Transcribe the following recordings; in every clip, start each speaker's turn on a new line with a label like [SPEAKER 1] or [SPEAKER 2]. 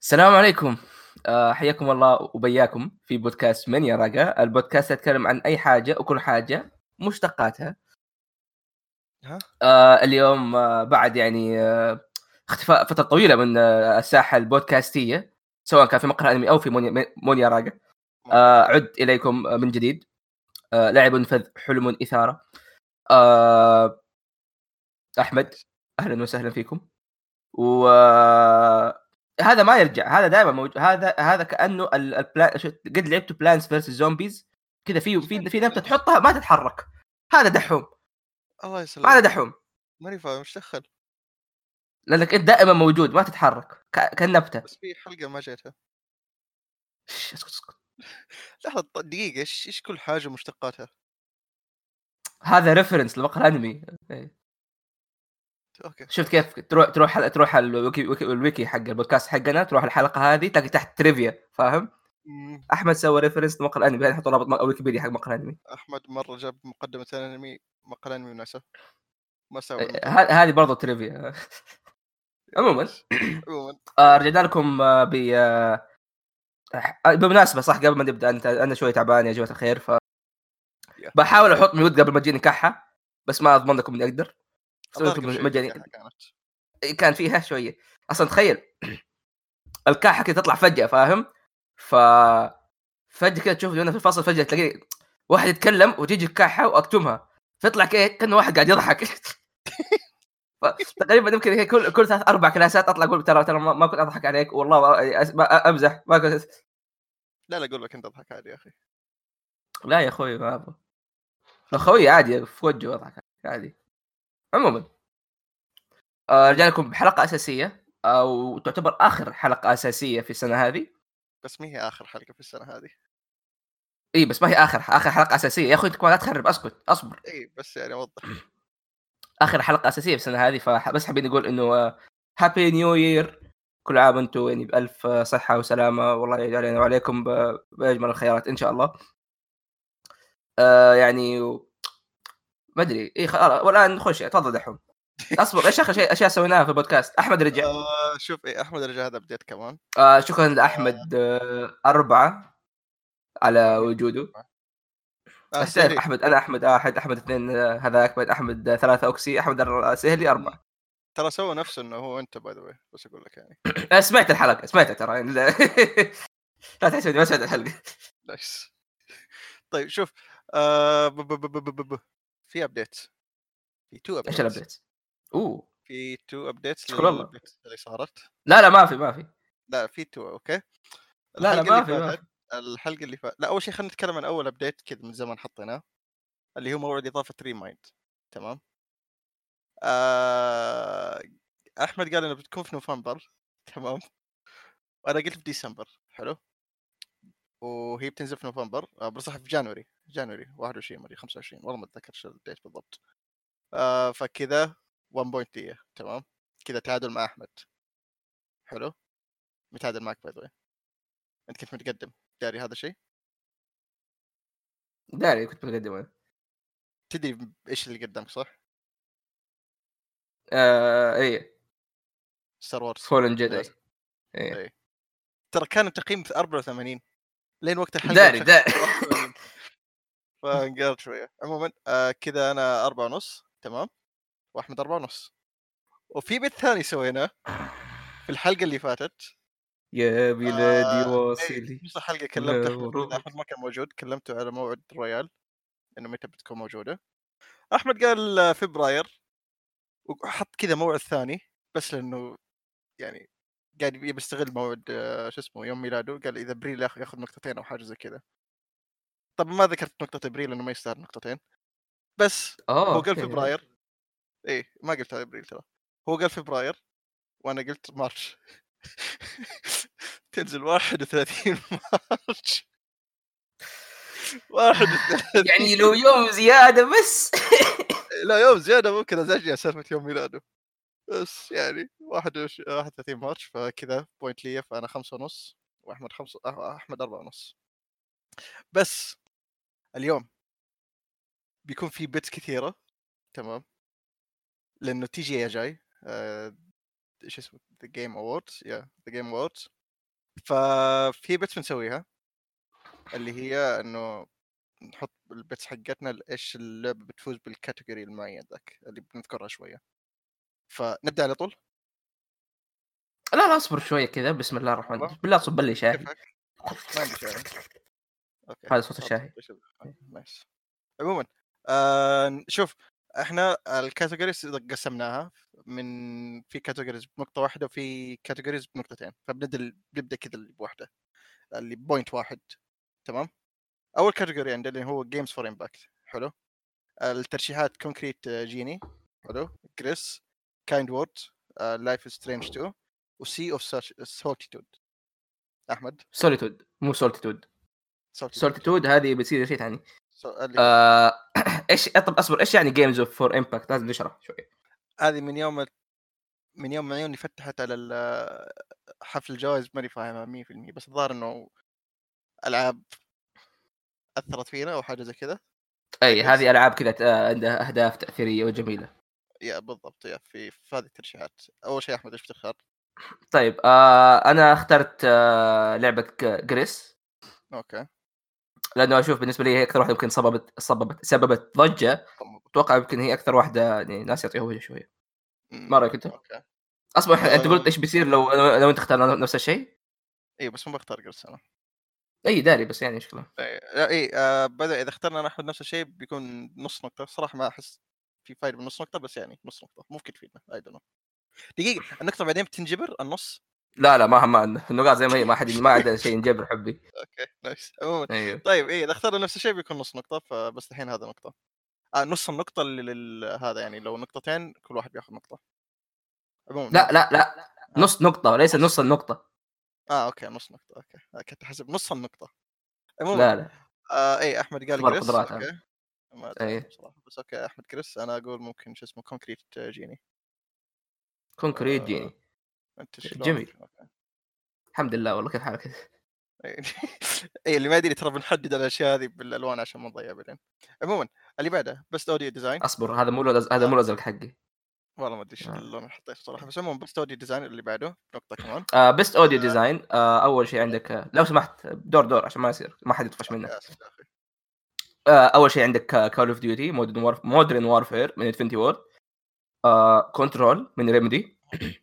[SPEAKER 1] السلام عليكم. حياكم الله وبياكم في بودكاست من يراقة، البودكاست يتكلم عن أي حاجة وكل حاجة مشتقاتها.
[SPEAKER 2] ها؟
[SPEAKER 1] اليوم بعد يعني اختفاء فترة طويلة من الساحة البودكاستية، سواء كان في مقهى أنمي أو في مون يراقة. عدت إليكم من جديد. لعب فذ حلم إثارة. آه، أحمد، أهلا وسهلا فيكم. و هذا ما يرجع، هذا دائما هذا كانه قد لعبت بلانس فيرس زومبيز كذا، في نبته تحطها ما تتحرك. هذا دحوم.
[SPEAKER 2] الله
[SPEAKER 1] هذا
[SPEAKER 2] يسلمك.
[SPEAKER 1] دحوم
[SPEAKER 2] ماني فاهم ايش دخل.
[SPEAKER 1] لانك انت دائما موجود ما تتحرك كالنبته.
[SPEAKER 2] بس في حلقة ما جيتها.
[SPEAKER 1] اسكت.
[SPEAKER 2] لحظة دقيقة، ايش كل حاجة مشتقاتها؟
[SPEAKER 1] هذا ريفرنس لمقهى الانمي.
[SPEAKER 2] اوكي
[SPEAKER 1] شفت
[SPEAKER 2] خلاص.
[SPEAKER 1] كيف تروح الويكي حق البودكاست حقنا، تروح الحلقه هذه تلاقي تحت تريفيا، فاهم؟
[SPEAKER 2] مم.
[SPEAKER 1] احمد سوى ريفرنس لمقهى الانمي، بعدين يحطوا رابط ويكيبيديا حق مقهى الانمي.
[SPEAKER 2] احمد مرة جاب مقدمة الانمي، مقال انمي وناسه ما استوعب الموضوع.
[SPEAKER 1] هذه برضو تريفيا. عموما
[SPEAKER 2] ايش؟ عموما
[SPEAKER 1] رجعنا لكم بالمناسبة صح، قبل ما نبدأ أنا شوي تعبان يا جماعة الخير،
[SPEAKER 2] يا
[SPEAKER 1] بحاول أحط ميوت قبل ما تجيني كحة، بس ما أضمن لكم إني أقدر.
[SPEAKER 2] الظاهر
[SPEAKER 1] سويتكم
[SPEAKER 2] قبل شوي
[SPEAKER 1] مجاني.
[SPEAKER 2] كانت.
[SPEAKER 1] كان فيها شوية أصلا، تخيل الكحة كذا تطلع فجأة، فاهم؟ ف فجأة كذا تشوف أنا في الفصل، فجأة تلاقي واحد يتكلم وتيجي الكحة وأكتمها، فيطلع كأنه واحد قاعد يضحك. تقريبا يمكن هي كل 3-4 كلاسات أطلع أقول ترى ما كنت أضحك عليك والله، أمزح ما كنت.
[SPEAKER 2] لا اقول لك انت اضحك عادي يا اخي.
[SPEAKER 1] لا يا أخوي ما أبغى. أخوي عادي في وجهه أضحك عادي. عموما رجع لكم بحلقة أساسية، أو تعتبر آخر حلقة أساسية في السنة هذه.
[SPEAKER 2] بس مي هي اخر حلقة في السنة هذه.
[SPEAKER 1] إي بس ما هي آخر حلقة أساسية يا أخوي، أنت كمان لا تخرب، أسكت أصبر.
[SPEAKER 2] اي بس يعني اوضح.
[SPEAKER 1] آخر حلقة أساسية في السنة هذه، فبس حابين نقول إنه هابي نيو يير، كل عام وأنتم يعني بألف صحة وسلامة، والله يجعل علينا وعليكم بأجمل الخيرات إن شاء الله. يعني ما أدري إيه والآن نخش، تفضل دحوم. أصبر، إيش آخر شيء أشياء سويناها في البودكاست؟ أحمد رجع.
[SPEAKER 2] شوف ايه احمد رجع، هذا بديت كمان.
[SPEAKER 1] شكرا لأحمد 4 على
[SPEAKER 2] مين
[SPEAKER 1] وجوده. تعرف
[SPEAKER 2] سهلي.
[SPEAKER 1] أحمد، أنا أحمد 1، أحمد 2 هذاك، بعد أحمد 3 أوكسي، أحمد سهلي 4.
[SPEAKER 2] ترى سوى نفسه انه هو انت باي ذا واي، بس اقول لك يعني.
[SPEAKER 1] أنا سمعت الحلقة، سمعتها ترى يعني. لا تحسبني ما سمعت الحلقة.
[SPEAKER 2] نايس. طيب شوف، في ابديت، في تو
[SPEAKER 1] إيش
[SPEAKER 2] ابديتس
[SPEAKER 1] الأبديت؟ أوه
[SPEAKER 2] في تو ابديتس
[SPEAKER 1] شكرا الله.
[SPEAKER 2] للبيت اللي صارت.
[SPEAKER 1] لا ما في.
[SPEAKER 2] لا في تو، اوكي.
[SPEAKER 1] لا
[SPEAKER 2] الحلقه اللي
[SPEAKER 1] ما
[SPEAKER 2] فاتت
[SPEAKER 1] في.
[SPEAKER 2] لا، اول شيء خلينا نتكلم عن اول ابديت كذا من زمان حطيناه، اللي هو موعد اضافه ريمايند. تمام. آه... احمد قال انه بتكون في نوفمبر. تمام. وانا قلت في ديسمبر. حلو. وهي بتنزل في نوفمبر، بصح في جانوري 21 مدري 25، والله ما اتذكر شو الديت بالضبط. فكذا 1 بوينت لي. تمام. كذا تعادل مع احمد. حلو. متعادل معك باي ذا، انت كنت متقدم، داري هذا الشيء.
[SPEAKER 1] داري كنت بقدم أنا.
[SPEAKER 2] تدري ايش اللي قدامك صح؟
[SPEAKER 1] إيه.
[SPEAKER 2] ستار وورز.
[SPEAKER 1] فولن جداي.
[SPEAKER 2] للاسف.
[SPEAKER 1] إيه.
[SPEAKER 2] اي. ترى كان التقييم في 84 لين وقت الحلقه
[SPEAKER 1] داري
[SPEAKER 2] بشخص
[SPEAKER 1] داري.
[SPEAKER 2] 81. فانقلت شويه. عموما كذا انا 4 ونص. تمام. واحمد 4 ونص. وفي بيت ثاني سويناه في الحلقه اللي فاتت.
[SPEAKER 1] يا بلادي
[SPEAKER 2] ايه
[SPEAKER 1] واصلي.
[SPEAKER 2] نص الحلقه كلمت
[SPEAKER 1] لا
[SPEAKER 2] احمد كذا،
[SPEAKER 1] ورود.
[SPEAKER 2] احمد ما كان موجود، كلمته على موعد رويال انه متى بتكون موجوده. احمد قال فبراير، وحط كذا موعد ثاني بس لانه يعني قاعد يبي يستغل موعد شو اسمه يوم ميلاده. قال اذا ابريل ياخذ نقطتين او حاجه زي كذا. طب ما ذكرت نقطه ابريل لانه ما يستاهل نقطتين. بس هو قال
[SPEAKER 1] أوكي.
[SPEAKER 2] فبراير. ايه ما قلت على ابريل ترى. هو قال فبراير وانا قلت مارش. تنزل 31 مارش. 31.
[SPEAKER 1] يعني لو يوم زيادة بس.
[SPEAKER 2] لا يوم زياده ممكن ازعجني سالفه يوم ميلاده. بس يعني 31 مارش، فكذا بوينت لي، فانا 5 ونص. واحمد 5، احمد 4 ونص. بس اليوم بيكون في بيتس كثيره. تمام. لانه تي جي جاي. ايش اسمه، ذا جيم اووردز. ذا جيم اووردز. ففي بيتس بنسويها اللي هي انه نحط البيتس حقتنا ايش اللعبه بتفوز بالكاتيجوري المعين ذاك اللي بنذكرها شويه. فنبدا على طول.
[SPEAKER 1] لا لا اصبر شويه كذا، بسم الله الرحمن
[SPEAKER 2] والله
[SPEAKER 1] الرحيم، بالله صب لي شاهي.
[SPEAKER 2] كيفك؟ ما عندي شيء. اوكي
[SPEAKER 1] هذا صوت
[SPEAKER 2] خلاص
[SPEAKER 1] الشاهي.
[SPEAKER 2] نايس. عموما شوف احنا الكاتيجوريز قسمناها من في كاتيجوريز بنقطه واحده وفي كاتيجوريز بنقطتين، نبدا كذا بواحده اللي بوينت واحد. تمام. اول كاتيجوري عندنا اللي هو جيمز فور امباكت. حلو. الترشيحات كونكريت جيني، حلو، جريس، كايند وورد، لايف سترينج 2 وسي اوف سولتيتود. احمد.
[SPEAKER 1] سوليتود مو سولتيتود.
[SPEAKER 2] سولتيتود
[SPEAKER 1] سولتيتود هذه بتصير شيء ثاني.
[SPEAKER 2] اللي هو
[SPEAKER 1] ايش طب اصبر، ايش يعني جيمز اوف فور امباكت؟ لازم نشرح شوي.
[SPEAKER 2] هذه من يوم ما عيوني فتحت على حفل الجوائز ماني فاهمها 100%، بس الظاهر انه العاب اثرت فينا او حاجه زي كذا.
[SPEAKER 1] اي
[SPEAKER 2] تجهز
[SPEAKER 1] هذه العاب كذا عندها اهداف تاثيريه وجميله.
[SPEAKER 2] يا بالضبط يا في هذه الترشيحات. اول شيء احمد ايش بتختار؟
[SPEAKER 1] طيب انا اخترت لعبه جريس،
[SPEAKER 2] اوكي.
[SPEAKER 1] لانه اشوف بالنسبه لي هي اكثر واحده يمكن سببت ضجه. اتوقع يمكن هي اكثر واحده يعني ناس يعطيها وجه شويه. ما رايك انت؟
[SPEAKER 2] اوكي.
[SPEAKER 1] اصبر انت قلت ايش بيصير لو انت اختار نفس الشيء؟
[SPEAKER 2] اي بس ما بختار قرص انا.
[SPEAKER 1] اي داري بس يعني مشكله.
[SPEAKER 2] اي بدا اذا اخترنا نحن نفس الشيء بيكون نص نقطه. صراحه ما احس في فايده من نص نقطه، بس يعني نص نقطه ممكن تفيدنا. اي دونت. دقيقه، النقطه بعدين بتنجبر النص.
[SPEAKER 1] لا لا ما النقاط زي ما هي، ما عندنا شيء نجبر حبي.
[SPEAKER 2] اوكي نايس. عموما
[SPEAKER 1] ايوه.
[SPEAKER 2] طيب اذا اخترنا نفس الشيء بيكون نص نقطه، فبس الحين هذا نقطه. نص النقطه هذا يعني لو نقطتين كل واحد بياخذ نقطه. عموما
[SPEAKER 1] لا
[SPEAKER 2] يلا.
[SPEAKER 1] لا لا، نص نقطه وليس
[SPEAKER 2] نص.
[SPEAKER 1] نص النقطه.
[SPEAKER 2] اوكي نص نقطه. اوكي كنت احسب نص النقطه. عموما
[SPEAKER 1] لا لا،
[SPEAKER 2] اي احمد قال
[SPEAKER 1] اختبار
[SPEAKER 2] جريس.
[SPEAKER 1] قدرات هذا.
[SPEAKER 2] اوكي ما ادري عنه
[SPEAKER 1] اي
[SPEAKER 2] بصراحه، بس اوكي احمد جريس. انا اقول ممكن شو اسمه كونكريت جيني.
[SPEAKER 1] كونكريت
[SPEAKER 2] آه،
[SPEAKER 1] جيني.
[SPEAKER 2] انت شلونك؟
[SPEAKER 1] جميل.
[SPEAKER 2] اوكي.
[SPEAKER 1] الحمد لله. والله كيف حالك؟
[SPEAKER 2] اي اللي ما يدري ترى بنحدد الاشياء هذه بالالوان عشان ما نضيع بعدين. عموما اللي بعده بس اوديو ديزاين.
[SPEAKER 1] اصبر، هذا مو الازرق حقي.
[SPEAKER 2] والله ما ادري ايش اللون اللي حطيته صراحه، بس عموما بس اوديو ديزاين اللي بعده نقطه كمان.
[SPEAKER 1] بيست اوديو ديزاين. اول شيء عندك لو سمحت دور عشان ما يصير ما حد يطفش منك.
[SPEAKER 2] اسف يا اخي.
[SPEAKER 1] اول شيء عندك كول اوف ديوتي مودرن وارفير من انفنتي وورد. كنترول من ريمدي.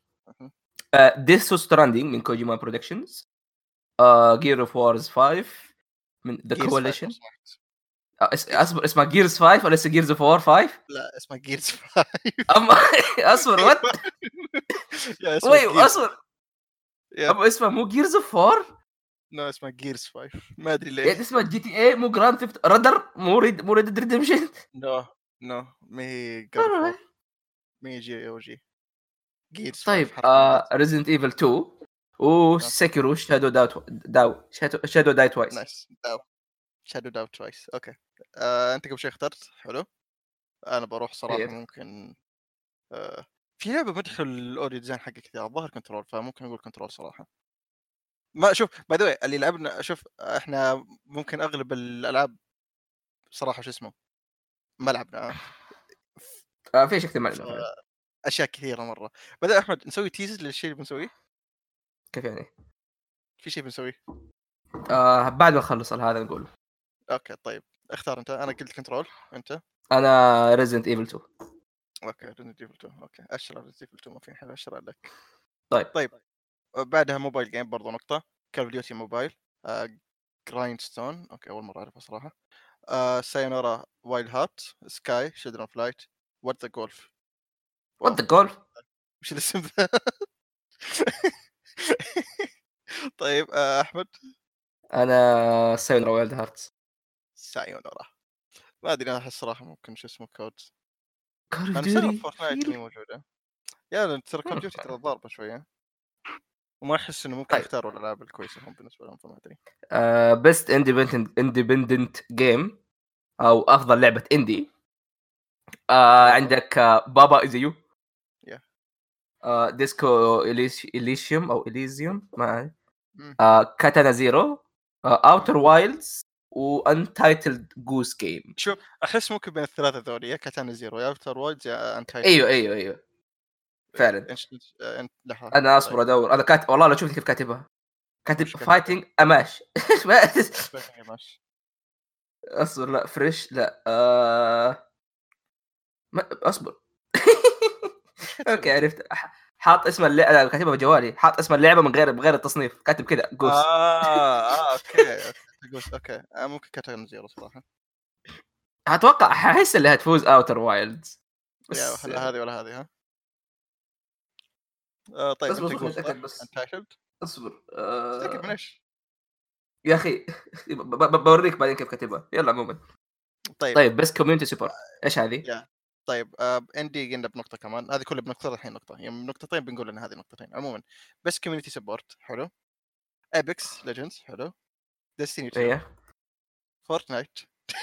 [SPEAKER 1] ديث ستراندينج من كوجيما برودكشنز. جير اوف وارز 5 من ذا
[SPEAKER 2] جيرز 5 لو
[SPEAKER 1] كواليشن.
[SPEAKER 2] سمحت.
[SPEAKER 1] اصبر، اسمها جيرز 5 ولا جيرز اوف وار 5؟
[SPEAKER 2] لا اسمها جيرز 5.
[SPEAKER 1] اما اصبر وات.
[SPEAKER 2] يا اسمها
[SPEAKER 1] وي
[SPEAKER 2] جيرز.
[SPEAKER 1] اصبر،
[SPEAKER 2] يا
[SPEAKER 1] اما اسمها مو جيرز اوف وار.
[SPEAKER 2] نو اسمها جيرز 5 ما ادري ليه.
[SPEAKER 1] يعني اسمها جي تي اي مو جراند ثيفت رادر مو ريد ريدمشن.
[SPEAKER 2] نو ما هي جاد فور. ما هي جي او جي. جيرز 5
[SPEAKER 1] طيب
[SPEAKER 2] حرف واحد.
[SPEAKER 1] ريزنت ايفل 2 وسكيرو شادو داي توايس.
[SPEAKER 2] نايس. داو شادو داو توايس. اوكي. انت قبل شوي اخترت. حلو. انا بروح صراحه ممكن في لعبه مدح الاوديو ديزاين حقي كثير الظاهر كنترول، فممكن اقول كنترول صراحه. ما شوف باي ذا اللي لعبنا، شوف احنا ممكن اغلب الالعاب صراحه شو اسمه ما لعبنا
[SPEAKER 1] في شيء كثير ما
[SPEAKER 2] ف-
[SPEAKER 1] لنا.
[SPEAKER 2] اشياء كثيره مره. بدأ احمد نسوي تيزز للشيء اللي بنسويه.
[SPEAKER 1] كيف يعني؟
[SPEAKER 2] في شيء بنسويه.
[SPEAKER 1] بعد ما نخلص هذا نقول.
[SPEAKER 2] اوكي طيب اختار انت. انا قلت كنترول. انت؟
[SPEAKER 1] انا ريزنت ايفل 2.
[SPEAKER 2] اوكي ريزنت ايفل 2. اوكي اشرح ريزنت ايفل 2 ما في حل اشرح لك.
[SPEAKER 1] طيب
[SPEAKER 2] بعدها موبايل جيم برضو نقطه. كول اوف ديوتي موبايل. جرايندستون. اوكي اول مره اعرفها صراحه. سايونارا وايلد هارت. سكاي شيلدرن فلايت. وات ذا جولف.
[SPEAKER 1] وات
[SPEAKER 2] واو
[SPEAKER 1] ذا جولف.
[SPEAKER 2] وش الاسم ذا؟ طيب احمد.
[SPEAKER 1] انا سايونارا وايلد هارتس.
[SPEAKER 2] سايونارا. ما ادري انا احس صراحه ممكن شو اسمه كود.
[SPEAKER 1] كول اوف
[SPEAKER 2] انا مستغرب
[SPEAKER 1] ديوتي
[SPEAKER 2] فورتنايت مي موجوده. يا ترى كول ديوتي ترى ضاربه شويه، وما احس انه ممكن
[SPEAKER 1] طيب
[SPEAKER 2] يختاروا الالعاب الكويسه هم بالنسبه لهم، فما ادري.
[SPEAKER 1] بيست اندبندنت جيم او افضل لعبه اندي. عندك بابا از يو.
[SPEAKER 2] يا
[SPEAKER 1] ديسكو إليشيوم او اليزيوم ما أعرف.
[SPEAKER 2] مم.
[SPEAKER 1] كاتانا زيرو. اوتر وايلدز وانتايتلد جوز جيم.
[SPEAKER 2] شوف احس ممكن بين الثلاثه ذولي، يا كاتانا زيرو يا اوتر وايلدز يا انتايتل.
[SPEAKER 1] ايوه فعلا.
[SPEAKER 2] انت لحظه.
[SPEAKER 1] انا اصبر
[SPEAKER 2] طيب
[SPEAKER 1] ادور. انا والله لو شفت كيف كاتبها كاتب
[SPEAKER 2] وش كاتب؟
[SPEAKER 1] فايتنج اماش. ايش
[SPEAKER 2] فايتنج ماشي.
[SPEAKER 1] اصبر لا فريش لا ما اصبر.
[SPEAKER 2] وش كاتب
[SPEAKER 1] اوكي
[SPEAKER 2] انت؟
[SPEAKER 1] عرفت. حاط اسم اللعبه كاتبها بجوالي، حاط اسم اللعبه من غير التصنيف، كاتب كذا جوس.
[SPEAKER 2] اوكي جوست اوكي ممكن كاتب زيرو صراحه.
[SPEAKER 1] اتوقع احس اللي هتفوز اوتر وايلدز
[SPEAKER 2] يا
[SPEAKER 1] بس.
[SPEAKER 2] لا هذه ولا هذه ها. طيب انت
[SPEAKER 1] اصبر
[SPEAKER 2] قول
[SPEAKER 1] خليني اتاكد
[SPEAKER 2] صح
[SPEAKER 1] بس.
[SPEAKER 2] انتايتلد.
[SPEAKER 1] اصبر
[SPEAKER 2] تتاكد من ايش؟
[SPEAKER 1] يا اخي بوريك بعدين كيف كاتبها. يلا عموما.
[SPEAKER 2] طيب
[SPEAKER 1] طيب بس كوميونتي سبورت ايش هذه؟
[SPEAKER 2] يا طيب اندي قلنا بنقطه كمان، هذه كلها بنقطه الحين نقطه، يعني نقطتين بنقول ان هذه نقطتين عموما. بس كوميونتي سبورت حلو. ابيكس ليجندز حلو. ديستني 2.
[SPEAKER 1] ايه
[SPEAKER 2] فورتنايت.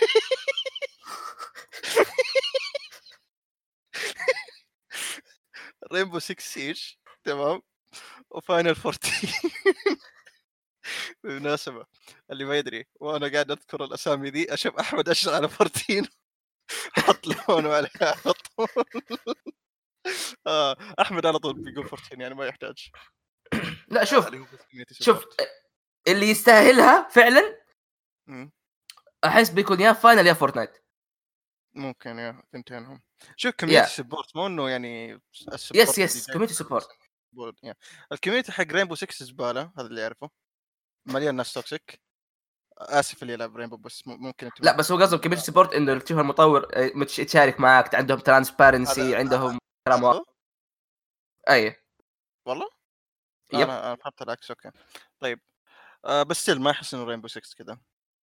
[SPEAKER 2] رينبو 6 سيج تمام. وفاينل 14. بالمناسبة اللي ما يدري وانا قاعد اذكر الاسامي ذي اشوف احمد اشرح على 14 حط لونه عليها على طول. احمد على طول بيقول 14 يعني ما يحتاج.
[SPEAKER 1] لا شوف
[SPEAKER 2] اللي هو بس كوميونتي
[SPEAKER 1] شوف
[SPEAKER 2] سبورت.
[SPEAKER 1] اللي يستاهلها فعلا احس بيكون يا فاينل يا فورتنايت.
[SPEAKER 2] ممكن يا ثنتينهم. شوف كوميونتي
[SPEAKER 1] يا
[SPEAKER 2] سبورت مو انه يعني
[SPEAKER 1] يس
[SPEAKER 2] السبورت اللي
[SPEAKER 1] يس
[SPEAKER 2] جاي
[SPEAKER 1] كوميونتي سبورت.
[SPEAKER 2] يعني الكوميونتي حق رينبو 6 زباله هذا اللي اعرفه. مليان ناس توكسيك. اسف اللي يلعب رينبو بس ممكن انت
[SPEAKER 1] لا بس هو قصده كوميونتي سبورت انه تشوف المطور يتشارك معك، عندهم ترانسبيرنسي،
[SPEAKER 2] هذا
[SPEAKER 1] عندهم كلام
[SPEAKER 2] هذا
[SPEAKER 1] واضح.
[SPEAKER 2] هو
[SPEAKER 1] اي
[SPEAKER 2] والله.
[SPEAKER 1] يب.
[SPEAKER 2] انا فهمت العكس اوكي. طيب بس ستيل ما احس انه رينبو 6 كذا.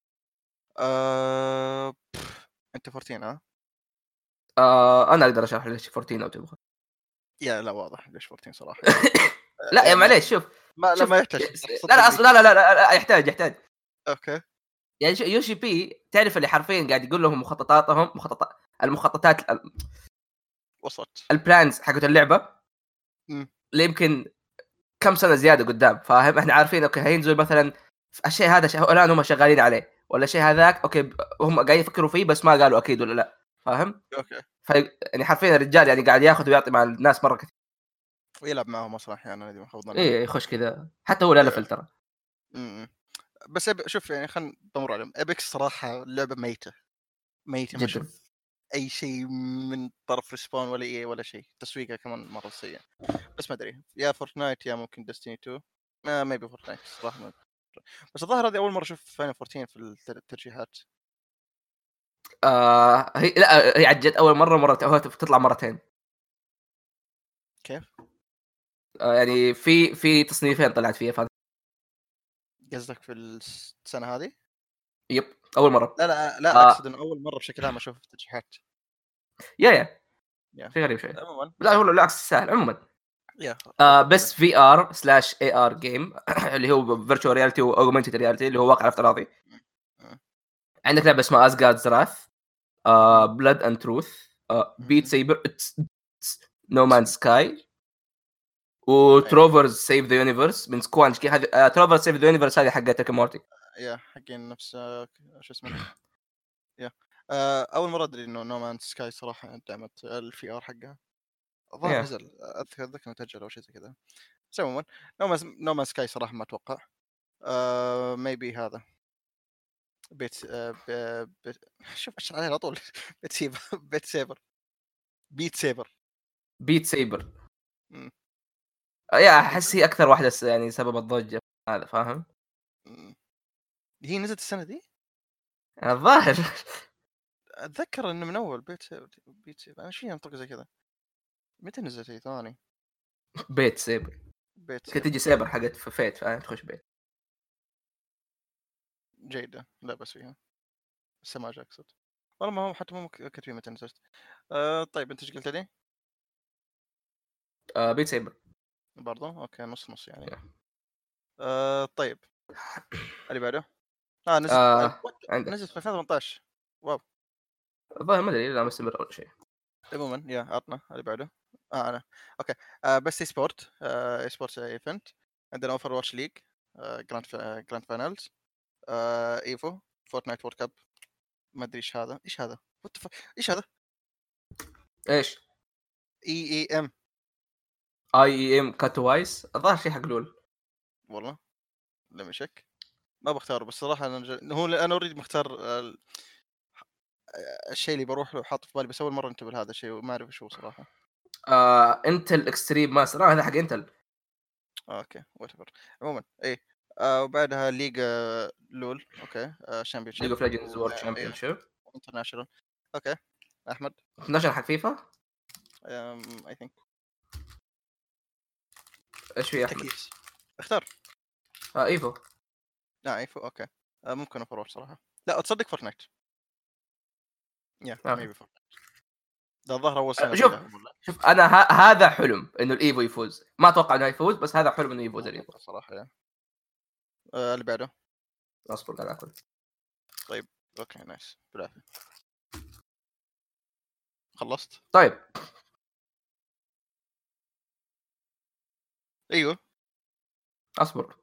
[SPEAKER 2] انت 14 ها؟
[SPEAKER 1] انا اقدر اشرح ليش 14 لو تبغى.
[SPEAKER 2] يا لا واضح ليش 14 صراحه.
[SPEAKER 1] لا يا
[SPEAKER 2] يعني
[SPEAKER 1] معليش شوف.
[SPEAKER 2] ما
[SPEAKER 1] شوف
[SPEAKER 2] لا يحتاج
[SPEAKER 1] لا لا
[SPEAKER 2] صدقني.
[SPEAKER 1] اصلا لا يحتاج.
[SPEAKER 2] اوكي
[SPEAKER 1] يعني يوشي بي تعرف اللي حرفيا قاعد يقول لهم مخططاتهم المخططات
[SPEAKER 2] وصلت.
[SPEAKER 1] البلانز حقت اللعبه
[SPEAKER 2] مم.
[SPEAKER 1] اللي يمكن كم سنه زياده قدام، فاهم؟ احنا عارفين اوكي هينزل مثلا الشيء هذا الان هم شغالين عليه، ولا شيء هذاك اوكي هم قاعدين يفكروا فيه بس ما قالوا اكيد ولا لا، فاهم؟
[SPEAKER 2] اوكي
[SPEAKER 1] يعني حرفيا الرجال يعني قاعد ياخذ ويعطي مع الناس مره كثير.
[SPEAKER 2] ويلعب معهم اصلا احيانا هذه ما ظني.
[SPEAKER 1] ايه يخش كذا حتى هو لا
[SPEAKER 2] ايوه.
[SPEAKER 1] فلتره.
[SPEAKER 2] مم. بس شوف يعني خلينا بمر عليهم. ابيكس صراحه اللعبه ميته ميته، ما
[SPEAKER 1] جدا.
[SPEAKER 2] اشوف اي شيء من طرف ريسبون ولا اي ولا شيء. تسويقها كمان مره سيء. بس ما ادري يا فورتنايت يا ممكن ديستني 2. ما يبي فورتنايت صراحه ما. بس الظاهر هذه اول مره اشوف فاينل 14 في الترشيحات.
[SPEAKER 1] هي لا هي عجت اول مره تطلع مرتين.
[SPEAKER 2] كيف
[SPEAKER 1] يعني في تصنيفين طلعت فيها
[SPEAKER 2] قصدك في السنه هذه؟
[SPEAKER 1] يب اول مره.
[SPEAKER 2] لا اقصد
[SPEAKER 1] آه
[SPEAKER 2] انه اول مره بشكل عام اشوف في الترشيحات.
[SPEAKER 1] يا
[SPEAKER 2] يا
[SPEAKER 1] في غريب شوي.
[SPEAKER 2] عموما
[SPEAKER 1] لا هو بالعكس سهل عموما.
[SPEAKER 2] يا خلاص
[SPEAKER 1] بس في ار سلاش اي ار جيم اللي هو فيرتشوال رياليتي واوجمانتد رياليتي اللي هو واقع افتراضي. عندك لعبه اسمها ازجاردز راث، بلاد اند تروث، بيت سيبر، نو مان سكاي، وتروفرز سيف ذا يونيفرس من سكوانش. هذه تروفرز سيف ذا يونيفرس هذه حقت ريك مورتي.
[SPEAKER 2] يا حقين نفس شو اسمه. يا اول مره ادري انه نو مان سكاي صراحه دعمت الفي ار حقها. الظاهر
[SPEAKER 1] yeah.
[SPEAKER 2] نزل اتذكر انه تاجل او شيء زي كذا. بس عموما نو مان سكاي صراحه ما اتوقع. ميبي هذا بيت شوف اشرح عليه على طول. بيت سيبر بيت سيبر بيت سيبر.
[SPEAKER 1] بيت سيبر
[SPEAKER 2] مم.
[SPEAKER 1] يا احس هي اكثر واحده يعني سبب الضجه هذا، فاهم؟
[SPEAKER 2] مم. هي نزلت السنه دي.
[SPEAKER 1] الظاهر.
[SPEAKER 2] اتذكر انه من اول بيت سيبر انا شيء منطقه زي كذا. متى نزلت هي ثاني؟
[SPEAKER 1] بيت سيبر
[SPEAKER 2] بيت
[SPEAKER 1] كنت تجي
[SPEAKER 2] سيبر
[SPEAKER 1] سيبر حقت في فيت، فاهم؟ تخش بيت.
[SPEAKER 2] جيدة لا بس فيها السماج اقصد. والله ما هو حتى مو كاتبين متى نزلت. طيب انت ايش قلت لي؟
[SPEAKER 1] بيت سيبر.
[SPEAKER 2] برضه اوكي نص نص يعني.
[SPEAKER 1] yeah.
[SPEAKER 2] طيب اللي بعده. نزلت
[SPEAKER 1] عندك
[SPEAKER 2] نزلت في 2018. واو.
[SPEAKER 1] الظاهر ما ادري لا مستمر ولا شيء.
[SPEAKER 2] عموما يا عطنا اللي بعده. انا اوكي. بس سبورت اي سبورت ايفنت. عندنا اوفر واتش ليج، جراند فاينلز، ايفو، فورتنايت وورد كاب. ما ادري ايش هذا ايش هذا
[SPEAKER 1] ايش
[SPEAKER 2] اي ام.
[SPEAKER 1] اي ام كات وايس الظاهر شيء حق لول.
[SPEAKER 2] والله لم يشك ما بختاره، بس صراحه انا اوريدي مختار الشيء اللي بروح له حاط في بالي، بس اول مره انتبه لهذا الشيء وما اعرف ايش هو صراحه.
[SPEAKER 1] انتل اكستريم ماستر هذا حق انتل.
[SPEAKER 2] اوكي وات ايفر. عموما ايه وبعدها ليج لول. اوكي شامبيون
[SPEAKER 1] ليج
[SPEAKER 2] شيب
[SPEAKER 1] اوف ليجندز وورد
[SPEAKER 2] ايه
[SPEAKER 1] شامبيون شيب.
[SPEAKER 2] انترناشونال. اوكي احمد
[SPEAKER 1] 12 حق فيفا.
[SPEAKER 2] اي ثينك
[SPEAKER 1] ايش في يا احمد؟
[SPEAKER 2] تكييف اختار.
[SPEAKER 1] ايفو.
[SPEAKER 2] لا ايفو اوكي. ممكن افروت صراحه. لا تصدق فورتنايت. يا
[SPEAKER 1] أوكي.
[SPEAKER 2] ميبي فورتنايت. ده الظاهر اول سنه
[SPEAKER 1] شوف
[SPEAKER 2] لهم ولا
[SPEAKER 1] شوف انا هذا حلم انه الايفو يفوز، ما اتوقع انه يفوز بس هذا حلم انه يفوز الايفو.
[SPEAKER 2] صراحه يا اللي بعده.
[SPEAKER 1] اصبر قاعد اكل.
[SPEAKER 2] طيب اوكي نايس بالعافيه. خلصت.
[SPEAKER 1] طيب
[SPEAKER 2] ايوه
[SPEAKER 1] اصبر.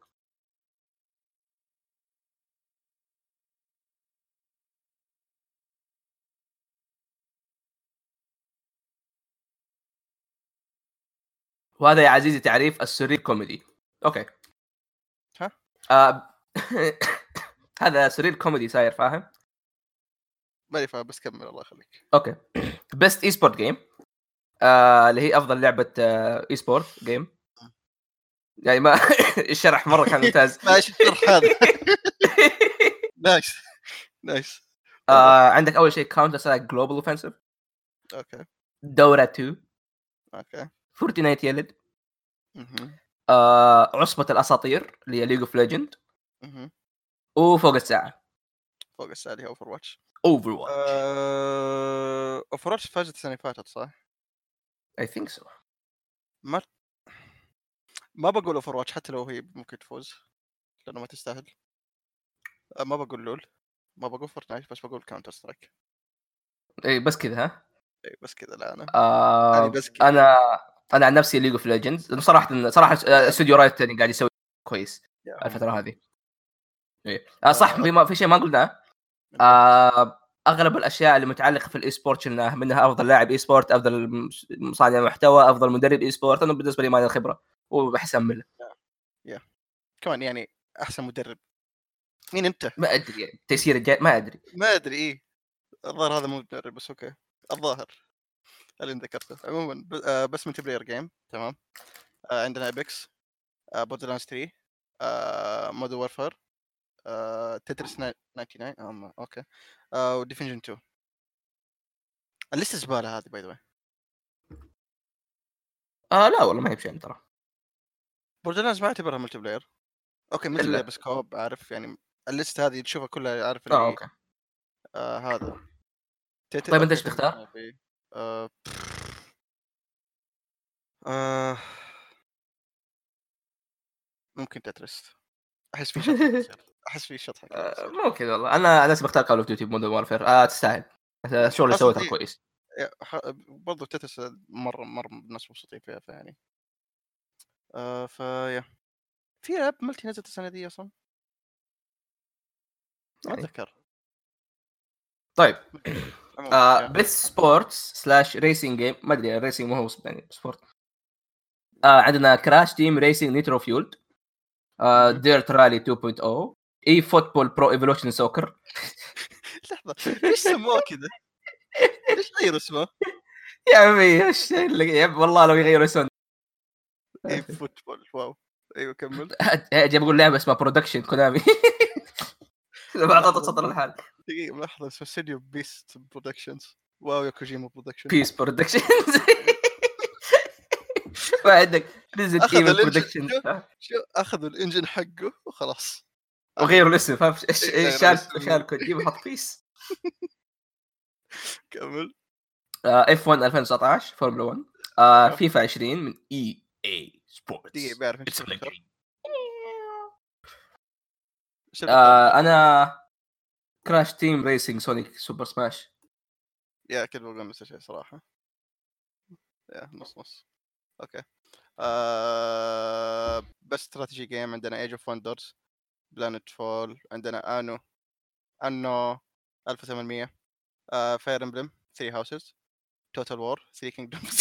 [SPEAKER 1] وهذا يا عزيزي تعريف السوري كوميدي. اوكي.
[SPEAKER 2] ها
[SPEAKER 1] آه هذا سوري كوميدي صاير فاهم.
[SPEAKER 2] ماني فاهم بس كمل الله يخليك.
[SPEAKER 1] اوكي. بيست اي سبورت جيم اللي هي افضل لعبه اي سبورت جيم. يعني ما الشرح مره كان ممتاز.
[SPEAKER 2] ماشي الشرح هذا. نايس نايس.
[SPEAKER 1] عندك اول شيء كاونتر سترايك جلوبال اوفنسيف.
[SPEAKER 2] اوكي
[SPEAKER 1] دورة 2.
[SPEAKER 2] اوكي
[SPEAKER 1] فورتنايت يلد.
[SPEAKER 2] اها
[SPEAKER 1] عصبة الاساطير اللي هي ليج اوف ليجند.
[SPEAKER 2] اها
[SPEAKER 1] وفوق الساعة
[SPEAKER 2] فوق السالي اوفر واتش.
[SPEAKER 1] اوفر واتش.
[SPEAKER 2] اوفر واتش فازت السنه اللي فاتت صح؟
[SPEAKER 1] اي ثينك سو.
[SPEAKER 2] ما ما بقول اوفر واتش حتى لو هي ممكن تفوز لانه ما تستاهل. ما بقول لول، ما بقول فورتنايت، بس بقول كاونتر سترايك.
[SPEAKER 1] اي بس كذا ها.
[SPEAKER 2] اي بس كذا. لا انا بس كذا.
[SPEAKER 1] انا عن نفسي ليج اوف ليجندز صراحه استوديو رايت يعني قاعد يسوي كويس الفتره هذه. اي صح في شيء ما قلناه. اغلب الاشياء اللي متعلقه في الاي سبورت شلناها، منها افضل لاعب اي سبورت، افضل مصانع محتوى، افضل مدرب اي سبورت. انا بالنسبه لي ما لي خبره وبحسن منه.
[SPEAKER 2] كمان يعني احسن مدرب مين انت؟
[SPEAKER 1] ما ادري يعني تيسير الجاي ما ادري.
[SPEAKER 2] ما ادري ايه الظاهر هذا مو مدرب بس اوكي الظاهر اللي ذكرته. عموما بس ملتي بلاير جيم تمام. عندنا ايبكس، بوردرلاندز 3، مودرن وورفير، تترس 99 اوكي، وديفينجن 2. لسه زباله هذه باي ذا واي.
[SPEAKER 1] لا والله ما هي بشيء ترى.
[SPEAKER 2] بوردرلاندز ما اعتبرها ملتي بلاير. اوكي ملتي بلاير بس كوب عارف يعني. الليست هذه تشوفها كلها عارف اللي
[SPEAKER 1] اوكي.
[SPEAKER 2] هذا
[SPEAKER 1] طيب انت ايش تختار؟
[SPEAKER 2] ممكن تترس. احس في شطحه احس في شطحه كذا تصير.
[SPEAKER 1] ممكن والله انا بختار كول اوف ديوتي مودرن وارفير. تستاهل الشغل اللي سويته كويس.
[SPEAKER 2] برضو تترس مره الناس مبسوطين فيها فيعني فيا في لعب ملتي نزلت السنه دي اصلا ما اتذكر.
[SPEAKER 1] طيب
[SPEAKER 2] عموما
[SPEAKER 1] بس سبورتس سلاش ريسنج جيم ما ادري الريسنج مو هو يعني سبورت. عندنا كراش تيم ريسنج نيترو فيولد، ديرت رالي 2.0، اي فوتبول برو ايفولوشن سوكر.
[SPEAKER 2] لحظه ليش سموه كذا؟ ليش غيروا اسمه؟
[SPEAKER 1] يا عمي ايش اللي والله لو يغيروا اسمه.
[SPEAKER 2] اي فوتبول واو. ايوه كمل.
[SPEAKER 1] اجي بقول لعبه اسمها برودكشن كونامي. بعطيك سطر الحال.
[SPEAKER 2] دقيقه لحظه اسمه استوديو بيست برودكشنز. واو يا كوجيما برودكشن.
[SPEAKER 1] بيس برودكشنز. وعندك ريزنت ايفل برودكشنز.
[SPEAKER 2] شو اخذوا الانجن حقه وخلاص
[SPEAKER 1] وغيروا الاسم فاهم ايش شال كوجيما حط بيس.
[SPEAKER 2] كمل.
[SPEAKER 1] اف 1 2019 فورمولا 1. فيفا 20 من اي اي سبورتس.
[SPEAKER 2] دقيقه بيعرف ايش
[SPEAKER 1] انا كراش تيم ريسنج سونيك سوبر سماش.
[SPEAKER 2] يا كذا بقول نفس الشيء صراحه. يا نص اوكي. بس استراتيجي جيم عندنا ايج اوف وندرز، بلانت فول، عندنا انو 1800، فاير امبلم 3 هاوسز، توتال وور 3 كينجدومز.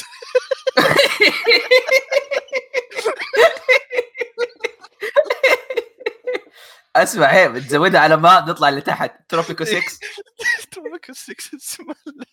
[SPEAKER 1] اسمع عيب تزودها على بعض نطلع لتحت. تروبيكو 6
[SPEAKER 2] تروبيكو 6 اسمه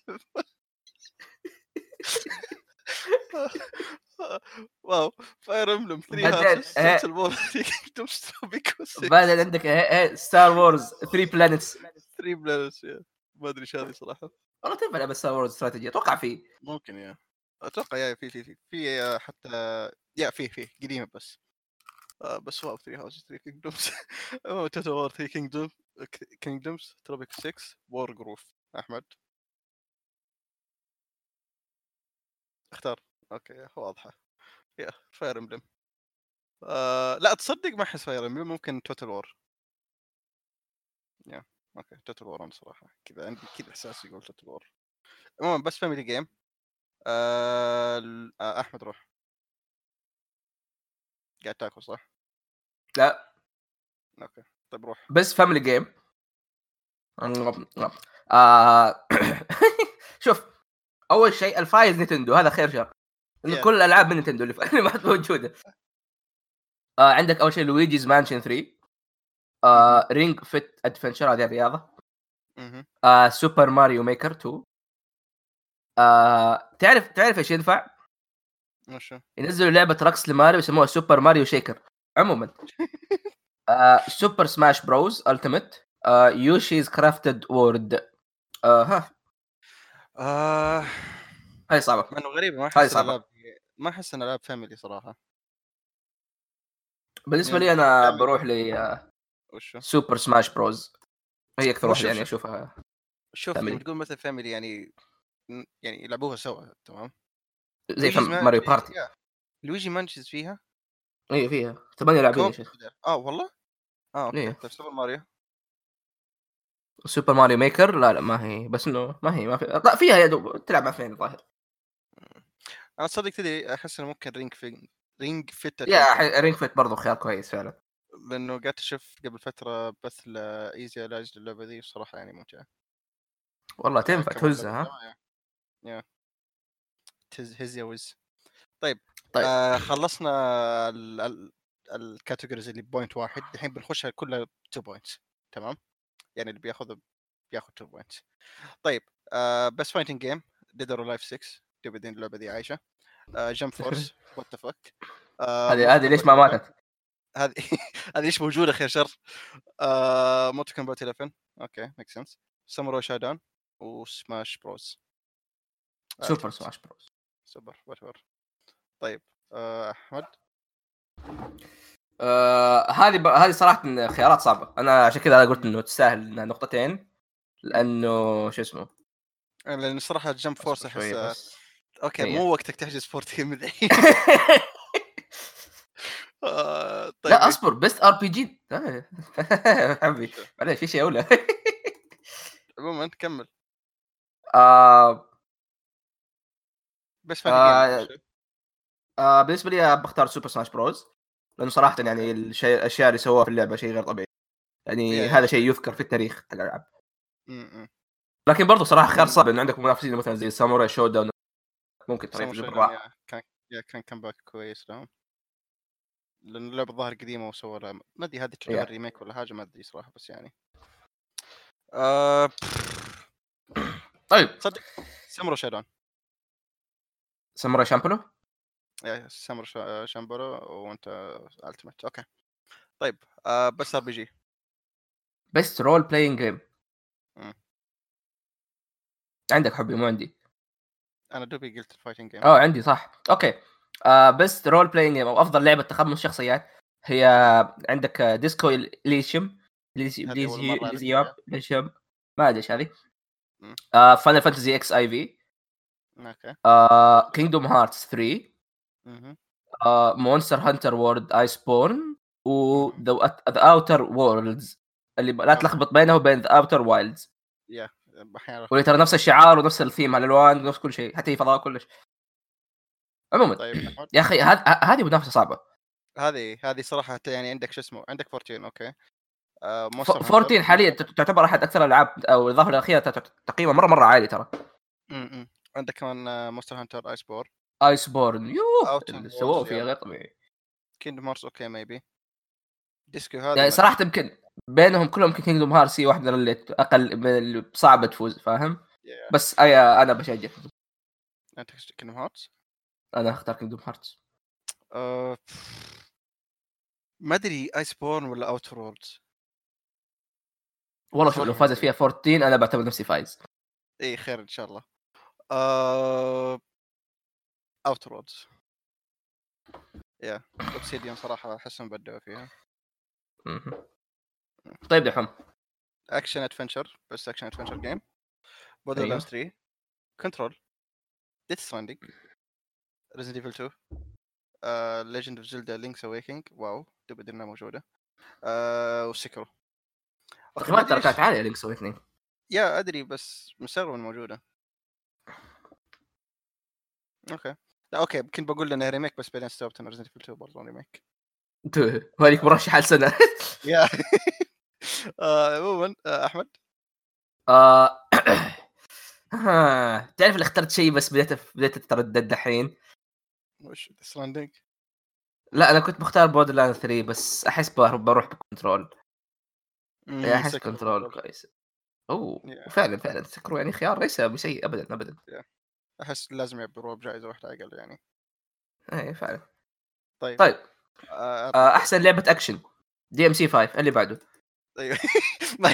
[SPEAKER 2] واو. فاير امبلم 3 هارتس توتال وور كينجدومز تروبيكو 6.
[SPEAKER 1] بعدين عندك ستار وورز 3 بلانتس
[SPEAKER 2] 3 بلانتس. ما ادري ايش هذه صراحه.
[SPEAKER 1] والله تنفع لعبه ستار وورز استراتيجيه اتوقع فيه.
[SPEAKER 2] ممكن يا اتوقع يا في حتى يا في قديمه بس واو 3 هاوس 3 كينجدومز. توتال وور 3 كينجدومز تروبيكو 6 وور جروف. احمد اختار. اوكي واضحه. يا فاير امبلم. لا تصدق ما احس فاير امبلم. ممكن توتال وور. يا اوكي توتال وور. انا صراحه كذا عندي كذا احساس يقول توتال وور. عموما بس فاميلي جيم. احمد روح. قاعد تاكل صح؟
[SPEAKER 1] لا
[SPEAKER 2] اوكي طيب روح.
[SPEAKER 1] بس فاميلي جيم. شوف اول شيء الفايز نينتندو هذا خير شر انه كل الالعاب من نينتندو اللي ما موجوده. عندك اول شيء لويجيز مانشن 3 رينج فيت ادفنشر هذه الرياضه. سوبر ماريو ميكر 2. تعرف ايش ينفع؟
[SPEAKER 2] ماشي.
[SPEAKER 1] ينزلوا لعبه رقص لماريو يسموها سوبر ماريو شيكر. عموما سوبر سماش بروز التيميت. يوشيز كرافتد وورد. ها هاي صعبه.
[SPEAKER 2] ما انه غريب ما
[SPEAKER 1] هاي
[SPEAKER 2] احس
[SPEAKER 1] صعبه
[SPEAKER 2] الالعاب. ما احس ان العاب فاميلي صراحه.
[SPEAKER 1] بالنسبه لي انا بروح لي
[SPEAKER 2] وشو
[SPEAKER 1] سوبر سماش بروز. هي اكثر واحده يعني اشوفها.
[SPEAKER 2] شوف لما تقول مثلا فاميلي يعني يلعبوها سوا تمام
[SPEAKER 1] زي ماريو بارتي.
[SPEAKER 2] لويجي مانشز فيها.
[SPEAKER 1] ايه فيها 8 لاعبين يا شيخ.
[SPEAKER 2] والله اوكي.
[SPEAKER 1] إيه.
[SPEAKER 2] طيب سوبر ماريو.
[SPEAKER 1] سوبر ماريو ميكر لا ما هي بس انه ما في لا فيها يا دوب تلعب مع اثنين الظاهر.
[SPEAKER 2] انا صدق تدري احس انه ممكن رينج فيت
[SPEAKER 1] يا رينج فيت برضو خيار كويس فعلا.
[SPEAKER 2] لانه قاعد اشوف قبل فتره بث لايزي لاج اللعبه ذي بصراحه يعني ممتعه
[SPEAKER 1] والله تنفع تهزها ها.
[SPEAKER 2] يا هز يا وز. طيب خلصنا الكاتيجوريز اللي بوينت واحد. الحين بنخشها كلها 2 بوينتس تمام. يعني اللي بياخذ 2 بوينتس. طيب بس فايتنج جيم ديد اور لايف 6 تبدين اللعبه دي عايشه. جمب فورس وات ذا فك.
[SPEAKER 1] هذه ليش ما ماتت؟
[SPEAKER 2] هذه هذه ايش موجوده خير شر. موتو كومبات 11 اوكي ميك سنس. ساموراي شادان وسماش بروز.
[SPEAKER 1] سوبر سماش بروز
[SPEAKER 2] سوبر واتور. طيب احمد.
[SPEAKER 1] هذه صراحه خيارات صعبه. انا عشان كذا قلت انه تستاهل نقطتين لانه شو اسمه
[SPEAKER 2] لان الصراحه جمب فورس احس اوكي
[SPEAKER 1] هي.
[SPEAKER 2] مو وقتك تحجز 14 من الحين. طيب
[SPEAKER 1] لا اصبر بس ار بي جي حبيبي معليش في شيء اولى.
[SPEAKER 2] عموما كمل. بس
[SPEAKER 1] بالنسبه لي بختار سوبر سماش بروز لانه صراحه يعني الاشياء اللي سووها في اللعبه شيء غير طبيعي يعني هذا شيء يذكر في التاريخ الالعاب. لكن برضو صراحه خيار صعب انه عندك منافسين مثلا زي ساموراي شو داون ممكن ترى بالراحه.
[SPEAKER 2] كان باك كويس لهم لأن اللعبة ظاهر قديمة وسوى لها ما أدري هذه تعتبر ريميك ولا حاجة ما أدري صراحة بس يعني
[SPEAKER 1] طيب
[SPEAKER 2] صدق سامورو شادون.
[SPEAKER 1] ساموراي شامبلو
[SPEAKER 2] سامورو شامبلو وأنت ألتيميت أوكي. طيب بس ار بي جي
[SPEAKER 1] بيست رول بلاينج جيم. عندك حبي مو عندي.
[SPEAKER 2] أنا دوبي قلت الفايتنج جيم.
[SPEAKER 1] عندي صح اوكي. بيست رول بلاينج جيم او افضل لعبه تخمن شخصيات هي عندك ديسكو ليشيوم ما ادري ايش هذه. فاينل فانتسي اكس اي في.
[SPEAKER 2] اوكي.
[SPEAKER 1] كينجدوم هارتس 3. مونستر هانتر وورد ايس بورن و ذا اوتر وورلدز اللي لا تلخبط بينه وبين ذا اوتر وايلدز. واللي ترى نفس الشعار ونفس الثيم على الالوان نفس كل شيء حتى فضاء كلش. عموما
[SPEAKER 2] طيب
[SPEAKER 1] يا اخي هذه منافسه صعبه.
[SPEAKER 2] هذه صراحه يعني عندك شو اسمه عندك 14 اوكي.
[SPEAKER 1] 14 حاليا تعتبر احد اكثر الالعاب او الاضافه الاخيره تقييمها مره عالي ترى.
[SPEAKER 2] عندك كمان مونستر هانتر
[SPEAKER 1] ايس بورن اللي سووه فيها غير طبيعي.
[SPEAKER 2] كيندم هارتس اوكي ميبي. ديسكو هذا
[SPEAKER 1] يعني صراحه يمكن بينهم كلهم كينجدوم هارتس هي واحده من اللي اقل من اللي صعبه تفوز فاهم.
[SPEAKER 2] Yeah.
[SPEAKER 1] بس انا بشجع
[SPEAKER 2] انت كينجدوم هارتس.
[SPEAKER 1] انا اختار كينجدوم هارتس.
[SPEAKER 2] ما ادري ايس بورن ولا اوتر وورلدز.
[SPEAKER 1] والله شوف
[SPEAKER 2] صراحة
[SPEAKER 1] لو
[SPEAKER 2] ما
[SPEAKER 1] فازت
[SPEAKER 2] أدري.
[SPEAKER 1] فيها 14 انا بعتبر نفسي فايز.
[SPEAKER 2] اي خير ان شاء الله. اوتر وورلدز. يا اوبسيديان صراحه احسهم بدعوا فيها.
[SPEAKER 1] مهم. طيب دحوم
[SPEAKER 2] اكشن ادفنشر بس اكشن ادفنشر جيم. بودر
[SPEAKER 1] ايوه
[SPEAKER 2] 3 كنترول ديث ستراندينج ريزنت ايفل 2 ليجند اوف زلدا لينكس اويكينج واو تبدو انها موجوده وسكرو. اوكي ما
[SPEAKER 1] تقييمات
[SPEAKER 2] ادري
[SPEAKER 1] ترى كانت
[SPEAKER 2] ايش.
[SPEAKER 1] عاليه لينكس اثنين.
[SPEAKER 2] يا ادري بس مستغرب إنها موجوده. اوكي لا اوكي كنت بقول انها ريميك بس بعدين استوعبت ان ريزنت ايفل 2 برضه ريميك.
[SPEAKER 1] مالك مرشح السنه.
[SPEAKER 2] يا عموما احمد.
[SPEAKER 1] آه، تعرف اللي اخترت شيء بس بديت اتردد دحين.
[SPEAKER 2] وش ستراندينج؟
[SPEAKER 1] لا انا كنت بختار بودر لاند 3 بس احس بروح بكنترول. احس كنترول كويس. فعلا سكروا يعني خيار ليس بشيء ابدا.
[SPEAKER 2] احس لازم يعبروا بجائزه واحده اقل يعني.
[SPEAKER 1] اي فعلا.
[SPEAKER 2] طيب
[SPEAKER 1] طيب
[SPEAKER 2] أعطني.
[SPEAKER 1] احسن لعبه اكشن دي ام سي 5 اللي بعده.
[SPEAKER 2] ايوه ما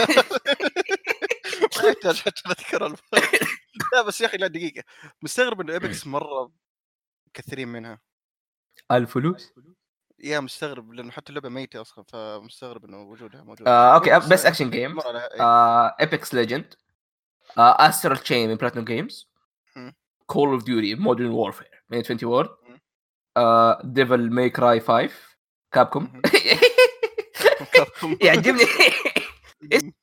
[SPEAKER 2] يحتاج حتى اذكر لا بس يا اخي لا دقيقه مستغرب انه ايبكس مره كثيرين منها.
[SPEAKER 1] الفلوس.
[SPEAKER 2] يا مستغرب لانه حتى اللعبه ميته اصلا فمستغرب انه وجودها موجود.
[SPEAKER 1] اوكي
[SPEAKER 2] بس
[SPEAKER 1] بس اكشن جيم
[SPEAKER 2] مر عليها
[SPEAKER 1] ايبكس ليجند استرال تشين من بلاتينوم جيمز
[SPEAKER 2] مم.
[SPEAKER 1] كول اوف ديوتي مودرن وورفير من 20 وورد
[SPEAKER 2] مم.
[SPEAKER 1] ديفل ماي كراي 5 كابكوم.
[SPEAKER 2] مم. كابكوم.
[SPEAKER 1] يعجبني
[SPEAKER 2] مم.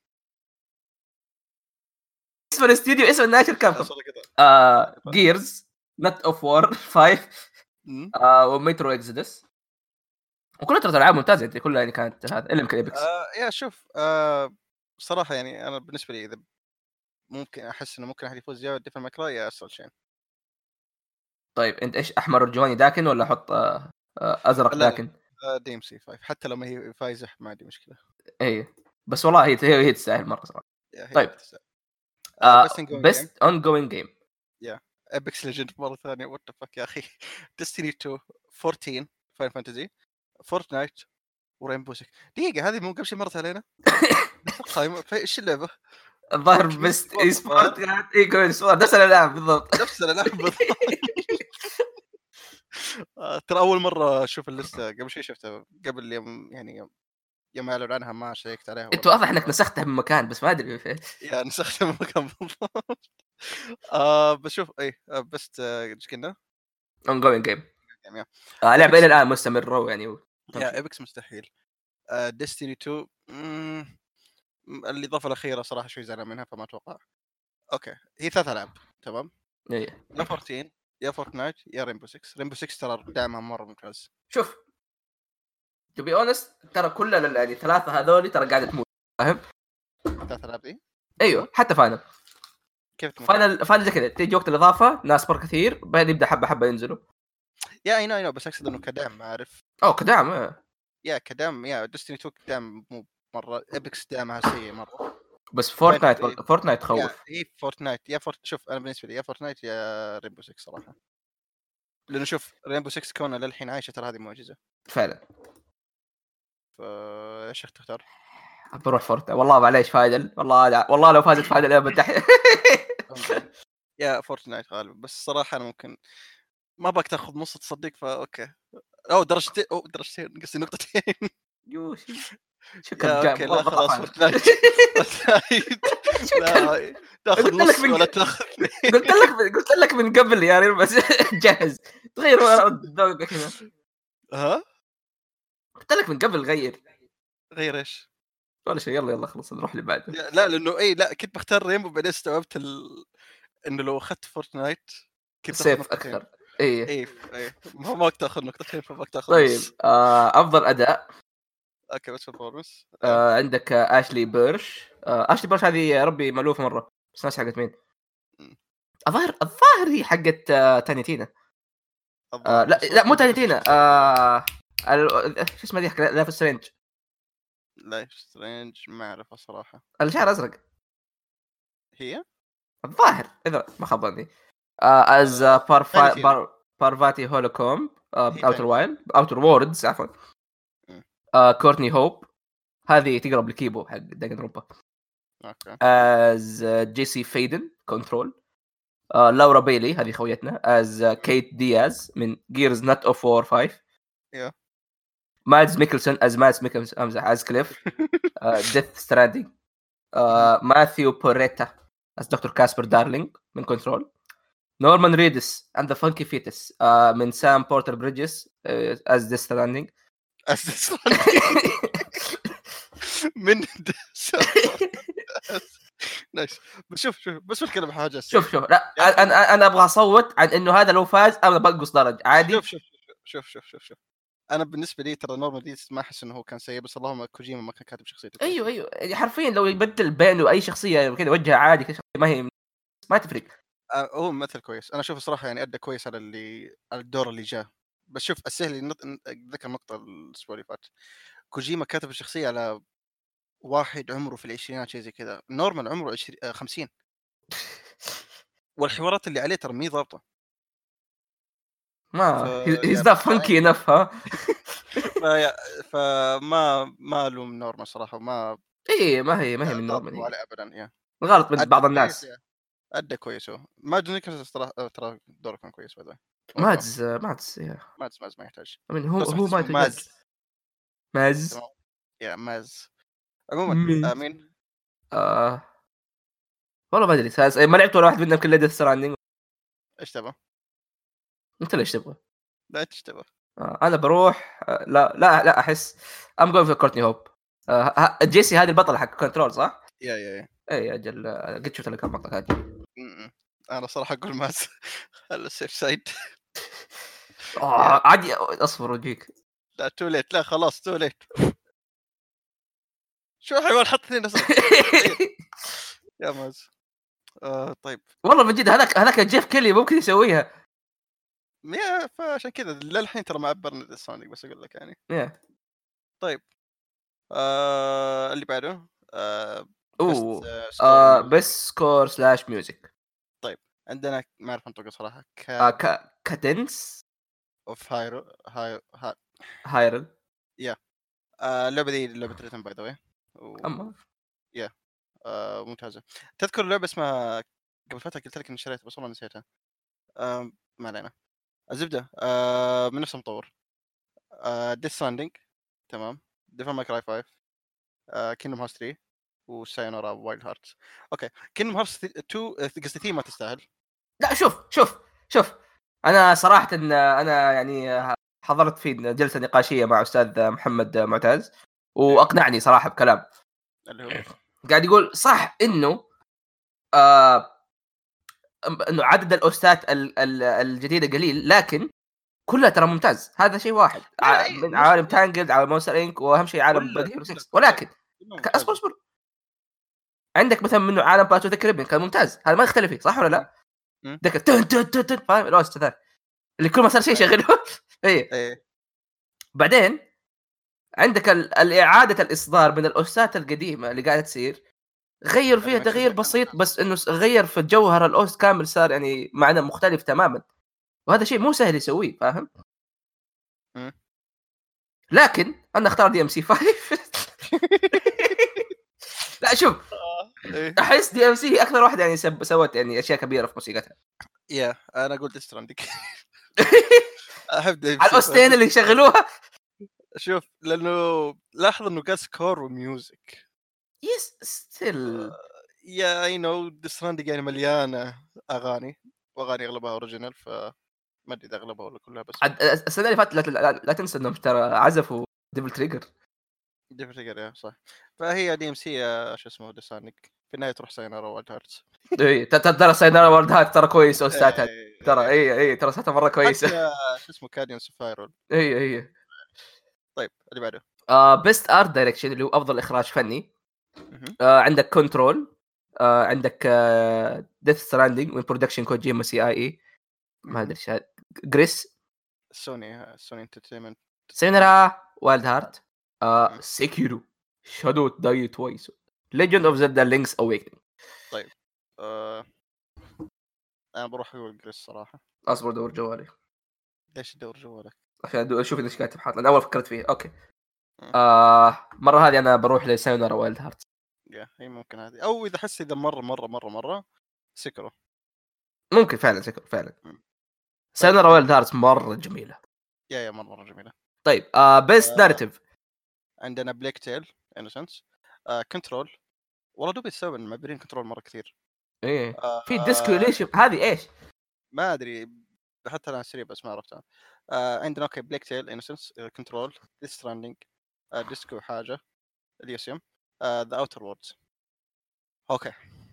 [SPEAKER 1] اسم الاستديو اسم الناشر كابكوم.
[SPEAKER 2] أصلاً كذا.
[SPEAKER 1] جيرز نت اوف وور 5
[SPEAKER 2] مم.
[SPEAKER 1] وميترو اكزودس وكلها ترى العاب ممتازه يعني كلها يعني كانت هذا الا يمكن ايبكس.
[SPEAKER 2] يا شوف صراحه يعني انا بالنسبه لي اذا ممكن احس انه ممكن احد يفوز يا ديفل ماكراي يا استرال تشين.
[SPEAKER 1] طيب انت ايش احمر ارجواني داكن ولا احط ازرق
[SPEAKER 2] لا
[SPEAKER 1] داكن؟
[SPEAKER 2] دي ام سي 5 حتى لو ما هي فايزه ما عندي مشكله.
[SPEAKER 1] ايه بس والله هي تستاهل مره صراحه.
[SPEAKER 2] هي
[SPEAKER 1] طيب بيست اون جوينج جيم.
[SPEAKER 2] يا ابيكس ليجند مره ثانيه وات ذا فك يا اخي. ديستني 2 14 فاين فانتزي فورتنايت ورينبو 6 دقيقه هذه مو قبل شيء مرت علينا. قائمه ايش اللعبه؟
[SPEAKER 1] الظاهر بيست اي سبورت اي كويس نفس الالعاب بالضبط.
[SPEAKER 2] نفس الالعاب بالضبط. ترى اول مره اشوف اللسته قبل شيء شفتها قبل يوم يعني يوم اعلن عنها ما شيكت عليها.
[SPEAKER 1] انت واضح انك نسختها من مكان بس ما ادري فين.
[SPEAKER 2] يا نسختها من مكان بالضبط. بشوف اي بس ايش كنا
[SPEAKER 1] اون جوينج جيم
[SPEAKER 2] يعني
[SPEAKER 1] لعبه الى الان مستمره يعني
[SPEAKER 2] يا ايبكس مستحيل. ديستني 2 الاضافه الاخيره صراحه شوي زعلان منها فما اتوقع. اوكي هي 3 العاب تمام.
[SPEAKER 1] ايه
[SPEAKER 2] يا 14 يا فورتنايت يا رينبو 6. رينبو 6 ترى دعمها مره ممتاز.
[SPEAKER 1] شوف تو بي اونست ترى كل يعني ثلاثه هذول ترى قاعده تموت فاهم.
[SPEAKER 2] 3 العاب دي
[SPEAKER 1] ايوه حتى فاينل.
[SPEAKER 2] كيف تموت؟
[SPEAKER 1] فاينل زي كذا تيجي وقت الاضافه ناس مره كثير بعدين يبدا حبه ينزلوا.
[SPEAKER 2] يا اي نو بس اقصد انه كدعم ما اعرف.
[SPEAKER 1] كدعم
[SPEAKER 2] يا كدعم يا ديستني 2 كدعم مو مره. ايبكس دعمها سيء مره.
[SPEAKER 1] بس فورتنايت تخوف.
[SPEAKER 2] هي فورتنايت يا شوف انا بالنسبه لي يا فورتنايت يا رينبو 6 صراحه. لانه شوف رينبو 6 كونها للحين عايشه ترى هذه معجزه
[SPEAKER 1] فعلا.
[SPEAKER 2] ايش تختار؟
[SPEAKER 1] بروح فورتنايت والله معليش فايدل والله لو فازت فايدل يا بتح.
[SPEAKER 2] يا فورتنايت غالبا بس صراحه انا ممكن ما بقدر تاخذ نص تصدق فاوكي او درجتين قصدي نقطتين.
[SPEAKER 1] يوشي
[SPEAKER 2] يا
[SPEAKER 1] شكرا
[SPEAKER 2] اوكي لا خلاص فورتنايت. لا تاخذ نص ولا تاخذ
[SPEAKER 1] قلت لك من قبل يا ريال بس جهز تغير ذوقك هنا.
[SPEAKER 2] ها
[SPEAKER 1] قلت لك من قبل
[SPEAKER 2] غير ايش
[SPEAKER 1] ولا شيء. يلا خلص نروح اللي بعده.
[SPEAKER 2] لا لانه اي لا كنت بختار ريمبو بعدين استوعبت انه لو اخذت فورتنايت كنت
[SPEAKER 1] سيف اكثر.
[SPEAKER 2] اي ما اقدر اخذ نقطتين فما اقدر اخذ.
[SPEAKER 1] طيب افضل اداء
[SPEAKER 2] اوكي بس برفورمانس
[SPEAKER 1] عندك اشلي بيرش. اشلي بيرش هذه يا ربي مألوفة مرة بس ناس حقت مين؟ الظاهر هي حقت تانيتينا. لا مو تانيتينا شو اسمها ذيك لا في السرنج
[SPEAKER 2] لايف سترينج ما اعرفها صراحه.
[SPEAKER 1] الشعر ازرق
[SPEAKER 2] هي
[SPEAKER 1] الظاهر اذا ما خاب ظني. از
[SPEAKER 2] تايني تينا.
[SPEAKER 1] بارفاتي هولوكوم
[SPEAKER 2] هي
[SPEAKER 1] اوتر
[SPEAKER 2] تايني تينا.
[SPEAKER 1] وايلد اوتر ووردز عفوا.
[SPEAKER 2] مم.
[SPEAKER 1] كورتني هوب هذه تقرب الكيبو حق دقن روبا.
[SPEAKER 2] اوكي.
[SPEAKER 1] از جيسي فيدن كنترول. لورا بيلي هذه خويتنا از كيت دياز من جيرز نت اوف وور 5.
[SPEAKER 2] يا
[SPEAKER 1] مادز ميكلسون از مادز ميكلسون امزح از كليف ديث ستراندينج. ماثيو بوريتا از دكتور كاسبر دارلينج من كنترول. نورمان ريدس اند ذا فانكي فيتس من سام بورتر بريدجز از ديث ستراندينج.
[SPEAKER 2] من نايس. بس شوف بس بتكلم حاجه
[SPEAKER 1] شوف لا انا ابغى اصوت عن انه هذا لو فاز انا بنقص درجه عادي.
[SPEAKER 2] شوف انا بالنسبه لي ترى نورمان ريدس ما احس انه هو كان سيء، بس اللهم كوجيما ما كان كاتب شخصيته.
[SPEAKER 1] ايوه يعني حرفيا لو يبدل بينه اي شخصيه كذا وجهها عادي كذا ما هي ما تفرق.
[SPEAKER 2] هو ممثل كويس، انا اشوف صراحه يعني ادى كويس على الدور اللي جاء. بس شوف السهل ذكر نقطه الاسبوع اللي فات، كوجيما كاتب الشخصيه على واحد عمره في العشرينات شيء زي كذا، نورمان عمره 50 والحوارات اللي عليه ترى مي ضابطه.
[SPEAKER 1] ما هيز ذا فانكي انف ها.
[SPEAKER 2] فما الوم نورمان صراحه، ما
[SPEAKER 1] ما هي من نورمان
[SPEAKER 2] عليه ابدا. يا
[SPEAKER 1] الغلط من بعض الناس.
[SPEAKER 2] ادى كويس هو ماجد نيكلز ترى دوره كان كويس بعد.
[SPEAKER 1] ماز
[SPEAKER 2] ماز ما يحتاج.
[SPEAKER 1] هو ماز
[SPEAKER 2] يا ماز عموما. مين
[SPEAKER 1] والله ما ادري ما لعبت ولا واحد منهم كله ديث ستراندينج.
[SPEAKER 2] ايش تبغى؟
[SPEAKER 1] انت ليش تبغى؟
[SPEAKER 2] لا ايش تبغى؟
[SPEAKER 1] انا بروح لا احس ام جوين في كورتني هوب. جيسي هذه البطله حق كنترول صح؟
[SPEAKER 2] يا
[SPEAKER 1] اي اجل قد شفت لك المقطع هذه.
[SPEAKER 2] انا صراحه اقول ماز على السيف سايد.
[SPEAKER 1] عادي اصبر وجيك.
[SPEAKER 2] لا تو ليت، لا خلاص تو ليت. شو حيوان حط اثنين يا ماز. طيب
[SPEAKER 1] والله من جد هذاك جيف كيلي ممكن يسويها.
[SPEAKER 2] يا فعشان كذا للحين ترى ما عبرني سونيك، بس اقول لك يعني. طيب اللي بعده
[SPEAKER 1] بس سكور سلاش ميوزك.
[SPEAKER 2] طيب عندنا ما اعرف انطقه صراحه.
[SPEAKER 1] كادنس
[SPEAKER 2] اوف
[SPEAKER 1] هايرل.
[SPEAKER 2] يا اللعبه دي لعبه ريتم باي ذا واي.
[SPEAKER 1] اما
[SPEAKER 2] يا ممتازه. تذكر لعبه اسمها قبل فتره قلت لك اني شريتها بس والله نسيتها. ما علينا. الزبده من نفس المطور. ديث ستراندينج تمام. ديفل ماي كراي 5. كينجدم هارتس 3 وسايونارا وايلد هارتس. اوكي كينجدم هارتس 2 قصدي 3 ما تستاهل.
[SPEAKER 1] لا شوف انا صراحه ان انا يعني حضرت في جلسه نقاشيه مع استاذ محمد معتز واقنعني صراحه بكلام
[SPEAKER 2] اللي هو
[SPEAKER 1] قاعد يقول صح انه انه عدد الاوستات الجديده قليل لكن كلها ترى ممتاز. هذا شيء واحد من عالم تانجلد على مونستر انك واهم شيء عالم بديهي 6. ولكن اصبر عندك مثلا منه عالم باتو ذا كاريبيان كان ممتاز، هذا ما يختلف فيه صح ولا لا؟ ذاك تن فاهم الاوست ذا اللي كل ما صار شيء شغله. اي بعدين عندك الاعاده الاصدار من الاوستات القديمه اللي قاعده تصير غير فيها تغيير بسيط بس انه غير في الجوهر الاوست كامل صار يعني معنى مختلف تماما وهذا شيء مو سهل يسويه فاهم. لكن انا اختار دي ام سي 5. لا شوف احس دي ام سي اكثر واحده يعني سوت يعني اشياء كبيره في موسيقتها.
[SPEAKER 2] يا انا قلت سترانديك. احب دي
[SPEAKER 1] على الاوستين اللي يشغلوها.
[SPEAKER 2] شوف لانه لاحظ انه قاس كور وميوزك.
[SPEAKER 1] يس ستيل
[SPEAKER 2] يا اي نو سترانديك يعني مليانه اغاني واغاني اغلبها اوريجينال، ف ما ادري اذا اغلبها ولا كلها. بس
[SPEAKER 1] السنه اللي فاتت لا تنسى انهم ترى عزفوا ديفل تريجر.
[SPEAKER 2] ديفل تريجر يا صح. فهي دي ام سي شو اسمه ديسانيك في النهايه تروح ساينارا وايلد هارتس.
[SPEAKER 1] اي ترى ساينارا وايلد هارت ترى كويس اوستاتها ترى اي ترى ساتها مره كويسه.
[SPEAKER 2] شو اسمه كاديان سفايرول.
[SPEAKER 1] اي
[SPEAKER 2] طيب اللي بعده
[SPEAKER 1] بيست ارت دايركشن اللي هو افضل اخراج فني. عندك كنترول. عندك ديث ستراندينج من برودكشن كوجيما CIE ما ادري ايش جريس
[SPEAKER 2] سوني انترتينمنت.
[SPEAKER 1] سينرا وايلد هارت. سيكيرو شادو داي تويس ليجند اوف زلدا لينكس اويكنينج.
[SPEAKER 2] طيب انا بروح اقول جريس صراحه.
[SPEAKER 1] اصبر دور جوالي
[SPEAKER 2] ليش تدور جوالك؟
[SPEAKER 1] عشان اشوف اذا كاتب حاط، انا اول فكرت فيه. اوكي
[SPEAKER 2] م.
[SPEAKER 1] مره هذه انا بروح لسايونارا وايلد هارت.
[SPEAKER 2] هي ممكن هذه، او اذا حس اذا مره سكرو.
[SPEAKER 1] ممكن فعلا سكر فعلا.
[SPEAKER 2] طيب
[SPEAKER 1] سايونارا وايلد هارت مره جميله.
[SPEAKER 2] يا مره جميله.
[SPEAKER 1] طيب بيست ناريتيف
[SPEAKER 2] عندنا بليك تيل انسنس، كنترول. والله دوبي السبب ان معبرين كنترول مره كثير.
[SPEAKER 1] ايه في ديسكو ليش هذه ايش
[SPEAKER 2] ما ادري حتى انا سريع بس ما عرفتها. عندنا اوكي بليك تيل انسنس، كنترول، ديث ستراندنج، ديسكو حاجه، اليوسيوم، ذا اوتر ووردز. اوكي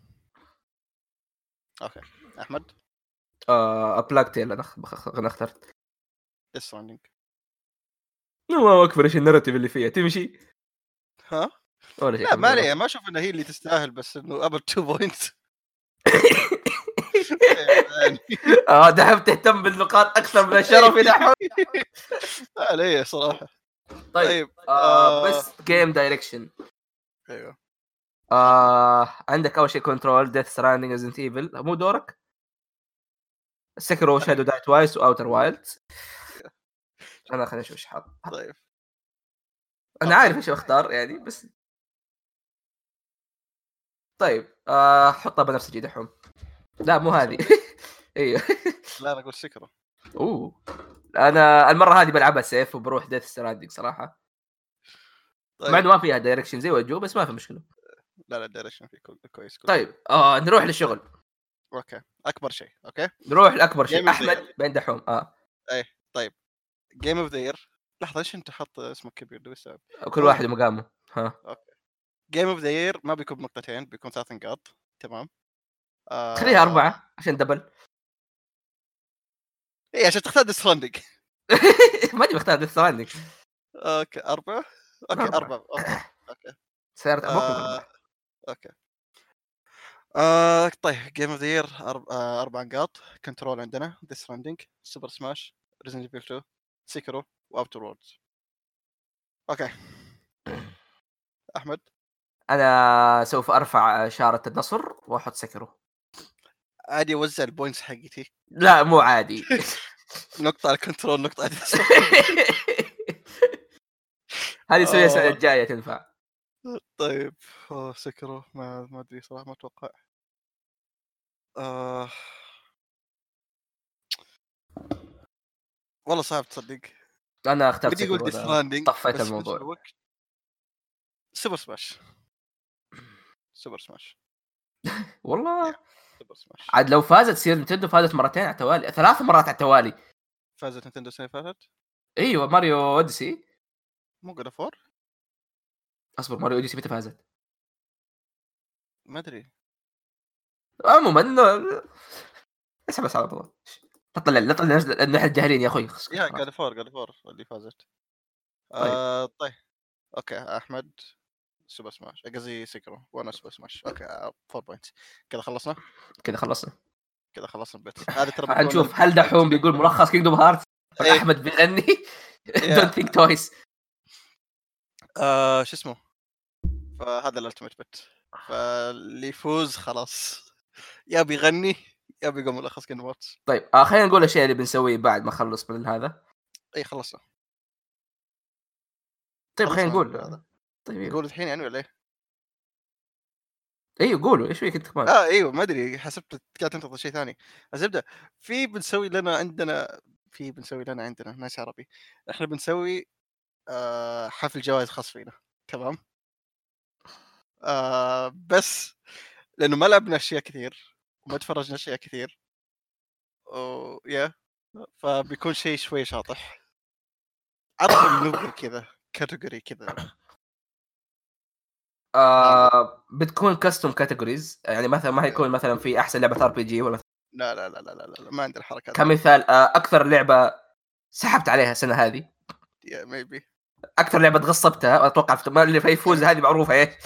[SPEAKER 2] احمد.
[SPEAKER 1] بلاك تيل انا اخترت.
[SPEAKER 2] ديث ستراندنج.
[SPEAKER 1] الله اكبر ايش الناريتيف اللي فيها تمشي.
[SPEAKER 2] ها
[SPEAKER 1] ولا شيء
[SPEAKER 2] لا ما عليه، ما اشوف انها هي اللي تستاهل، بس انه ابل 2 بوينت.
[SPEAKER 1] دحم تهتم بالنقاط اكثر من الشرف دحم.
[SPEAKER 2] عليه صراحه.
[SPEAKER 1] طيب بس جيم دايركشن.
[SPEAKER 2] ايوه
[SPEAKER 1] عندك اول شيء كنترول، ديث ستراندنج، ريزنت ايفل. مو دورك. سكرو، شادو داي توايس، واوتر وايلد. انا خليني اشوف ايش حاط.
[SPEAKER 2] طيب
[SPEAKER 1] انا عارف ايش اختار يعني بس. طيب حطها بنفسجي دحوم. لا مو هذه. ايوه
[SPEAKER 2] لا انا اقول سكرو.
[SPEAKER 1] اوه انا المره هذه بلعبها سيف وبروح ديث ستراندنج صراحه.
[SPEAKER 2] طيب.
[SPEAKER 1] مع انه ما فيها دايركشن زي وجو بس ما في مشكله.
[SPEAKER 2] لا الدايركشن فيه كويس.
[SPEAKER 1] طيب نروح للشغل.
[SPEAKER 2] اوكي اكبر شيء. اوكي
[SPEAKER 1] نروح لاكبر شيء.
[SPEAKER 2] Game of the
[SPEAKER 1] احمد بين دحوم.
[SPEAKER 2] ايه طيب جيم اوف ذا يير. لحظه ايش انت حط اسمك كبير ده السبب؟
[SPEAKER 1] كل واحد مقامه.
[SPEAKER 2] اوكي جيم اوف ذا يير ما بيكون بنقطتين، بيكون 3 نقاط. تمام
[SPEAKER 1] خليها 4 عشان دبل.
[SPEAKER 2] ايه عشان تختار ستراندنج.
[SPEAKER 1] ما ادري بختار ديث ستراندنج.
[SPEAKER 2] اوكي 4. اوكي 4 اوكي
[SPEAKER 1] سيارة ابوك.
[SPEAKER 2] اوكي طيب جيم اوف ذا يير 4 نقاط. كنترول عندنا ديث ستراندنج، سوبر سماش، ريزنت ايفل 2، سيكرو، واوتر ووردز. اوكي احمد.
[SPEAKER 1] انا سوف ارفع شارة النصر واحط سكرو.
[SPEAKER 2] عادي اوزع البوينتس حقتي.
[SPEAKER 1] لا مو عادي.
[SPEAKER 2] نقطة على الكنترول، نقطة على
[SPEAKER 1] هذه سويها السنة الجاية تنفع.
[SPEAKER 2] طيب سكرو ما ادري صراحة، ما اتوقع. والله صعب تصدق.
[SPEAKER 1] انا اخترت
[SPEAKER 2] بدي اقول
[SPEAKER 1] سكرو. طفيت الموضوع.
[SPEAKER 2] سوبر سماش.
[SPEAKER 1] والله
[SPEAKER 2] سوبر سماش
[SPEAKER 1] عاد لو فازت تصير نتندو فازت مرتين على التوالي، 3 مرات على التوالي.
[SPEAKER 2] فازت نتندو السنة اللي فاتت.
[SPEAKER 1] ايوه ماريو اوديسي.
[SPEAKER 2] مو جود اوف وور.
[SPEAKER 1] اصبر ماريو اوديسي متى فازت؟
[SPEAKER 2] ما ادري.
[SPEAKER 1] عموما اسحب على طول. لا طلع نحن جاهلين يا اخوي.
[SPEAKER 2] يا جود اوف وور اللي فازت. طيب اوكي احمد سوبر سماش، قصدي سكرو وانا سوبر سماش. اوكي 4 بوينتس. كذا خلصنا البيت هذا. ترى
[SPEAKER 1] هنشوف هل دحوم بيقول ملخص كينجدوم هارت ولا احمد بيغني دونت ثينك تويس.
[SPEAKER 2] شو اسمه. فهذا الالتيميت بت، فاللي يفوز خلاص يا بيغني يا بيقوم ملخص كينجدوم هارت.
[SPEAKER 1] طيب خلينا نقول الشيء اللي بنسويه بعد ما نخلص من هذا.
[SPEAKER 2] اي خلصنا.
[SPEAKER 1] طيب خلينا نقول هذا.
[SPEAKER 2] طيب نقول الحين يعني ولا ايه؟
[SPEAKER 1] ايوه قولوا ايش فيك انت كمان.
[SPEAKER 2] ايوه ما ادري، حسبت قاعد تنتظر شيء ثاني. الزبده بنسوي لنا عندنا ناس عربي. احنا بنسوي حفل جوائز خاص فينا. تمام بس لانه ما لعبنا اشياء كثير وما تفرجنا اشياء كثير فبيكون شيء شوي شاطح. عرض نقول كذا كاتيجوري كذا.
[SPEAKER 1] بتكون كاستم كاتيجوريز يعني مثلا ما هيكون مثلا في احسن لعبه ار بي جي ولا
[SPEAKER 2] لا ما عندنا الحركات.
[SPEAKER 1] كمثال اكثر لعبه سحبت عليها السنه هذه.
[SPEAKER 2] ميبي
[SPEAKER 1] اكثر لعبه غصبتها اتوقع ما اللي فيفوز هذه معروفه ايه.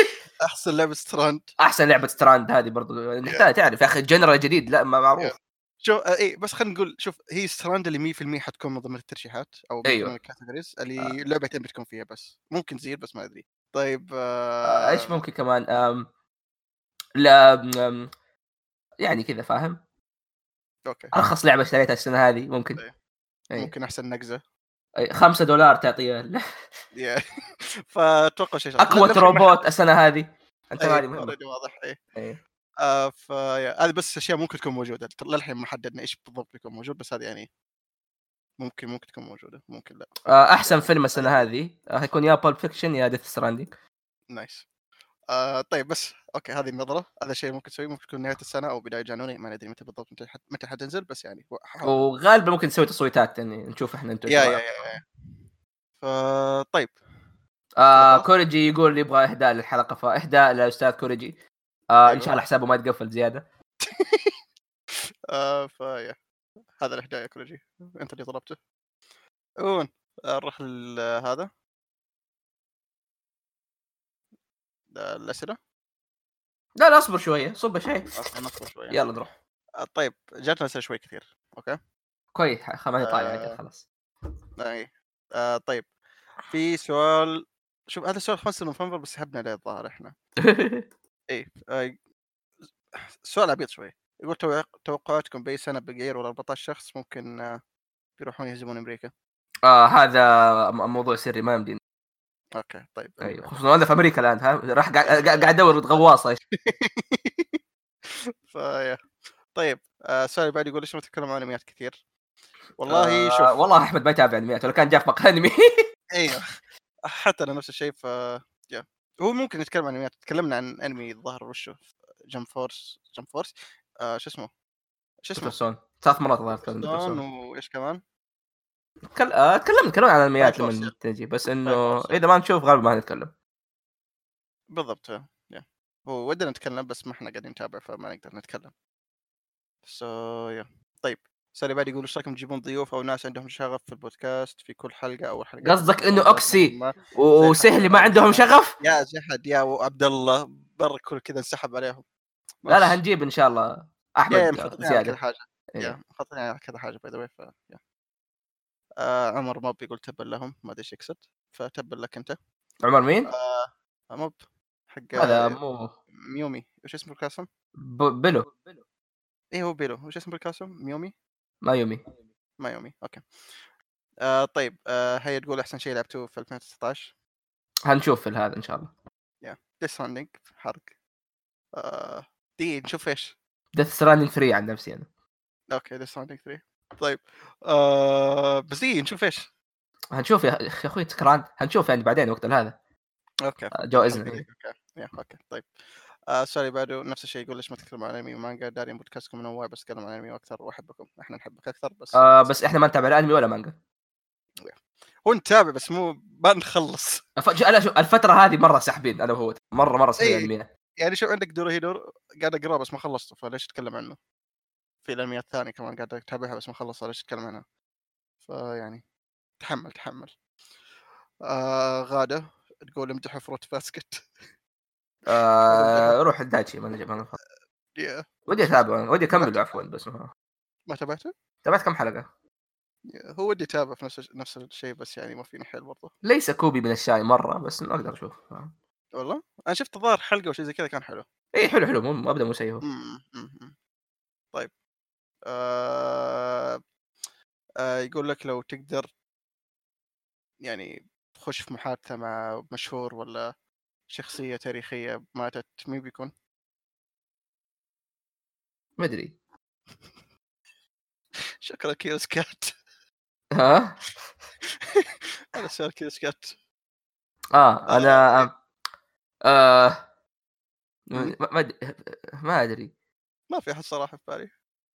[SPEAKER 2] احسن لعبه ستراند.
[SPEAKER 1] احسن لعبه ستراند هذه برضو نحتاج تعرف يا اخي جنرال جديد لا ما معروف.
[SPEAKER 2] شو اي بس خلينا نقول شوف هي ستراند اللي 100% حتكون من ضمن الترشيحات او من
[SPEAKER 1] أيوة.
[SPEAKER 2] ضمن الكاتيجوريز اللي لعبتين بتكون فيها بس ممكن تزيد بس ما ادري. طيب
[SPEAKER 1] ايش ممكن كمان لا يعني كذا فاهم.
[SPEAKER 2] اوكي
[SPEAKER 1] ارخص لعبه اشتريتها السنه هذه ممكن.
[SPEAKER 2] طيب.
[SPEAKER 1] اي
[SPEAKER 2] ممكن احسن نقزه
[SPEAKER 1] $5 تعطيه
[SPEAKER 2] فاتوقع شيء
[SPEAKER 1] اقوى
[SPEAKER 2] للحين ما حد
[SPEAKER 1] روبوت السنه هذه. انت
[SPEAKER 2] اي
[SPEAKER 1] هذه مهمه.
[SPEAKER 2] اوريدي واضح اي
[SPEAKER 1] اي
[SPEAKER 2] هذه بس اشياء ممكن تكون موجوده للحين ما حددنا ايش بالضبط بيكون موجود بس هذه يعني ممكن تكون موجوده ممكن لا
[SPEAKER 1] احسن فيلم السنه هذه حيكون يا بول فيكشن يا ديث ستراندينج.
[SPEAKER 2] نايس. طيب بس اوكي هذه النظره هذا شيء ممكن تسويه ممكن تكون نهايه السنه او بدايه جانوري ما ندري متى بالضبط متى حتنزل بس يعني
[SPEAKER 1] وغالبا ممكن نسوي تصويتات يعني نشوف احنا انتم ايش
[SPEAKER 2] يا
[SPEAKER 1] رايكم.
[SPEAKER 2] طيب كذا خلاص
[SPEAKER 1] كوريجي يقول يبغى اهداء للحلقه فاهداء للاستاذ كوريجي. ان
[SPEAKER 2] ايوه
[SPEAKER 1] شاء الله حسابه ما يتقفل زياده.
[SPEAKER 2] فيا هذا الاهداء يا كوريجي انت اللي طلبته. عموما نروح هذا الاسئله.
[SPEAKER 1] لا اصبر شويه صب شيء.
[SPEAKER 2] نصبر شويه.
[SPEAKER 1] يلا نروح.
[SPEAKER 2] طيب جاتنا اسئله شوي كثير اوكي
[SPEAKER 1] كويس خلاني طالع كذا خلاص.
[SPEAKER 2] اي طيب في سؤال شوف هذا السؤال 5 نوفمبر بس سحبنا عليه الظاهر احنا. اي سؤال عبيط شوي يقول توقعاتكم باي سنه بقير ولا 14 شخص ممكن بيروحون يهزمون امريكا.
[SPEAKER 1] هذا موضوع سري ما يمدينا.
[SPEAKER 2] اوكي طيب
[SPEAKER 1] ايوه خصوصا انا في امريكا الان ها راح قاعد ادور غواصه.
[SPEAKER 2] فيا طيب السؤال اللي بعد يقول ليش ما تتكلم عن انميات كثير. والله شوف
[SPEAKER 1] والله احمد ما يتابع انميات ولا كان جاء في مقهى انمي.
[SPEAKER 2] ايوه حتى انا نفس الشيء يا هو ممكن نتكلم عن انميات تكلمنا عن انمي الظاهر وشه جمب فورس شو اسمه
[SPEAKER 1] بيرسون 3 مرات ظهرت
[SPEAKER 2] ستون
[SPEAKER 1] بيرسون.
[SPEAKER 2] وايش كمان
[SPEAKER 1] تكلمنا عن الانميات
[SPEAKER 2] فورس،
[SPEAKER 1] لما تجي بس
[SPEAKER 2] فاير
[SPEAKER 1] انه
[SPEAKER 2] فورس.
[SPEAKER 1] اذا ما نشوف غالبا ما نتكلم.
[SPEAKER 2] بالضبط يا هو ودنا نتكلم بس ما احنا قاعدين نتابع فما نقدر نتكلم يا طيب السؤال اللي بعد يقول ايش رايكم تجيبون ضيوف او ناس عندهم شغف في البودكاست في كل حلقه او الحلقات
[SPEAKER 1] قصدك انه
[SPEAKER 2] المهمة
[SPEAKER 1] اوكسي
[SPEAKER 2] زي
[SPEAKER 1] وسهلي ما عندهم شغف؟
[SPEAKER 2] يا جحد يا وعبد الله برا كل كذا انسحب عليهم.
[SPEAKER 1] لا هنجيب ان شاء الله احمد
[SPEAKER 2] مخططين على كذا
[SPEAKER 1] زياده.
[SPEAKER 2] حاجه
[SPEAKER 1] إيه.
[SPEAKER 2] مخططين على كذا حاجه باي ذا واي عمر موب يقول تبا لهم ما ادري ايش يقصد فتبا لك انت.
[SPEAKER 1] عمر مين؟
[SPEAKER 2] موب حق
[SPEAKER 1] هذا مو
[SPEAKER 2] ميومي وش اسمه الكاسم؟
[SPEAKER 1] بلو.
[SPEAKER 2] ايه هو بيلو وش اسمه الكاسم؟ ميومي
[SPEAKER 1] ما يومي.
[SPEAKER 2] ما يومي اوكي. طيب هي تقول احسن شيء لعبته في 2019.
[SPEAKER 1] هنشوف في هذا ان شاء الله.
[SPEAKER 2] ديث ستراندينج حرق. دي نشوف ايش.
[SPEAKER 1] ديث ستراندينج 3 عن نفسي انا.
[SPEAKER 2] اوكي ديث ستراندينج 3 طيب بس دي نشوف ايش.
[SPEAKER 1] هنشوف يا اخوي سكران هنشوف يعني بعدين وقت هذا.
[SPEAKER 2] اوكي
[SPEAKER 1] جو اذن.
[SPEAKER 2] اوكي طيب السؤال اللي بعده نفس الشيء يقول ليش ما تتكلم عن انمي ومانجا داري بودكاستكم منوع بس تكلم عن انمي اكثر واحبكم احنا نحبك اكثر بس
[SPEAKER 1] بس احنا ما نتابع لا انمي ولا مانجا.
[SPEAKER 2] هو نتابع بس مو ما نخلص.
[SPEAKER 1] لا شوف الفتره هذه مره ساحبين انا وهو مره ساحبين انميات.
[SPEAKER 2] يعني شوف عندك دورو هيدور قاعد اقراه بس ما خلصته فليش اتكلم عنه. في الانميات الثانيه كمان قاعد اتابعها بس ما خلصها ليش اتكلم عنها. فيعني تحمل. غاده تقول امدح فروت باسكت.
[SPEAKER 1] روح الدايتشي ما
[SPEAKER 2] yeah.
[SPEAKER 1] ودي اتابع ودي اكمل عفوا بس
[SPEAKER 2] ما تابعته؟
[SPEAKER 1] تابعت كم حلقه.
[SPEAKER 2] هو ودي اتابع في نفس الشيء بس يعني ما فيني حيل برضه.
[SPEAKER 1] ليس كوبي من الشاي مره بس انه اقدر اشوف.
[SPEAKER 2] والله انا شفت الظاهر حلقه وشيء زي كذا كان حلو.
[SPEAKER 1] اي حلو مو ابدا مو سيء هو.
[SPEAKER 2] طيب يقول لك لو تقدر يعني تخش في محادثه مع مشهور ولا شخصيه تاريخيه ماتت مين بيكون؟
[SPEAKER 1] ما ادري.
[SPEAKER 2] شكرا كيوسكات.
[SPEAKER 1] ها
[SPEAKER 2] انا سؤال كيوسكات.
[SPEAKER 1] انا ما ادري.
[SPEAKER 2] ما في احد صراحه في بالي.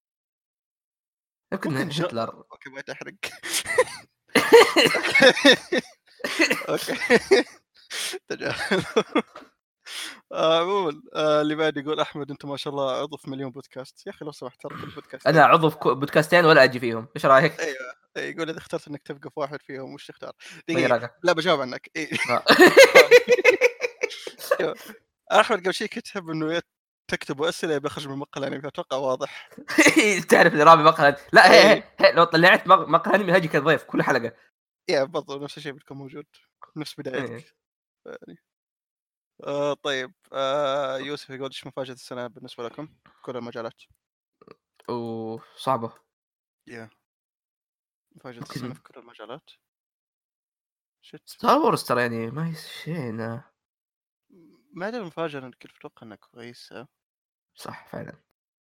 [SPEAKER 1] يمكن هتلر.
[SPEAKER 2] اوكي ما تحرق. اوكي تجاهل. عموما اللي بعد يقول احمد انت ما شاء الله عضو في مليون بودكاست يا اخي لو سمحت ترى كل بودكاست
[SPEAKER 1] انا عضو في بودكاستين ولا اجي فيهم ايش رايك؟
[SPEAKER 2] ايوه يقول اذا اخترت انك تبقى في واحد فيهم وش تختار؟
[SPEAKER 1] دقيقه
[SPEAKER 2] لا بجاوب عنك احمد قبل شيء كتب انه تكتبوا اسئله بخرج من مقهى الانمي، اتوقع واضح.
[SPEAKER 1] تعرف اللي رامي مقهى لا
[SPEAKER 2] إيه.
[SPEAKER 1] هي لو طلعت مقهى انمي هاجي كضيف كل حلقه.
[SPEAKER 2] يا برضو نفس الشيء بتكون موجود نفس بدايتك
[SPEAKER 1] إيه.
[SPEAKER 2] يعني. طيب يوسف يقول ايش مفاجاه السنه بالنسبه لكم كل المجالات؟
[SPEAKER 1] وصعبه
[SPEAKER 2] يا مفاجاه السنه
[SPEAKER 1] ممكن
[SPEAKER 2] في كل المجالات. شت
[SPEAKER 1] ستار وورز ترى يعني ما هي شيء
[SPEAKER 2] ما ادري المفاجاه انا كنت اتوقع انها كويسه.
[SPEAKER 1] صح فعلا.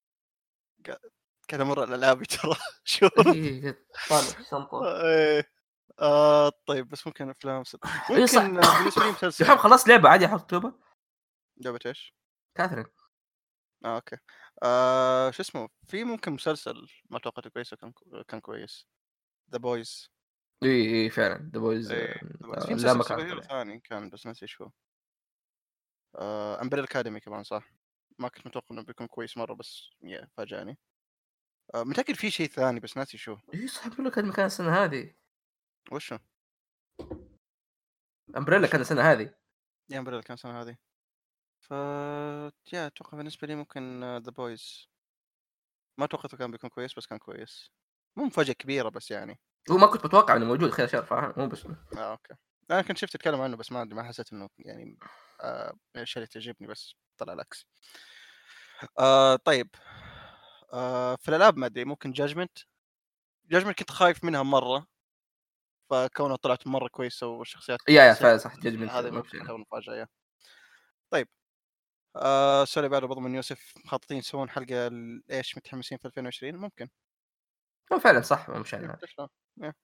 [SPEAKER 2] كذا مره الالعاب ترى شوف.
[SPEAKER 1] اي طالع شنطه.
[SPEAKER 2] إيه. طيب بس ممكن افلام
[SPEAKER 1] اي صح.
[SPEAKER 2] ممكن بالنسبه لي
[SPEAKER 1] يوم
[SPEAKER 2] مسلسل.
[SPEAKER 1] خلصت لعبه عادي احط توبه
[SPEAKER 2] لعبه ايش؟
[SPEAKER 1] كاثرين.
[SPEAKER 2] اوكي. شو اسمه في ممكن مسلسل ما توقعته كويس كان كويس. ذا بويز.
[SPEAKER 1] اي فعلا ذا بويز.
[SPEAKER 2] ايه ذا بويز في
[SPEAKER 1] لا
[SPEAKER 2] مسلسل
[SPEAKER 1] مكان
[SPEAKER 2] سوبر هيرو
[SPEAKER 1] طبيعي.
[SPEAKER 2] ثاني كان بس ناسي شو. امبريل اكاديمي كمان صح. ما كنت متوقع انه بيكون كويس مره بس فاجأني. متاكد في شيء ثاني بس ناسي شو.
[SPEAKER 1] اي صح بقول لك المكان السنه هذه.
[SPEAKER 2] وشو
[SPEAKER 1] امبريلا كان
[SPEAKER 2] وشو
[SPEAKER 1] السنه هذه.
[SPEAKER 2] يا امبريل كان السنه هذه. ف اتوقع بالنسبه لي ممكن ذا بويز. ما توقعته كان بيكون كويس بس كان كويس. مو مفاجاه كبيره بس يعني.
[SPEAKER 1] هو ما كنت متوقع انه موجود خلال شهر فاهم مو بس.
[SPEAKER 2] اوكي. انا كنت شفت اتكلم عنه بس ما ادري ما حسيت انه يعني الاشياء اللي تعجبني بس طلع العكس. طيب. في الالعاب ما ادري ممكن جاجمنت كنت خايف منها مره. فكونها طلعت مره كويسه والشخصيات
[SPEAKER 1] يا
[SPEAKER 2] سحر.
[SPEAKER 1] فعلا صح جاجمنت
[SPEAKER 2] هذه
[SPEAKER 1] ما
[SPEAKER 2] ما
[SPEAKER 1] في شيء.
[SPEAKER 2] تعتبر مفاجاه. طيب. السؤال اللي بعده برضو من يوسف مخططين يسوون حلقه ايش متحمسين في 2020 ممكن.
[SPEAKER 1] هو فعلا صح مش
[SPEAKER 2] إيه،
[SPEAKER 1] يعني.
[SPEAKER 2] ليش لا؟ إيه.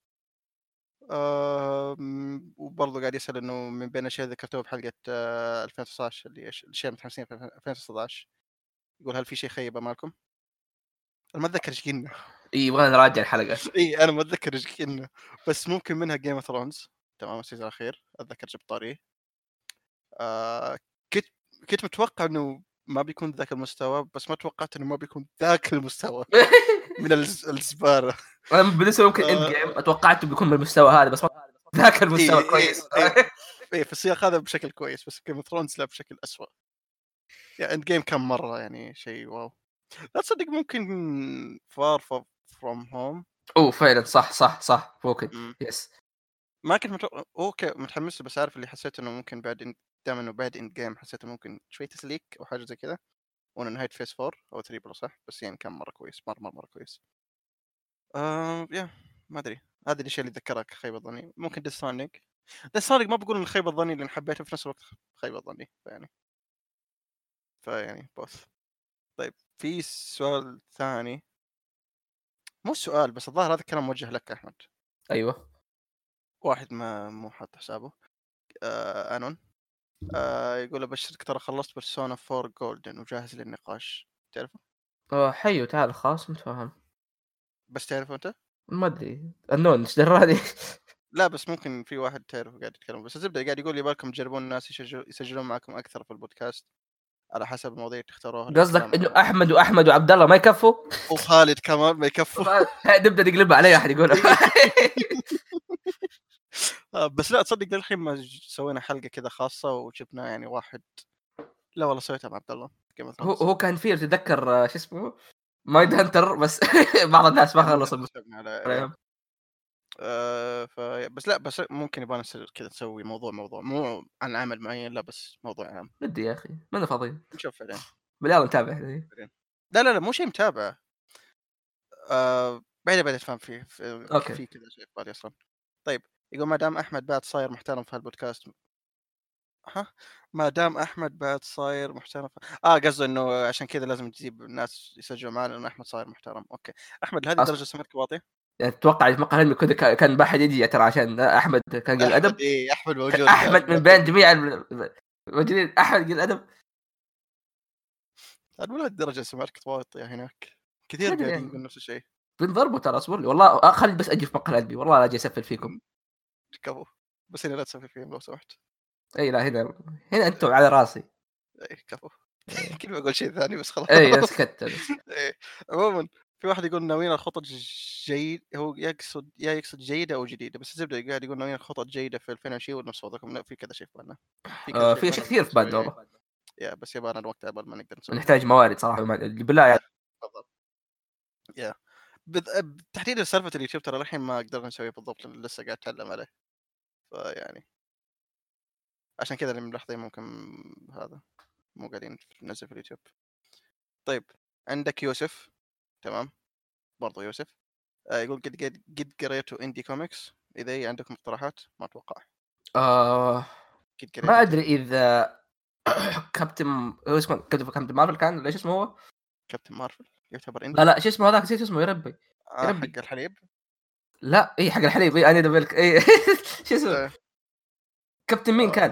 [SPEAKER 2] وبرضه قاعد يسأل إنه من بين الأشياء اللي ذكرتوها بحلقة 2019 اللي الأشياء متحمسين في 2019 يقول هل في شيء خيب أمالكم؟ أنا ما أتذكر إيش قلنا.
[SPEAKER 1] يبغى نراجع الحلقه.
[SPEAKER 2] إي أنا ما أتذكر إيش قلنا. بس ممكن منها جيم اوف ثرونز. تمام السيزون الأخير أتذكر جبت طاريه. آه كنت كنت متوقع إنه ما بيكون ذاك المستوى بس ما توقعت إنه ما بيكون ذاك المستوى من الزبالة.
[SPEAKER 1] انا بالنسبه ممكن اند
[SPEAKER 2] آه
[SPEAKER 1] جيم اتوقعته بيكون بالمستوى هذا بس ما ذاك المستوى
[SPEAKER 2] إي إي
[SPEAKER 1] كويس.
[SPEAKER 2] إي إي في السياق هذا بشكل كويس بس جيم اوف ثرونز لا بشكل أسوأ. يعني اند جيم كم مرة يعني شيء واو. لا تصدق ممكن فار فروم هوم.
[SPEAKER 1] اوه فعلا صح ممكن. يس.
[SPEAKER 2] ما كنت اوكي متحمس له بس عارف اللي حسيت انه ممكن بعد دائما انه بعد اند جيم حسيت انه ممكن شوي تسليك او حاجه زي كذا. وانا نهايه فيس 4 او 3 بلا صح بس يعني كان مره كويس مره كويس. يا ما ادري هذه الاشياء اللي ذكرك خيبه ظني ممكن ديث ما بقول ان خيبه ظني لان حبيته في نفس الوقت خيبه ظني فيعني بوث. طيب في سؤال ثاني. مو سؤال بس الظاهر هذا الكلام موجه لك احمد.
[SPEAKER 1] ايوه
[SPEAKER 2] واحد ما مو حاط حسابه. انون. يقول ابشرك ترى خلصت بيرسونا 4 جولدن وجاهز للنقاش. تعرفه؟
[SPEAKER 1] حيو تعال خلاص متفاهم.
[SPEAKER 2] بس تعرفه انت؟
[SPEAKER 1] ما ادري النون ايش دراني.
[SPEAKER 2] لا بس ممكن في واحد تعرفه قاعد يتكلم بس الزبده قاعد يقول يبالكم تجربون الناس يسجلون معكم اكثر في البودكاست على حسب المواضيع اللي تختاروها
[SPEAKER 1] قصدك
[SPEAKER 2] للكلام
[SPEAKER 1] انه
[SPEAKER 2] عنها.
[SPEAKER 1] احمد وعبد الله ما يكفوا؟
[SPEAKER 2] وخالد كمان ما يكفوا.
[SPEAKER 1] نبدا نقلبها علي احد يقول.
[SPEAKER 2] بس لا تصدق للحين ما سوينا حلقه كذا خاصه وجبنا يعني واحد. لا والله سويتها مع عبد الله Game of Thrones.
[SPEAKER 1] هو كان فيه تتذكر شو اسمه مايند هانتر بس بعض الناس ما خلصوا عليهم.
[SPEAKER 2] بس لا بس ممكن يبغى نصير كذا نسوي موضوع مو عن عمل معين لا بس موضوع عام.
[SPEAKER 1] بدي يا اخي ما فاضيين.
[SPEAKER 2] نشوف بعدين.
[SPEAKER 1] باليلا نتابع.
[SPEAKER 2] لا مو شيء متابع. بعدين تفهم
[SPEAKER 1] اوكي
[SPEAKER 2] في كذا شيء في بالي اصلا. طيب يقول ما دام احمد بعد صاير محترم في هالبودكاست. ما دام احمد بعد صاير محترم قصده انه عشان كذا لازم تجيب الناس يسجلوا معنا لانه احمد صاير محترم. اوكي احمد لهذه الدرجه سمعتك واطي.
[SPEAKER 1] يعني اتوقع مقهى العلمي كذا كان باحد يجي ترى عشان احمد كان قل
[SPEAKER 2] احمد
[SPEAKER 1] الادب.
[SPEAKER 2] احمد موجود
[SPEAKER 1] احمد من بين جميع الموجودين احمد قل الادب.
[SPEAKER 2] انا لهذه الدرجه سمعتك واطي هناك. كثير قاعدين يقولون نفس الشيء.
[SPEAKER 1] بنضربه ترى اصبر لي والله خلي بس اجي في مقهى العلمي والله لا اجي اسفل فيكم.
[SPEAKER 2] كفو. بس هنا لا تسفل فيهم لو سمحت.
[SPEAKER 1] اي لا هنا انتم على راسي.
[SPEAKER 2] اي كفو. كل ما اقول شيء ثاني بس خلاص.
[SPEAKER 1] اي سكت.
[SPEAKER 2] إيه. عموما في واحد يقول ناويين الخطط جيد هو يقصد جيده او جديده بس الزبده قاعد يقول ناويين الخطط جيده في 2020 ونفس وضعكم لا في كذا شيء في بالنا.
[SPEAKER 1] في شيء كثير في بالنا والله.
[SPEAKER 2] يا بس يبغى الوقت قبل ما نقدر نسوي.
[SPEAKER 1] نحتاج موارد صراحه بالله يعني.
[SPEAKER 2] بالضبط. يا تحديدا سالفه اليوتيوب ترى الحين ما قدرنا نسويه بالضبط لأن لسه قاعد اتعلم عليه. فيعني عشان كذا اللي ملاحظين ممكن هذا مو قاعدين ننزل في اليوتيوب. طيب عندك يوسف، تمام، برضو يوسف يقول قد قريتوا اندي كوميكس؟ اذا هي عندكم اقتراحات. ما اتوقع. قد قريت
[SPEAKER 1] ما
[SPEAKER 2] انت
[SPEAKER 1] ادري اذا كابتن هو اسمه كابتن مارفل كان ليش اسمه هو؟
[SPEAKER 2] كابتن مارفل يعتبر
[SPEAKER 1] لا
[SPEAKER 2] اندي؟
[SPEAKER 1] لا شو اسمه هذاك، نسيت اسمه يا ربي. يا
[SPEAKER 2] حق
[SPEAKER 1] ربي
[SPEAKER 2] الحليب.
[SPEAKER 1] لا اي حق الحليب، اي انا دبلك اي شو اسمه
[SPEAKER 2] آه.
[SPEAKER 1] كابتن مين كان؟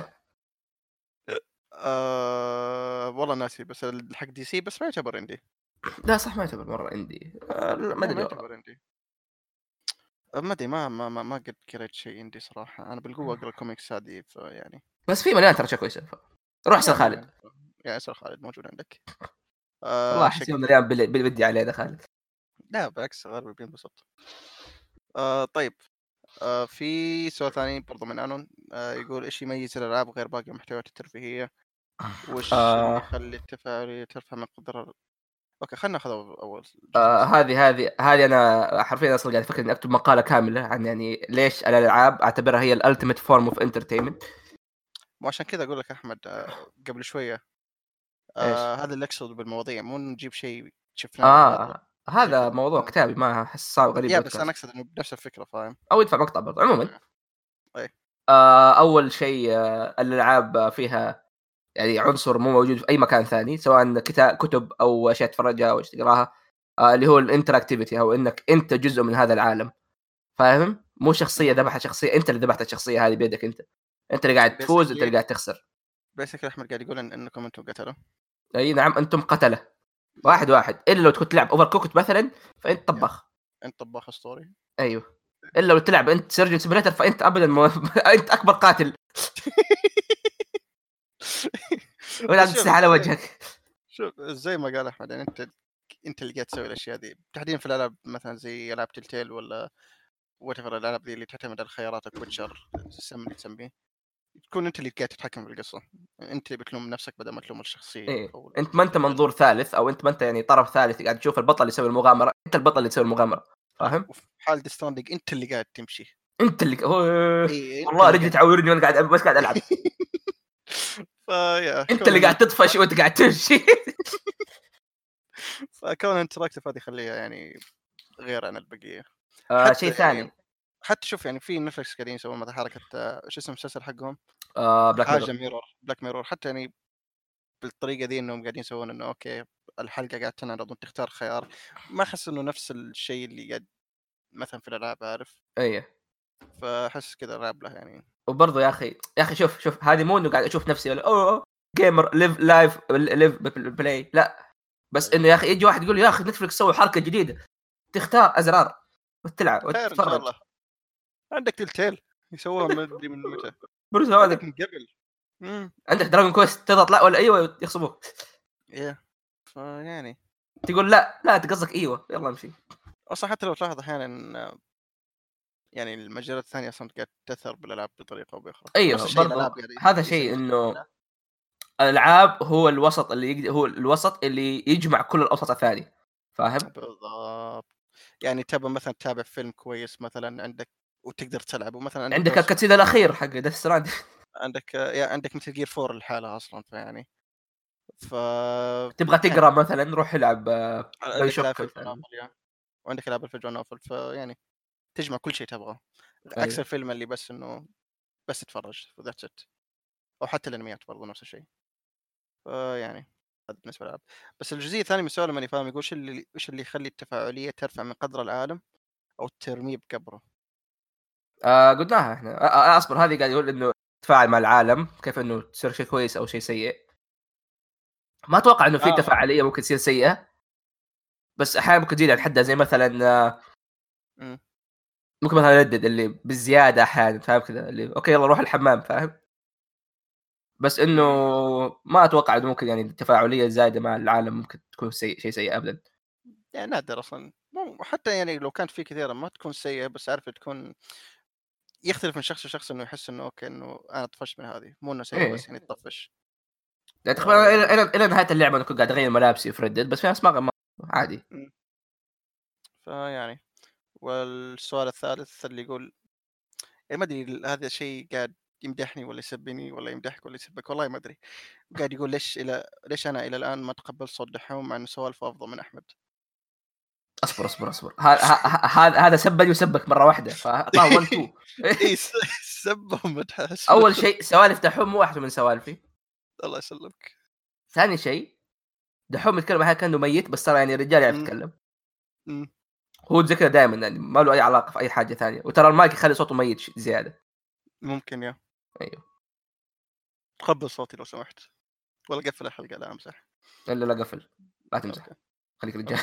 [SPEAKER 2] والله ناسي بس الحق دي سي بس ما يعتبر اندي.
[SPEAKER 1] لا صح ما يعتبر مره عندي ما
[SPEAKER 2] ما
[SPEAKER 1] ادري والله.
[SPEAKER 2] يعتبر اندي. ما ادري ما قد قريت شيء اندي صراحه. انا بالقوه اقرا كوميكس هذه فيعني
[SPEAKER 1] بس في مليان ترى شيء كويسه روح اسال
[SPEAKER 2] يا
[SPEAKER 1] خالد.
[SPEAKER 2] مليان. يا اسر خالد موجود عندك.
[SPEAKER 1] والله احس
[SPEAKER 2] شكل.
[SPEAKER 1] مليان بدي عليه ده خالد.
[SPEAKER 2] لا بالعكس غالبا بينبسط. طيب في سؤال ثاني برضو من انون يقول ايش يميز الالعاب غير باقي المحتويات الترفيهيه؟ وش اللي
[SPEAKER 1] آه
[SPEAKER 2] يخلي التفاعليه ترفع من قدر اوكي خلينا ناخذ اول جزء
[SPEAKER 1] آه
[SPEAKER 2] بس.
[SPEAKER 1] هذه انا حرفيا اصلا قاعد افكر اني اكتب مقاله كامله عن يعني ليش الالعاب اعتبرها هي الالتيميت فورم اوف انترتينمنت.
[SPEAKER 2] وعشان كذا اقول لك احمد قبل شويه
[SPEAKER 1] ايش؟
[SPEAKER 2] هذا اللي اقصد بالمواضيع مو نجيب شيء شفناه ونعطي
[SPEAKER 1] هذا
[SPEAKER 2] فكره
[SPEAKER 1] موضوع
[SPEAKER 2] الموضوع.
[SPEAKER 1] كتابي ما احس صعب غريب
[SPEAKER 2] يا بس انا
[SPEAKER 1] بودكاست
[SPEAKER 2] اقصد انه بنفس الفكره فاهم.
[SPEAKER 1] او يدفع مقطع برضه عموما.
[SPEAKER 2] اي
[SPEAKER 1] اول شيء الالعاب فيها يعني عنصر مو موجود في اي مكان ثاني، سواء كتب او اشياء تتفرجها او تقراها، اللي هو الانتراكتيفيتي او انك انت جزء من هذا العالم. فاهم؟ مو شخصيه ذبحت شخصيه، انت اللي ذبحت الشخصيه هذه بيدك انت اللي قاعد تفوز، انت اللي قاعد تخسر.
[SPEAKER 2] بيسكلي احمد قاعد يقول انكم انتم قتلوا.
[SPEAKER 1] اي نعم انتم قتله واحد الا لو كنت تلعب اوفر كوكت مثلا فانت طباخ.
[SPEAKER 2] انت طباخ اسطوري.
[SPEAKER 1] ايوه الا لو تلعب انت سيرجن سيميليتر فانت ابدا انت اكبر قاتل ولا تمسح على وجهك.
[SPEAKER 2] شوف زي ما قال احمد يعني انت اللي قاعد تسوي الاشياء دي تحديدا في الالعاب مثلا زي العاب تلتيل ولا واتفر الالعاب دي اللي تعتمد على خياراتك ويتشر السم اللي تسميه. تكون انت اللي قاعد تتحكم في القصه. انت اللي بتلوم نفسك بدل ما تلوم الشخصيه
[SPEAKER 1] إيه.
[SPEAKER 2] او
[SPEAKER 1] انت ما انت منظور ثالث او انت ما انت يعني طرف ثالث قاعد تشوف البطل اللي يسوي المغامره، انت البطل اللي يسوي المغامره. فاهم؟
[SPEAKER 2] وفي حال ديستراندنج انت اللي قاعد تمشي.
[SPEAKER 1] انت اللي
[SPEAKER 2] انت
[SPEAKER 1] والله
[SPEAKER 2] اللي
[SPEAKER 1] رجلي
[SPEAKER 2] قاعد
[SPEAKER 1] تعورني وانا قاعد بس قاعد العب.
[SPEAKER 2] فيا
[SPEAKER 1] انت اللي قاعد تطفش وانت قاعد تمشي.
[SPEAKER 2] فكون انتراكتيف هذه يخليها يعني غير عن البقيه.
[SPEAKER 1] شيء
[SPEAKER 2] حتى
[SPEAKER 1] ثاني
[SPEAKER 2] يعني حتى شوف يعني في نتفلكس قاعدين يسوون مثلا حركه ايش اسم المسلسل حقهم؟
[SPEAKER 1] بلاك
[SPEAKER 2] حاجه
[SPEAKER 1] ميرور.
[SPEAKER 2] ميرور بلاك ميرور حتى يعني بالطريقه ذي انهم قاعدين يسوون انه اوكي الحلقه قاعد تنعرض وانت تختار خيار. ما احس انه نفس الشيء اللي قاعد مثلا في الالعاب عارف.
[SPEAKER 1] ايه
[SPEAKER 2] فاحس كذا العاب له يعني.
[SPEAKER 1] وبرضه يا اخي شوف هذه مو انه قاعد اشوف نفسي ولا اوه جيمر ليف لايف ليف بلاي، لا بس انه يا اخي يجي واحد يقول لي يا اخي نتفلكس سووا حركه جديده، تختار ازرار وتلعب
[SPEAKER 2] خير ان شاء
[SPEAKER 1] وتتفرج.
[SPEAKER 2] الله. عندك تلتيل يسووها من متى؟
[SPEAKER 1] بروس
[SPEAKER 2] عندك
[SPEAKER 1] هذا
[SPEAKER 2] من قبل.
[SPEAKER 1] عندك دراجون كويست تضغط لا ولا ايوه يخصموك.
[SPEAKER 2] ايه فيعني
[SPEAKER 1] تقول لا انت قصدك ايوه يلا امشي.
[SPEAKER 2] اصلا حتى لو تلاحظ احيانا يعني المجالات الثانيه اصلا قاعد تاثر بالالعاب بطريقه او باخرى ونفس
[SPEAKER 1] ايوه
[SPEAKER 2] الشيء الالعاب
[SPEAKER 1] برضه
[SPEAKER 2] قاعد
[SPEAKER 1] هذا شيء
[SPEAKER 2] يسوي.
[SPEAKER 1] انه الالعاب هو الوسط اللي هو الوسط اللي يجمع كل الاوساط الثانيه. فاهم؟
[SPEAKER 2] بالضبط. يعني تبى مثلا تتابع فيلم كويس مثلا عندك وتقدر تلعبه مثلا عندك
[SPEAKER 1] عندك
[SPEAKER 2] نفس
[SPEAKER 1] الكاتسين الاخير حق ديث ستراند.
[SPEAKER 2] عندك يعني عندك مثل جير 4 لحالها اصلا فيعني ف
[SPEAKER 1] تبغى
[SPEAKER 2] يعني
[SPEAKER 1] تقرا مثلا روح العب باي
[SPEAKER 2] عندك العاب
[SPEAKER 1] شوك
[SPEAKER 2] فيجوال
[SPEAKER 1] مثلا.
[SPEAKER 2] نوفل يعني. وعندك العاب الفيجوال نوفل فيعني تجمع كل شيء تبغاه عكس
[SPEAKER 1] ايوه
[SPEAKER 2] الفيلم اللي بس انه بس تتفرج وذاتس ات. او حتى الانميات برضو نفس الشيء. فيعني هذا بالنسبه للالعاب. بس الجزئيه الثانيه من السؤال ماني فاهم يقول ايش اللي يخلي التفاعليه ترفع من قدر العالم او ترميه بقبره.
[SPEAKER 1] قلناها احنا اصبر هذه قاعد يقول انه تفاعل مع العالم كيف انه تصير شيء كويس او شيء سيء. ما اتوقع انه في
[SPEAKER 2] اه
[SPEAKER 1] تفاعليه ممكن تصير سيئه، بس احيانا ممكن تزيد عن حدها زي مثلا
[SPEAKER 2] امم
[SPEAKER 1] ممكن مثلا ردد اللي بالزياده احيانا فاهم كذا اللي اوكي يلا روح الحمام فاهم. بس انه ما اتوقع انه ممكن يعني التفاعليه الزايده مع العالم ممكن تكون شيء سيء ابدا.
[SPEAKER 2] يعني نادر اصلا حتى يعني لو كانت في كثيره ما تكون سيئه بس عارف تكون يختلف من شخص لشخص انه يحس انه اوكي انه انا طفشت من هذه مو انه سيئه بس
[SPEAKER 1] ايه
[SPEAKER 2] يعني تطفش.
[SPEAKER 1] يعني تقريبا الى نهايه اللعبه انا كنت قاعد اغير ملابسي في ردد، بس في ناس ما عادي.
[SPEAKER 2] فيعني والسؤال الثالث اللي يقول ما ادري هذا الشيء قاعد يمدحني ولا يسبني ولا يمدحك ولا يسبك، والله ما ادري. قاعد يقول ليش انا الى الان ما تقبلت صوت دحوم مع انه سوالفه افضل من احمد.
[SPEAKER 1] اصبر هذا سبني وسبك مره واحده، فاعطاه 1 2.
[SPEAKER 2] اي سبه ومدح.
[SPEAKER 1] اول شيء سوالف دحوم مو واحده من سوالفي.
[SPEAKER 2] الله يسلمك.
[SPEAKER 1] ثاني شيء دحوم يتكلم معها كانه ميت، بس ترى يعني الرجال يعرف يتكلم. هو زي كذا دائما، يعني ما له اي علاقه في اي حاجه ثانيه، وترى المايك يخلي صوته ميت زياده.
[SPEAKER 2] ممكن يا
[SPEAKER 1] ايوه.
[SPEAKER 2] تقبل صوتي لو سمحت، ولا قفل الحلقه؟ لا امزح.
[SPEAKER 1] لا قفل، لا تمزح، خليك رجال.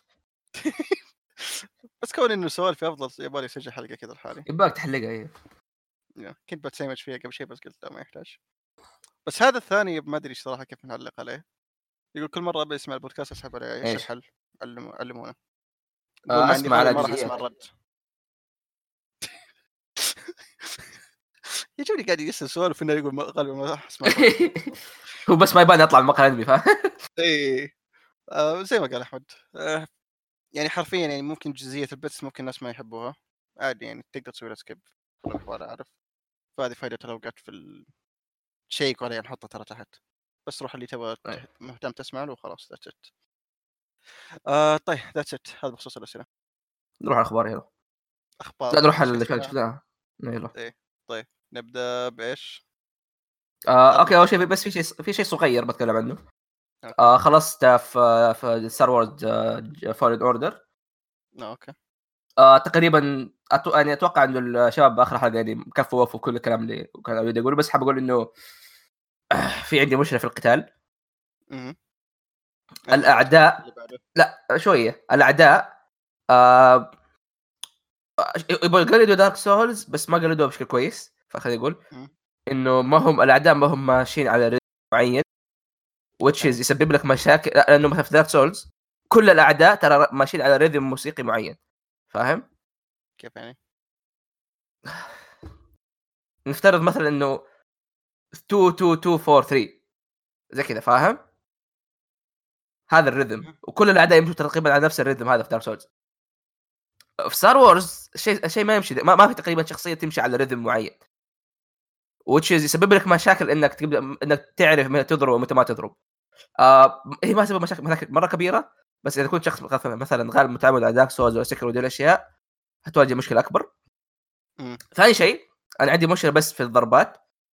[SPEAKER 2] بس كون انه سوالفي افضل يبغى لي اسجل حلقه كذا لحالي.
[SPEAKER 1] يبغاك تحلقها. ايه
[SPEAKER 2] كنت بتسمج فيها قبل شيء بس قلت لا ما يحتاج. بس هذا الثاني ما ادري صراحه كيف نعلق عليه. يقول كل مره ابي اسمع البودكاست اسحب عليه، ايش الحل؟ علمونا. يقول مع اني
[SPEAKER 1] اسمع على
[SPEAKER 2] ما راح اسمع
[SPEAKER 1] جزئيات.
[SPEAKER 2] الرد. يجوني قاعد يسال سؤال وفي النهايه يقول غالبا ما راح اسمع الرد.
[SPEAKER 1] هو بس ما يبان يطلع المقال الانمي، فاهم؟
[SPEAKER 2] اي زي ما قال احمد. يعني حرفيا يعني ممكن جزئيه البث ممكن الناس ما يحبوها عادي، يعني تقدر تسوي لها سكيب في الاحوال، عارف. فهذه فائده لو قعدت في الشيك عليه نحطه ترى تحت، بس روح اللي تبغى مهتم تسمع له وخلاص. ذاتس ات. طيب ذاتس ات، هذا بخصوص الاسئله.
[SPEAKER 1] نروح على الاخبار. يلا
[SPEAKER 2] اخبار.
[SPEAKER 1] لا نروح على اللي شفناه. يلا
[SPEAKER 2] ايه طيب نبدا بايش؟
[SPEAKER 1] اوكي. اول شيء بس في شيء صغير بتكلم عنه. خلصت في ستار وورز فالن اوردر.
[SPEAKER 2] اوكي.
[SPEAKER 1] تقريبا يعني اتوقع انه الشباب اخر حلقه يعني كفوا وفوا كل الكلام اللي كان اريد اقوله، بس حاب اقول انه في عندي مشكله في القتال. الاعداء لا شويه الاعداء يبغى يقلدوا دارك سولز بس ما قلدوه بشكل كويس. فخليني اقول انه ما هم الاعداء ما هم ماشيين على ريتم معين which is يسبب لك مشاكل، لانه مثلا في دارك سولز كل الاعداء ترى ماشيين على ريتم موسيقي معين، فاهم
[SPEAKER 2] كيف يعني؟
[SPEAKER 1] نفترض مثلا انه 2 2 2 4 3 زي كذا، فاهم؟ هذا الريتم وكل الاعداء يمشوا تقريبا على نفس الريتم هذا في دارك سولز. في ستار وورز شيء ما يمشي، ما في تقريبا شخصيه تمشي على ريتم معين which is يسبب لك مشاكل انك تبدا انك تعرف متى تضرب ومتى ما تضرب. هي ما تسبب مشاكل مره كبيره، بس اذا كنت شخص مثلا غالب متعود على دارك سولز وسكر ودي الاشياء هتواجه مشكله اكبر. ثاني شيء انا عندي مشكله بس في الضربات.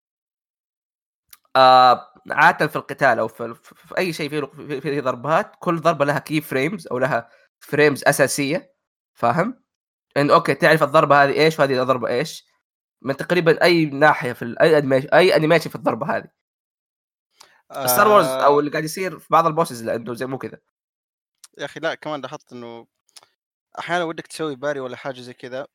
[SPEAKER 1] عاده في القتال او في اي شيء في ضربات، كل ضربه لها كي فريمز او لها فريمز اساسيه، فاهم؟ ان اوكي تعرف الضربه هذه ايش وهذه الضربه ايش من تقريبا اي ناحيه في اي انيميشن في الضربه هذه. ستار وورز او اللي قاعد يصير في بعض البوسز لانه زي مو كذا
[SPEAKER 2] يا اخي. لا كمان لاحظت انه احيانا ودك تسوي باري ولا حاجه زي كذا،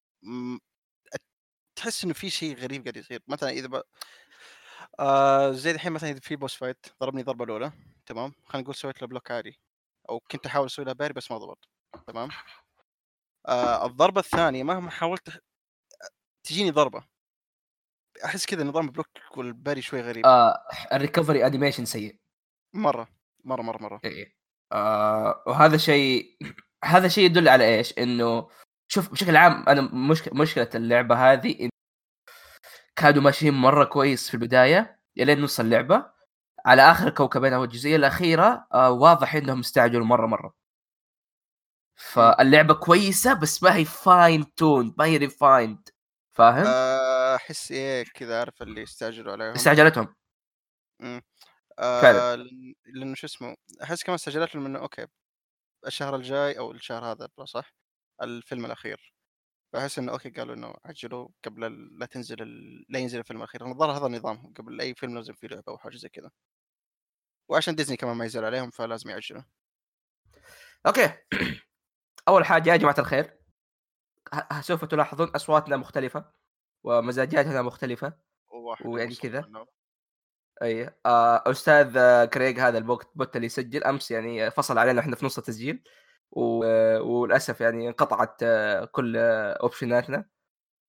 [SPEAKER 2] تحس انه في شيء غريب قاعد يصير. مثلا اذا زي الحين مثلا اذا في بوس فايت ضربني ضربه الاولى تمام، خلينا نقول سويت له بلوك عادي او كنت احاول اسوي له باري بس ما ضبط تمام. الضربه الثانيه مهما حاولت تجيني ضربه، احس كذا نظام البلوك والباري شوي غريب.
[SPEAKER 1] الريكفري انيميشن سيء
[SPEAKER 2] مره مره مره مره.
[SPEAKER 1] إيه. وهذا شيء هذا شيء يدل على ايش؟ انه شوف بشكل عام انا مشكله اللعبه هذه كانوا ماشيين مره كويس في البدايه لين نص اللعبه، على اخر كوكبين او الجزئيه الاخيره واضح انهم استعجلوا مره. فاللعبه كويسه بس ما هي فاين تون، ما هي ريفايند، فاهم؟
[SPEAKER 2] احس ايه كذا، عارف اللي استعجلوا عليهم
[SPEAKER 1] استعجلتهم
[SPEAKER 2] فعلا. لانه شو اسمه، احس كمان استعجلت لهم انه اوكي الشهر الجاي او الشهر هذا صح الفيلم الاخير، فاحس انه اوكي قالوا انه عجلوا قبل لا لا ينزل الفيلم الاخير. الظاهر هذا النظام قبل اي فيلم لازم فيه لعبه او حاجه زي كذا، وعشان ديزني كمان ما يزعل عليهم فلازم يعجلوا.
[SPEAKER 1] اوكي. اول حاجه يا جماعه الخير، سوف تلاحظون اصواتنا مختلفه ومزاجاتنا مختلفه ويعني كذا. اي استاذ كريج هذا البوت اللي يسجل امس يعني فصل علينا احنا في نص التسجيل وللاسف يعني انقطعت كل اوبشناتنا.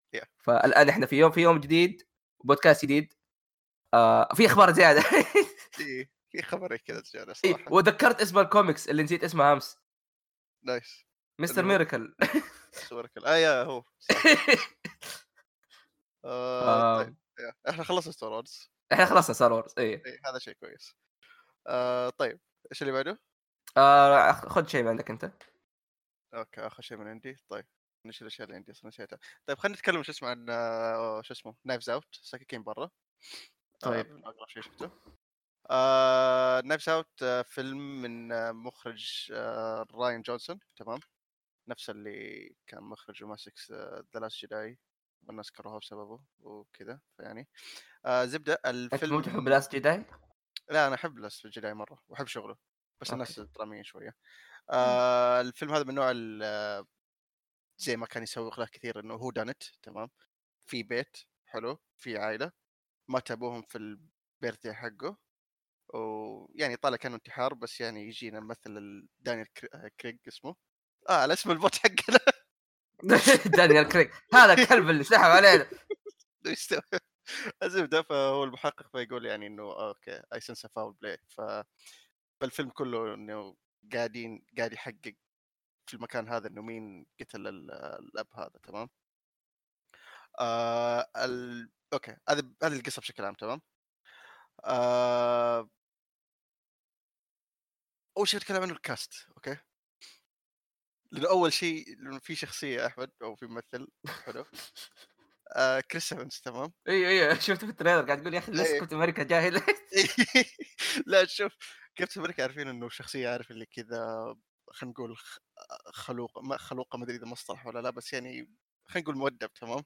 [SPEAKER 1] فالان احنا في يوم جديد، بودكاست جديد، في اخبار زياده.
[SPEAKER 2] إيه في خبر كذا جاني
[SPEAKER 1] إيه،
[SPEAKER 2] صراحة.
[SPEAKER 1] وذكرت اسم الكوميكس اللي نسيت اسمها امس،
[SPEAKER 2] نايس.
[SPEAKER 1] مستر
[SPEAKER 2] اللي هو
[SPEAKER 1] ميراكل.
[SPEAKER 2] صورك يا هو صح. طيب
[SPEAKER 1] ف
[SPEAKER 2] احنا خلصنا ستار وورز.
[SPEAKER 1] احنا خلصنا ستار وورز. ايه
[SPEAKER 2] ايه هذا شيء كويس. طيب ايش اللي بعده؟
[SPEAKER 1] خذ شيء من عندك انت.
[SPEAKER 2] اوكي اخر شيء من عندي. طيب ايش الاشياء اللي عندي اصلا نسيتها. طيب خلينا نتكلم شو اسمه عن شو اسمه نايفز اوت سكاكين برا.
[SPEAKER 1] طيب
[SPEAKER 2] اقرب شيء شفته. نايفز اوت فيلم من مخرج راين جونسون. تمام. نفس اللي كان مخرج وماسك ذا لاست جداي والناس كرهوه بسببه وكذا فيعني زبده
[SPEAKER 1] انت مو تحب
[SPEAKER 2] الفيلم.
[SPEAKER 1] لاست جداي؟
[SPEAKER 2] لا انا احب لاست جداي مره واحب شغله. بس
[SPEAKER 1] اوكي.
[SPEAKER 2] الناس دراميين شويه. الفيلم هذا من نوع زي ما كان يسوق له كثير انه هو دانت. تمام. في بيت حلو في عائله مات ابوهم في البيرثي حقه. ويعني طالع كانه انتحار بس يعني يجينا مثل دانيال كريج اسمه. على اسم البوت حقنا.
[SPEAKER 1] دانيال كريغ هذا الكلب اللي سحب علينا.
[SPEAKER 2] يستوعب. الزبده فهو المحقق فيقول يعني انه اوكي اي سنس فاول بلاي فالفيلم كله انه قاعد يحقق في المكان هذا انه مين قتل الاب هذا. تمام. اوكي هذه القصه بشكل عام. تمام. آه... اول شيء اتكلم عنه الكاست. اوكي. لانه اول شيء لانه في شخصيه احمد او في ممثل حلو. كريس ايفنز. تمام.
[SPEAKER 1] ايوه شفت في التريلر قاعد تقول يا اخي ليش
[SPEAKER 2] إيه.
[SPEAKER 1] كنت امريكا جاهل.
[SPEAKER 2] لا شوف كابتن امريكا عارفين انه شخصيه عارف اللي كذا. خلينا نقول خلوقه ما خلوقه ما ادري اذا مصطلح ولا لا بس يعني خلينا نقول مؤدب. تمام.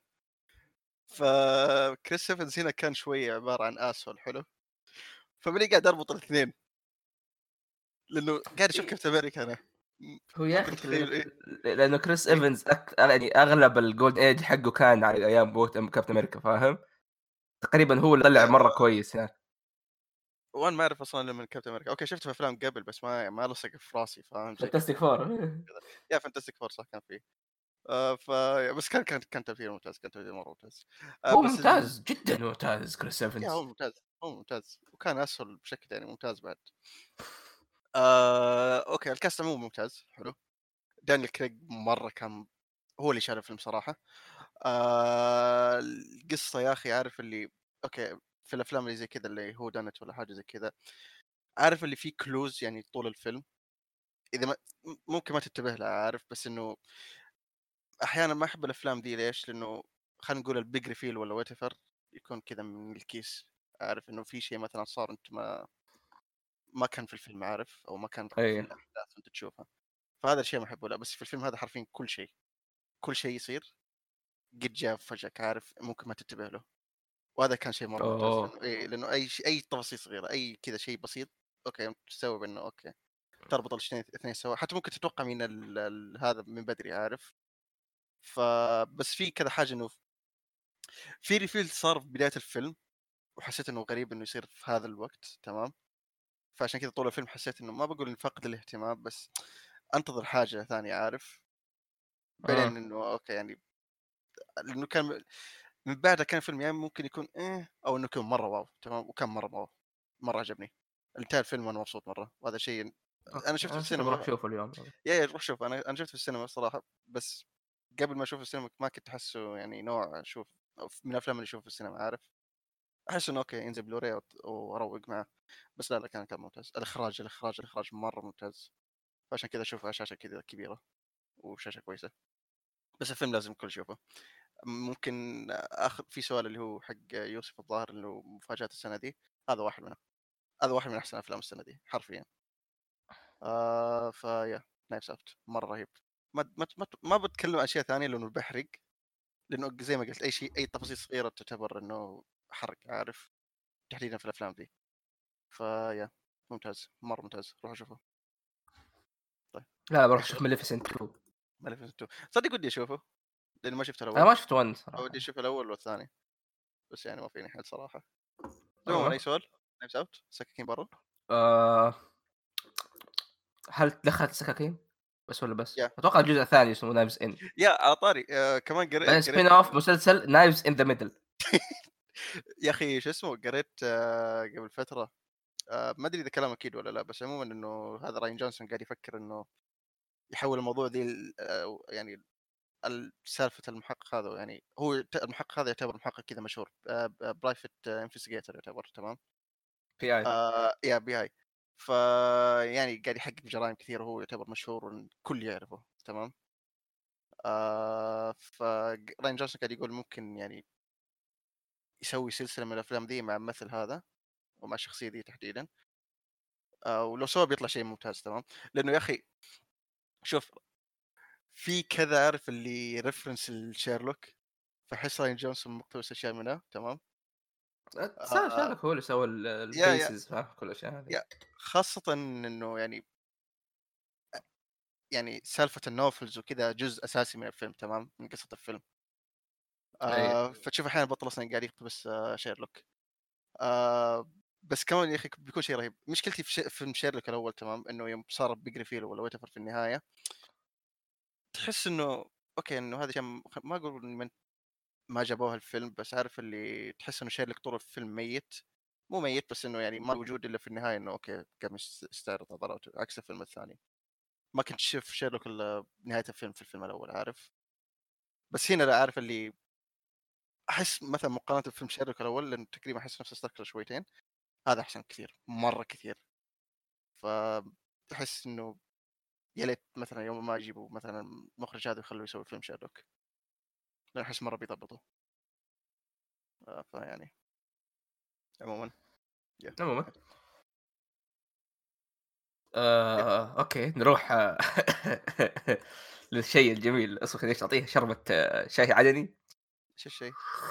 [SPEAKER 2] فكريس ايفنز هنا كان شويه عباره عن اسول حلو. فماني قاعد اربط الاثنين لانه قاعد اشوف كابتن امريكا انا.
[SPEAKER 1] هو يا
[SPEAKER 2] ممكن
[SPEAKER 1] اخي
[SPEAKER 2] تتخيل ايه.
[SPEAKER 1] لانه كريس
[SPEAKER 2] إيه؟
[SPEAKER 1] ايفنز يعني اغلب الجولد ايج حقه كان على ايام بوت كابتن امريكا، فاهم؟ تقريبا هو اللي طلع مره كويس يعني.
[SPEAKER 2] وانا ما اعرف اصلا من كابتن امريكا. اوكي شفت في افلام قبل بس ما لصق في راسي فاهم زي كذا.
[SPEAKER 1] فانتستيك فور.
[SPEAKER 2] يا فانتستيك فور صح كان فيه. ف بس كان تمثيل ممتاز. كان تمثيل مره ممتاز.
[SPEAKER 1] هو
[SPEAKER 2] بس
[SPEAKER 1] ممتاز جدا ممتاز كريس
[SPEAKER 2] يا
[SPEAKER 1] ايفنز.
[SPEAKER 2] هو ممتاز وكان اسهل بشكل يعني ممتاز بعد. اوكي الكاست عموما ممتاز حلو. دانيال كريج مره كان هو اللي شال الفيلم صراحه. القصه يا اخي عارف اللي اوكي في الافلام اللي زي كذا اللي هو دانت ولا حاجه زي كذا. عارف اللي فيه كلوز يعني طول الفيلم. اذا ما ممكن ما تنتبه لها عارف بس انه احيانا ما احب الافلام دي. ليش؟ لانه خلينا نقول البيج ريفيل ولا وات يكون كذا من الكيس. عارف انه في شيء مثلا صار انت ما كان في الفيلم عارف او ما كان في
[SPEAKER 1] ايه
[SPEAKER 2] الاحداث انت تشوفها. فهذا الشيء ما احبه. لا بس في الفيلم هذا حرفيا كل شيء يصير قد جاء فجأة عارف ممكن ما تنتبه له. وهذا كان شيء مره ممتاز
[SPEAKER 1] اوه
[SPEAKER 2] لانه لانه اي شيء اي تفاصيل صغيره اي كذا شيء بسيط. اوكي تستوعب انه اوكي تربط الاثنين سوا. حتى ممكن تتوقع من هذا من بدري عارف. فبس في كذا حاجه انه في ريفيل صار في بدايه الفيلم وحسيت انه غريب انه يصير في هذا الوقت. تمام. فعشان كذا طول الفيلم حسيت انه ما بقول إن فقد الاهتمام بس انتظر حاجه ثانيه عارف. بعدين انه اوكي يعني لانه كان من بعدها كان الفيلم يعني ممكن يكون او انه يكون مره واو. تمام. وكان مره واو مره عجبني. انتهى الفيلم وانا مبسوط مره وهذا شيء. انا شفته في
[SPEAKER 1] انا شكلي بروح
[SPEAKER 2] السينما.
[SPEAKER 1] اشوفه اليوم.
[SPEAKER 2] روح شوف. انا شفته في السينما الصراحه بس قبل ما اشوف في السينما ما كنت احسه يعني نوع اشوف من الافلام اللي اشوفها في السينما عارف. احس انه اوكي ينزل بلوراي واروق معه. بس لا كان ممتاز. الاخراج مره ممتاز. فعشان كذا اشوفه على شاشه كذا كبيره وشاشه كويسه. بس الفيلم لازم الكل يشوفه. ممكن اخذ في سؤال اللي هو حق يوسف الظاهر اللي هو مفاجات السنه دي. هذا واحد منه. هذا واحد من احسن افلام السنه دي حرفيا. فيا نايفز اوت مره رهيب. ما بتكلم عن اشياء ثانيه لانه بحرق. لانه زي ما قلت اي شيء اي تفاصيل صغيره تعتبر انه حرق عارف. تحديدا في الافلام دي. فيا ممتاز مره ممتاز روح اشوفه. طيب
[SPEAKER 1] لا بروح
[SPEAKER 2] اي
[SPEAKER 1] اشوف
[SPEAKER 2] سؤال؟
[SPEAKER 1] ماليفيسنت 2.
[SPEAKER 2] ماليفيسنت 2 صدق ودي اشوفه لانه ما شفته
[SPEAKER 1] انا
[SPEAKER 2] الاول.
[SPEAKER 1] ما شفت 1
[SPEAKER 2] او
[SPEAKER 1] صراحه.
[SPEAKER 2] ودي اشوف الاول والثاني بس يعني ما فيني حيل صراحه. عموما اي
[SPEAKER 1] أوه.
[SPEAKER 2] سؤال؟ نايفز اوت سكاكين برا.
[SPEAKER 1] آه... هل دخلت السكاكين بس ولا بس؟
[SPEAKER 2] يا
[SPEAKER 1] اتوقع الجزء الثاني اسمه نايفز ان.
[SPEAKER 2] يا على طاري كمان
[SPEAKER 1] بعدين
[SPEAKER 2] قريت
[SPEAKER 1] سبين اوف مسلسل نايفز ان ذا ميدل.
[SPEAKER 2] يا اخي شو اسمه قريت قبل فتره ما ادري اذا كلام اكيد ولا لا، بس عموما انه هذا راين جونسون قاعد يفكر انه يحول الموضوع ذي يعني سالفه المحقق هذا، يعني هو المحقق هذا يعتبر محقق كذا مشهور، برايفت انفستيجيتور يعتبر، تمام.
[SPEAKER 1] في اي
[SPEAKER 2] يا بي اي. ف يعني قاعد يحقق جرائم كثيره، وهو يعتبر مشهور والكل يعرفه، تمام. فراين جونسون قاعد يقول ممكن يعني يسوي سلسله من الافلام ذي مع الممثل هذا ومع الشخصيه ذي تحديدا. ولو سوى بيطلع شيء ممتاز، تمام. لانه يا اخي شوف، في كذا عارف اللي ريفرنس لشيرلوك، فحس راين جونسون مقتبس اشياء منه، تمام. آه
[SPEAKER 1] شارلوك هو اللي سوى
[SPEAKER 2] يا
[SPEAKER 1] البيسز كل الاشياء هذه.
[SPEAKER 2] يا خاصة انه يعني سالفة النوفلز وكذا جزء اساسي من الفيلم، تمام، من قصة الفيلم.
[SPEAKER 1] اي
[SPEAKER 2] فتشوف احيانا بطل اصلا قاعد يقتبس شيرلوك. آه بس كمان يا اخي بيكون شيء رهيب. مشكلتي في فيلم شيرلوك الاول، تمام، انه يوم صار بيجري فيل ولا ويتفر في النهاية، تحس انه اوكي انه هذا شيء ما اقول من ما جابوها الفيلم، بس عارف اللي تحس انه شيرلوك طول الفيلم ميت. مو ميت، بس انه يعني ما وجود الا في النهايه، انه اوكي قام يستعرض عضلاته عكس الفيلم الثاني. ما كنت تشوف شيرلوك الا بنهايه الفيلم في الفيلم الاول، عارف. بس هنا لا، عارف اللي احس مثلا مقارنه بفيلم شيرلوك الاول، لانه تقريبا احس نفس الستركتشر شويتين، هذا احسن كثير مره كثير. فتحس انه يا ليت مثلا يوم ما يجيبوا مثلا المخرج هذا يخلوه يسوي فيلم شيرلوك، لان احس مره بيضبطوا. فيعني عموما
[SPEAKER 1] عموما
[SPEAKER 2] يا
[SPEAKER 1] اوكي نروح للشيء الجميل. اصبر خليني اعطيه شربة شاي عدني.
[SPEAKER 2] ايش الشيء؟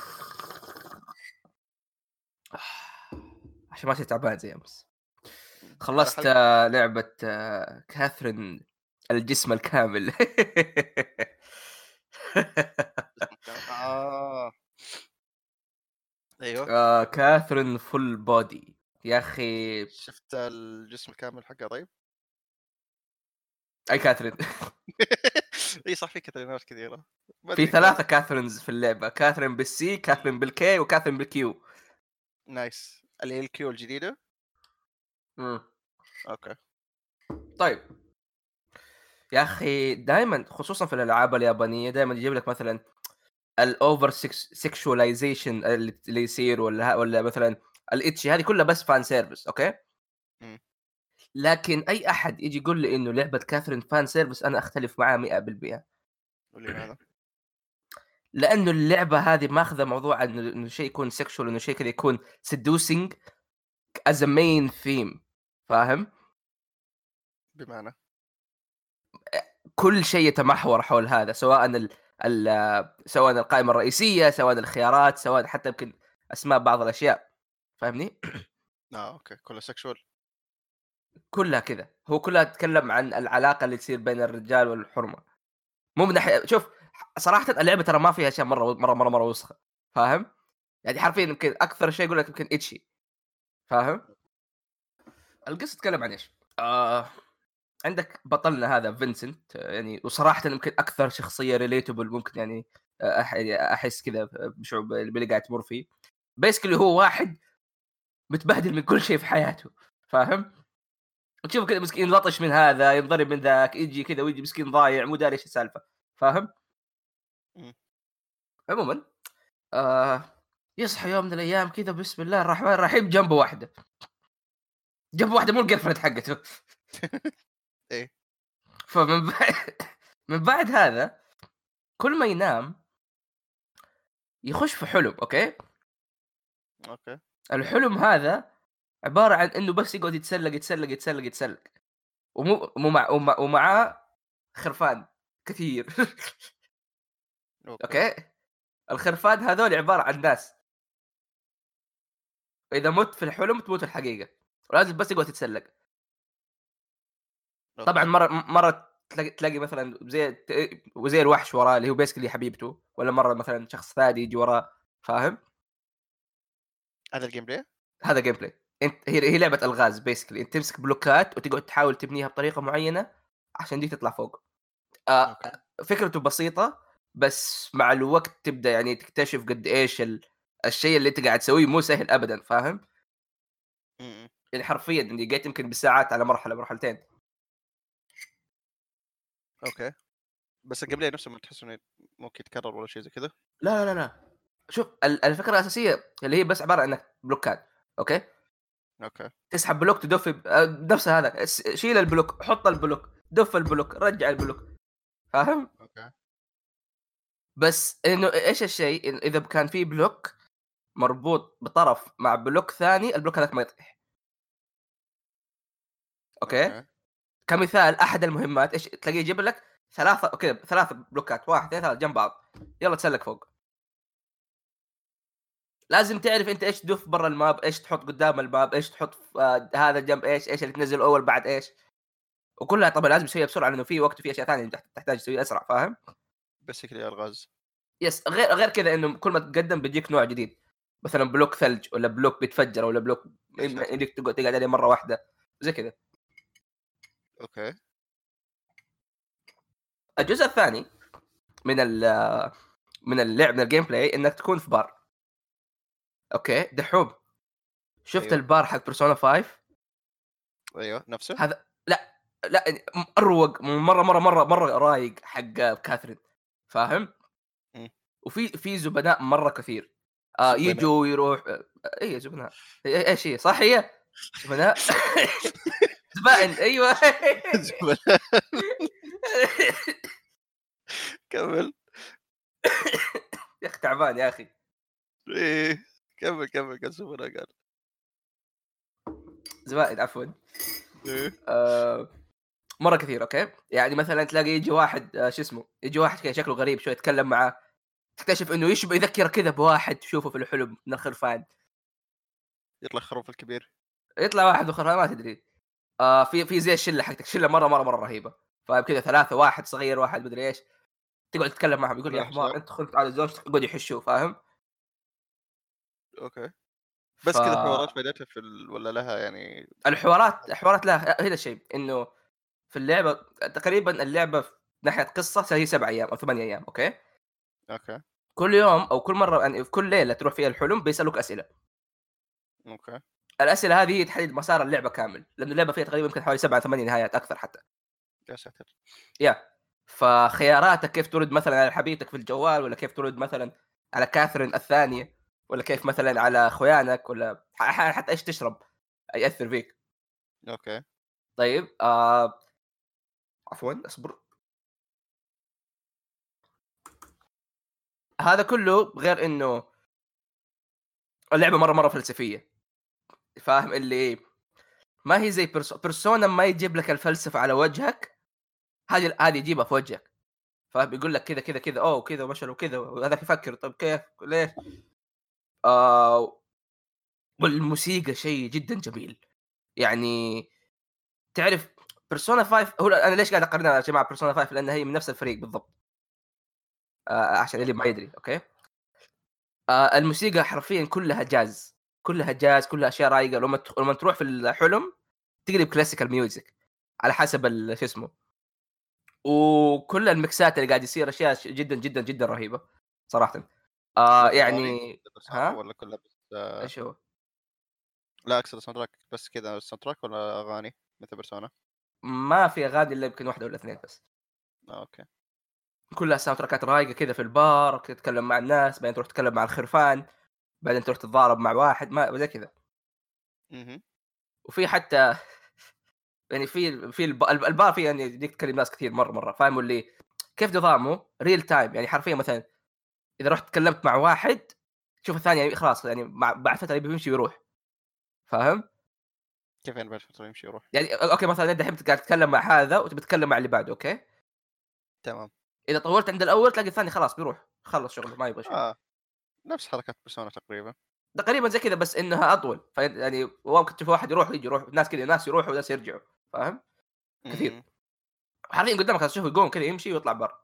[SPEAKER 1] عشان ما تصير تعبان زي امس.
[SPEAKER 2] على
[SPEAKER 1] خلصت
[SPEAKER 2] حلقة
[SPEAKER 1] لعبة كاثرين الجسم الكامل.
[SPEAKER 2] اسمه كان ايوه.
[SPEAKER 1] كاثرين فول بودي يا اخي.
[SPEAKER 2] شفت الجسم الكامل حقه طيب؟
[SPEAKER 1] اي كاثرين.
[SPEAKER 2] اي صح، في كاترينات كثيرة، ما
[SPEAKER 1] في
[SPEAKER 2] ادري كان
[SPEAKER 1] 3 كاثرينز في اللعبة: كاثرين بالسي، كاثرين بالكي، وكاثرين بالكيو.
[SPEAKER 2] نايس. اللي هي الكيو الجديدة.
[SPEAKER 1] مم.
[SPEAKER 2] اوكي.
[SPEAKER 1] طيب يا اخي دائما خصوصا في الالعاب اليابانيه دائما يجيب لك مثلا الاوفر سيكشواليزيشن اللي يصير، ولا مثلا الاتشي، هذه كلها بس فان سيرفيس. اوكي.
[SPEAKER 2] مم.
[SPEAKER 1] لكن اي احد يجي يقول لي انه لعبه كاثرين فان سيرفيس، انا اختلف معاه 100%.
[SPEAKER 2] ولماذا؟
[SPEAKER 1] لانه اللعبه هذه ماخذه موضوع انه شيء يكون سيكشوال، انه شيء كذا يكون سيدوسينج از ا مين ثيم، فاهم؟
[SPEAKER 2] بمعنى
[SPEAKER 1] كل شيء يتمحور حول هذا، سواء سواء القائمه الرئيسيه، سواء الخيارات، سواء حتى يمكن اسماء بعض الاشياء، فاهمني؟
[SPEAKER 2] اوكي، كله سكشوال.
[SPEAKER 1] كلها كذا، هو كلها تتكلم عن العلاقه اللي تصير بين الرجال والحرمه. مو من ناحيه، شوف صراحه اللعبه ترى ما فيها اشياء مره وسخه، فاهم؟ يعني حرفيا يمكن اكثر شيء يقول لك يمكن اتشي، فاهم؟ القصه تتكلم عن ايش؟ عندك بطلنا هذا فينسنت، يعني وصراحه يمكن اكثر شخصيه ريليتبل ممكن، يعني احس كذا بشعور باللي قاعد تمر فيه. بيسكلي هو واحد متبهدل من كل شيء في حياته، فاهم؟ تشوف كذا مسكين لطش من هذا، ينضرب من ذاك، يجي كذا ويجي مسكين ضايع مو داري ايش السالفه، فاهم؟
[SPEAKER 2] مم.
[SPEAKER 1] عموما يصحى يوم من الايام كذا بسم الله الرحمن الرحيم جنبه واحده، مو الجيرفرند حقته.
[SPEAKER 2] ايه.
[SPEAKER 1] فمن بعد من بعد هذا كل ما ينام يخش في حلم. اوكي.
[SPEAKER 2] اوكي.
[SPEAKER 1] الحلم هذا عباره عن انه بس يقعد يتسلق ومعاه خرفان كثير.
[SPEAKER 2] اوكي.
[SPEAKER 1] اوكي. الخرفان هذول عباره عن ناس، واذا مت في الحلم تموت في الحقيقه، ولازم بس يقعد يتسلق. طبعا
[SPEAKER 2] اوكي.
[SPEAKER 1] مره تلاقي مثلا زي الوحش وراه اللي هو بيسكلي حبيبته، ولا مره مثلا شخص ثاني يجي وراه، فاهم؟
[SPEAKER 2] هذا الجيم بلاي.
[SPEAKER 1] هذا جيم بلاي. انت هي لعبه الغاز بيسكلي، انت تمسك بلوكات وتقعد تحاول تبنيها بطريقه معينه عشان دي تطلع فوق. آه
[SPEAKER 2] اوكي.
[SPEAKER 1] فكرته بسيطه، بس مع الوقت تبدا يعني تكتشف قد ايش الشيء اللي انت قاعد تسويه مو سهل ابدا، فاهم؟ يعني حرفيا اني جيت يمكن بالساعات على مرحلتين.
[SPEAKER 2] اوكي، بس القبليه نفسه ما تحس انه ممكن يتكرر ولا شيء زي كذا؟
[SPEAKER 1] لا شوف الفكره الاساسيه اللي هي بس عباره عن انك بلوكات. اوكي
[SPEAKER 2] اوكي
[SPEAKER 1] تسحب بلوك تدف نفس هذا شيل البلوك حط البلوك دف البلوك رجع البلوك فاهم.
[SPEAKER 2] اوكي
[SPEAKER 1] بس انه ايش الشيء اذا كان في بلوك مربوط بطرف مع بلوك ثاني البلوك هذاك ما يطيح. اوكي
[SPEAKER 2] اوكي
[SPEAKER 1] كمثال احد المهمات ايش تلاقيه يجيب لك ثلاث بلوكات 1 2 3 جنب بعض يلا تسلك فوق. لازم تعرف انت ايش تدف برا الماب ايش تحط قدام الماب ايش تحط هذا جنب ايش اللي تنزل اول بعد ايش. وكلها طبعا لازم تسويها بسرعه لانه في وقت وفي اشياء ثانيه تحتاج تسويها اسرع فاهم.
[SPEAKER 2] بيسكلي الغاز.
[SPEAKER 1] يس غير كذا انه كل ما تقدم بيجيك نوع جديد مثلا بلوك ثلج ولا بلوك بيتفجر ولا بلوك
[SPEAKER 2] يا ساتر.
[SPEAKER 1] انك تقعد عليه مره واحده زي كذا.
[SPEAKER 2] اوكي
[SPEAKER 1] الجزء الثاني من من اللعب من الجيم بلاي انك تكون في بار. اوكي دحوم شفت
[SPEAKER 2] ايوه
[SPEAKER 1] البار حق بيرسونا 5
[SPEAKER 2] ايوه نفسه.
[SPEAKER 1] هذا. لا اروق مره رايق حق كاثرين فاهم.
[SPEAKER 2] مم.
[SPEAKER 1] وفي زبناء مره كثير
[SPEAKER 2] زبناء.
[SPEAKER 1] يجوا ويروح اي زبناء ايش هي صح هي زبناء زبائن ايوه
[SPEAKER 2] زبناء. كمل.
[SPEAKER 1] يا اخي تعبان يا اخي.
[SPEAKER 2] ايه كمل كان زبناء قال.
[SPEAKER 1] زبائن عفوا.
[SPEAKER 2] ايه
[SPEAKER 1] مره كثير. اوكي يعني مثلا تلاقي يجي واحد شو اسمه يجي واحد كذا شكله غريب شوي يتكلم معاه تكتشف انه يذكر كذا بواحد تشوفه في الحلم من الخرفان.
[SPEAKER 2] يطلع خروف الكبير.
[SPEAKER 1] يطلع واحد وخرفان ما تدري. في زي الشله حقتك شله مره رهيبه. فكذا ثلاثه واحد صغير واحد مدري ايش تقعد تتكلم معهم يقول يا حمار انت خنت على زوجتك يقعد يحشوا فاهم.
[SPEAKER 2] اوكي
[SPEAKER 1] ف
[SPEAKER 2] بس كذا حوارات فائدتها في ولا لها يعني؟
[SPEAKER 1] الحوارات لا هذا الشيء انه في اللعبه تقريبا اللعبه في ناحيه قصه هي 7 ايام او 8 ايام. اوكي
[SPEAKER 2] اوكي
[SPEAKER 1] كل يوم او كل مره يعني في كل ليله تروح فيها الحلم بيسالوك اسئله.
[SPEAKER 2] اوكي
[SPEAKER 1] الاسئله هذه تحدد مسار اللعبه كامل لانه اللعبه فيها تقريبا يمكن حوالي 7 8 نهايات اكثر حتى.
[SPEAKER 2] يا ساتر.
[SPEAKER 1] يا فخياراتك كيف ترد مثلا على حبيبتك في الجوال ولا كيف ترد مثلا على كاثرين الثانيه ولا كيف مثلا على اخوانك ولا حتى ايش تشرب ياثر فيك.
[SPEAKER 2] اوكي
[SPEAKER 1] طيب عفوا اصبر. هذا كله غير انه اللعبه مره فلسفيه فاهم اللي ما هي زي بيرسونا ما يجيب لك الفلسفه على وجهك. هذه يجيبها في وجهك فبيقول لك كذا اوه كذا ومشى وكذا وهذاك يفكر طب كيف ليش. والموسيقى شيء جدا جميل يعني تعرف بيرسونا 5 هو انا ليش قاعد اقارنها يا جماعه بيرسونا 5 لان هي من نفس الفريق بالضبط. عشان اللي ما يدري. اوكي الموسيقى حرفيا كلها جاز كلها اشياء رايقه لما تروح في الحلم تقلب كلاسيكال ميوزك على حسب شو اسمه. وكل المكسات اللي قاعد يصير اشياء جدا رهيبه صراحه. يعني
[SPEAKER 2] صح
[SPEAKER 1] ها
[SPEAKER 2] ولا كلها بس
[SPEAKER 1] ايش هو
[SPEAKER 2] لا اقصد الساوند تراك بس كذا الساوند تراك ولا اغاني مثل بيرسونا؟
[SPEAKER 1] ما في اغاني الا يمكن واحده ولا اثنين بس.
[SPEAKER 2] اوكي
[SPEAKER 1] كلها ساوند تراكات رايقه كذا في البار تتكلم مع الناس بعدين تروح تتكلم مع الخرفان بعدين تروح تتضارب مع واحد ما زي كذا. وفي حتى يعني في البار في يعني ديك تكلم ناس كثير مره فاهموا اللي كيف نظامه ريل تايم يعني حرفيا مثلا اذا رحت تكلمت مع واحد شوف الثاني يعني خلاص يعني بعد فتره بيمشي ويروح فاهم.
[SPEAKER 2] كيف يعني بعد فتره يمشي يروح؟
[SPEAKER 1] يعني اوكي مثلا انت الحين قاعد تتكلم مع هذا وتبي تتكلم مع اللي بعده. اوكي
[SPEAKER 2] تمام
[SPEAKER 1] اذا طولت عند الاول تلاقي الثاني خلاص بيروح خلص شغله ما يبغى شيء.
[SPEAKER 2] نفس حركات بيرسونا تقريبا.
[SPEAKER 1] تقريبا زي كذا بس انها اطول يعني ممكن تشوف واحد يروح ويجي يروح ناس كذا ناس يروحوا وناس يرجعوا فاهم كثير. حاليا قدامك تشوفه يقوم كذا يمشي ويطلع برا.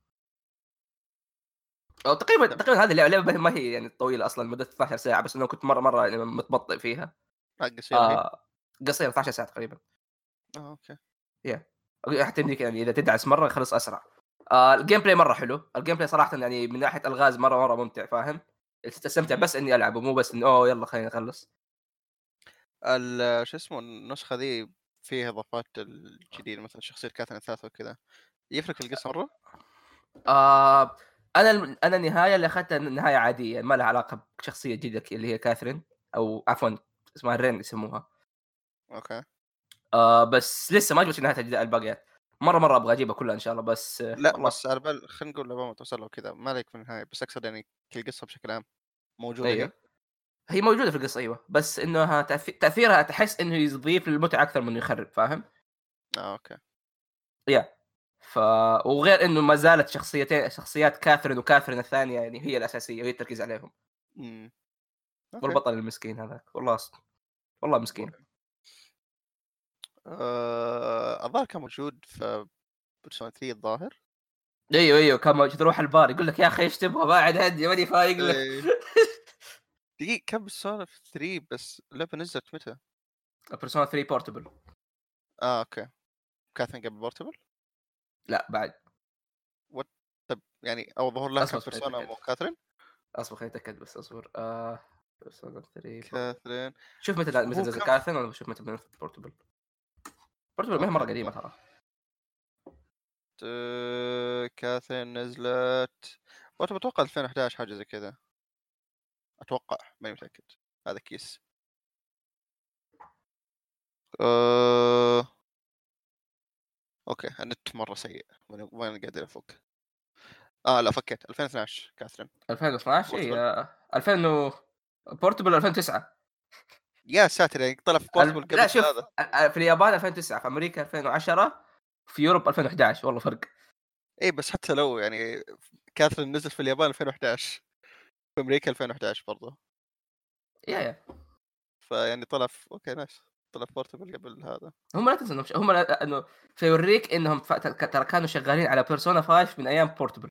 [SPEAKER 1] أو تقريبا هذه اللعبه ما هي يعني طويله اصلا مدة 12 ساعه بس انه كنت مره يعني متبطئ فيها.
[SPEAKER 2] قصيره هي.
[SPEAKER 1] قصيره 12 ساعه تقريبا.
[SPEAKER 2] اوكي
[SPEAKER 1] يا حتى يمديك يعني اذا تدعس مره يخلص اسرع. الجيم بلاي مره حلو الجيم بلاي صراحه يعني من ناحيه الغاز مره ممتع فاهم. تستمتع بس اني العبه مو بس انه اوه يلا خلينا نخلص.
[SPEAKER 2] شو اسمه النسخة ذي فيها إضافات الجديدة مثلا شخصية كاثرين الثالثة وكذا، يفرق في القصة مرة؟
[SPEAKER 1] انا النهايه اللي اخذتها نهايه عاديه، يعني ما لها علاقه بشخصيه جديده اللي هي كاثرين، او عفوا اسمها رين يسموها.
[SPEAKER 2] اوكي.
[SPEAKER 1] بس لسه ما جبت نهايه الاجزاء الباقيات. مره ابغى اجيبها كلها ان شاء الله، بس
[SPEAKER 2] لا
[SPEAKER 1] والله.
[SPEAKER 2] بس على بال خلينا نقول لما توصل له كذا ما عليك في النهاية، بس اقصد يعني القصة بشكل عام موجودة هي.
[SPEAKER 1] ايوه، هي موجوده في القصه، ايوه، بس انها تاثيرها تحس انه يضيف للمتعه اكثر من انه يخرب، فاهم؟
[SPEAKER 2] اوكي.
[SPEAKER 1] يا ف وغير انه ما زالت شخصيات كاثرين وكاثرين الثانيه يعني هي الاساسيه وهي التركيز عليهم.
[SPEAKER 2] امم. اوكي.
[SPEAKER 1] والبطل المسكين هذاك والله والله مسكين.
[SPEAKER 2] الظاهر كان موجود في بيرسونا 3 الظاهر.
[SPEAKER 1] ايوه كان موجود، تروح البار يقول لك يا اخي ايش تبغى، قاعد هدي ماني فايق لك.
[SPEAKER 2] إيه. دقيقة كم بيرسونا في 3 بس اللعبة نزلت متى؟
[SPEAKER 1] بيرسونا 3 بورتبل.
[SPEAKER 2] اوكي. كاثرين قبل بورتبل؟
[SPEAKER 1] لا بعد.
[SPEAKER 2] وات؟ طب يعني اول ظهور لها كانت
[SPEAKER 1] خليني
[SPEAKER 2] بيرسونا
[SPEAKER 1] اتاكد،
[SPEAKER 2] مو كاثرين؟
[SPEAKER 1] خليني اتاكد بس اصبر. بيرسونا 3
[SPEAKER 2] كاثرين.
[SPEAKER 1] شوف متى
[SPEAKER 2] هو
[SPEAKER 1] نزل
[SPEAKER 2] كم؟
[SPEAKER 1] كاثرين، ولا بشوف متى نزل بورتبل. بورتبل ما هي مره
[SPEAKER 2] اوكي.
[SPEAKER 1] قديمه ترى.
[SPEAKER 2] كاثرين نزلت وقت بتوقع 2011 حاجة زي كذا، اتوقع ماني متأكد. هذا كيس. أه... اوكي النت مرة سيء، وين قاعد افك. لا فكيت 2012 كاثرين
[SPEAKER 1] 2012 اي.
[SPEAKER 2] بورتبل.
[SPEAKER 1] 2000 بورتبل 2009.
[SPEAKER 2] يا ساتر يعني طلع في بورتبل
[SPEAKER 1] لا
[SPEAKER 2] قبل
[SPEAKER 1] شوف،
[SPEAKER 2] هذا.
[SPEAKER 1] في اليابان 2009، في امريكا 2010، في يوروب 2011، والله فرق.
[SPEAKER 2] اي بس حتى لو يعني كاثرين نزل في اليابان 2011، في امريكا 2011 برضه،
[SPEAKER 1] يا
[SPEAKER 2] فيعني طلع في اوكي نايس، طلع في بورتبل قبل هذا.
[SPEAKER 1] هم لا تنسى هم انه فيوريك انهم ترى كانوا شغالين على بيرسونا 5 من ايام بورتبل.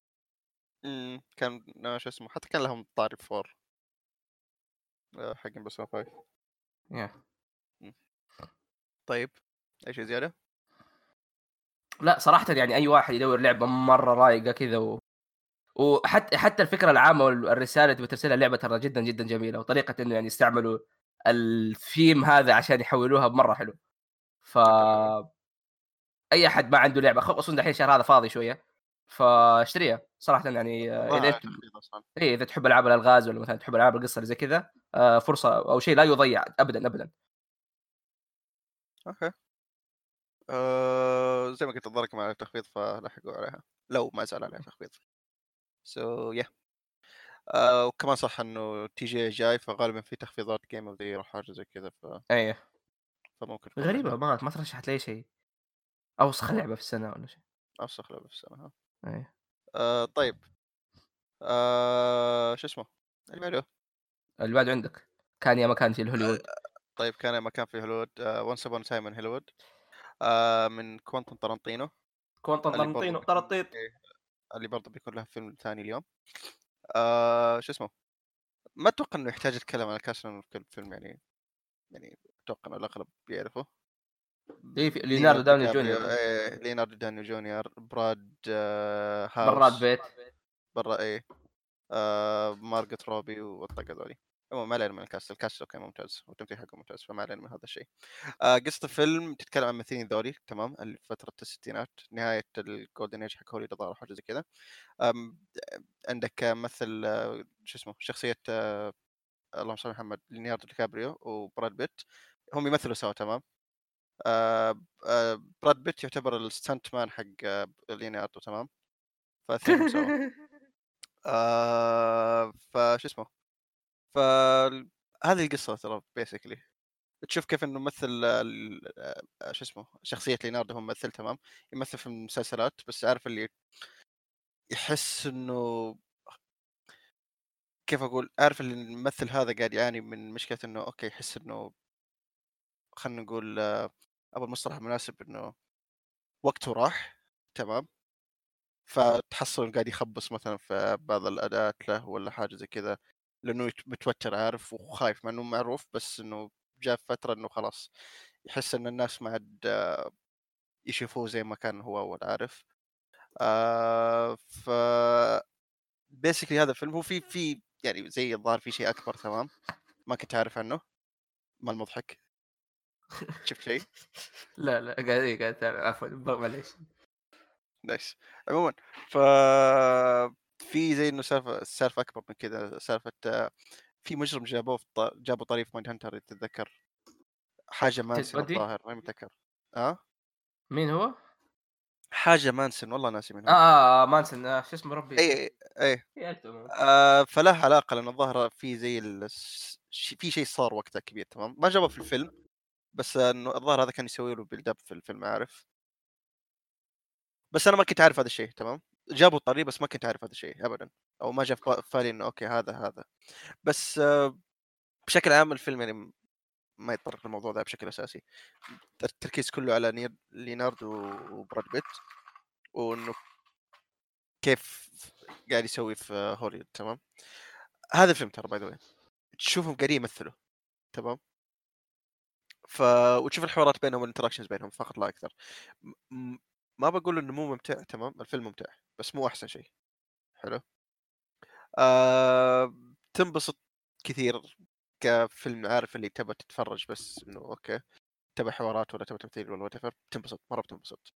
[SPEAKER 2] كان شو اسمه حتى كان لهم طاري فور حق بس 5.
[SPEAKER 1] يا
[SPEAKER 2] مم. طيب اي شيء زياده؟
[SPEAKER 1] لا صراحه يعني اي واحد يدور لعبه مره رايقه كذا وحتى الفكره العامه والرساله اللي بترسلها اللعبه ترى جدا جدا جميله، وطريقه انه يعني استعملوا الثيم هذا عشان يحولوها بمره حلو. ف
[SPEAKER 2] جدا حلو.
[SPEAKER 1] اي احد ما عنده لعبه، خصوصا دحين الشهر هذا فاضي شويه، فاشتريها صراحه يعني.
[SPEAKER 2] الظاهر
[SPEAKER 1] اذا
[SPEAKER 2] على تخفيض اصلا.
[SPEAKER 1] اذا تحب العاب الالغاز، ولا مثلا تحب العاب القصه اللي زي كذا، فرصه او شيء لا يضيع ابدا ابدا.
[SPEAKER 2] اوكي. زي ما قلت الظاهر كمان على تخفيض فلحقوا عليها لو ما زال عليها تخفيض. سو يا وكمان صح انه تي جي جاي فغالبا في تخفيضات جيم اوف ذا يير وحاجه زي كذا
[SPEAKER 1] ايه
[SPEAKER 2] فممكن يكون
[SPEAKER 1] غريبه،
[SPEAKER 2] منها.
[SPEAKER 1] ما ترشحت لي شيء اوسخ لعبه في السنه ولا شيء.
[SPEAKER 2] اوسخ لعبه في السنه ها.
[SPEAKER 1] ايه
[SPEAKER 2] طيب. شو اسمه اللي بعده؟
[SPEAKER 1] اللي بعد عندك كان يا مكان في
[SPEAKER 2] آه،
[SPEAKER 1] الهوليوود.
[SPEAKER 2] طيب كان مكان في هوليوود وانس ابون تايم ان هوليوود من كوانتن تارانتينو.
[SPEAKER 1] كوانتم
[SPEAKER 2] اللي برضه
[SPEAKER 1] طرنطينو
[SPEAKER 2] بيكون
[SPEAKER 1] طرطيط.
[SPEAKER 2] اللي برضه بيكون له فيلم ثاني اليوم. شو اسمه ما اتوقع انه يحتاج يتكلم عن كاسل في الفيلم يعني اتوقع انه الاغلب بيعرفه.
[SPEAKER 1] ايه في ليوناردو
[SPEAKER 2] ليوناردو دي
[SPEAKER 1] داوني
[SPEAKER 2] كابريو
[SPEAKER 1] جونيور.
[SPEAKER 2] ليوناردو دانيو جونيور براد
[SPEAKER 1] براد
[SPEAKER 2] هاوس.
[SPEAKER 1] بيت.
[SPEAKER 2] برا ايه. مارجت روبي والطاقة ذولي. عموما ما علينا من الكاست اوكي ممتاز والتمثيل حقه ممتاز فما علينا من هذا الشيء. قصة الفيلم تتكلم عن ممثلين ذولي تمام اللي في فترة الستينات نهاية الجولدن ايج حق هوليوود الظاهر حاجة زي كذا. آم، عندك ممثل شو اسمه شخصية اللهم صل على محمد ليوناردو دي كابريو وبراد بيت هم يمثلوا سوا تمام. براد بيت يعتبر الستانت مان حق ليوناردو تمام فاثنينهم سوا. فشو اسمه فهذه القصة ترى بيسكلي تشوف كيف انه ممثل شو اسمه شخصية ليوناردو هو ممثل تمام يمثل في المسلسلات بس عارف اللي يحس انه كيف اقول عارف اللي الممثل هذا قاعد يعاني من مشكلة انه اوكي يحس انه خلينا نقول ابو المصطلح المناسب انه وقته راح تمام فتحصل قاعد يخبص مثلا في بعض الاداءات له ولا حاجة زي كذا لانه متوتر عارف وخايف مع انه معروف بس انه جاء فترة انه خلاص يحس ان الناس ما عاد يشوفوه زي ما كان هو اول عارف. ف بيسكلي هذا الفيلم هو في يعني زي الظاهر في شيء اكبر تمام ما كنت عارف عنه ما المضحك شفت شيء
[SPEAKER 1] لا قاعد عفوا معليش.
[SPEAKER 2] نايس. عموما ف في زي انه سالفه اكبر من كذا، سالفه في مجرم جابوا طريف مايند هانتر تتذكر، حاجه مانسن
[SPEAKER 1] ودي
[SPEAKER 2] الظاهر ما متذكر. ها
[SPEAKER 1] مين هو؟
[SPEAKER 2] حاجه مانسن والله ناسي من هو.
[SPEAKER 1] مانسون، شو اسمه ربي؟
[SPEAKER 2] اي اي
[SPEAKER 1] عرفته.
[SPEAKER 2] فله علاقه لان الظاهر في زي في شيء صار وقتها كبير تمام، ما جابه في الفيلم بس انه الظاهر هذا كان يسوي له بيلد اب في الفيلم عارف. بس انا ما كنت عارف هذا الشيء تمام، جابوا الطريق بس ما كنت عارف هذا الشيء ابدا، او ما جاء في بالي انه اوكي هذا بس بشكل عام الفيلم يعني ما يتطرق للموضوع ذا بشكل اساسي، التركيز كله على ليوناردو وبراد بيت، وانه كيف قاعد يسوي في هوليوود تمام. هذا الفيلم ترى باي ذا تشوفهم قاعدين يمثلوا تمام، وتشوف الحوارات بينهم والانتراكشنز بينهم فقط لا اكثر. م... ما بقول انه مو ممتع تمام، الفيلم ممتع بس مو احسن شيء. حلو. تنبسط كثير كفيلم عارف اللي تبى تتفرج بس انه اوكي تبى حوارات ولا تبى تمثيل ولا whatever، بتنبسط مره بتنبسط.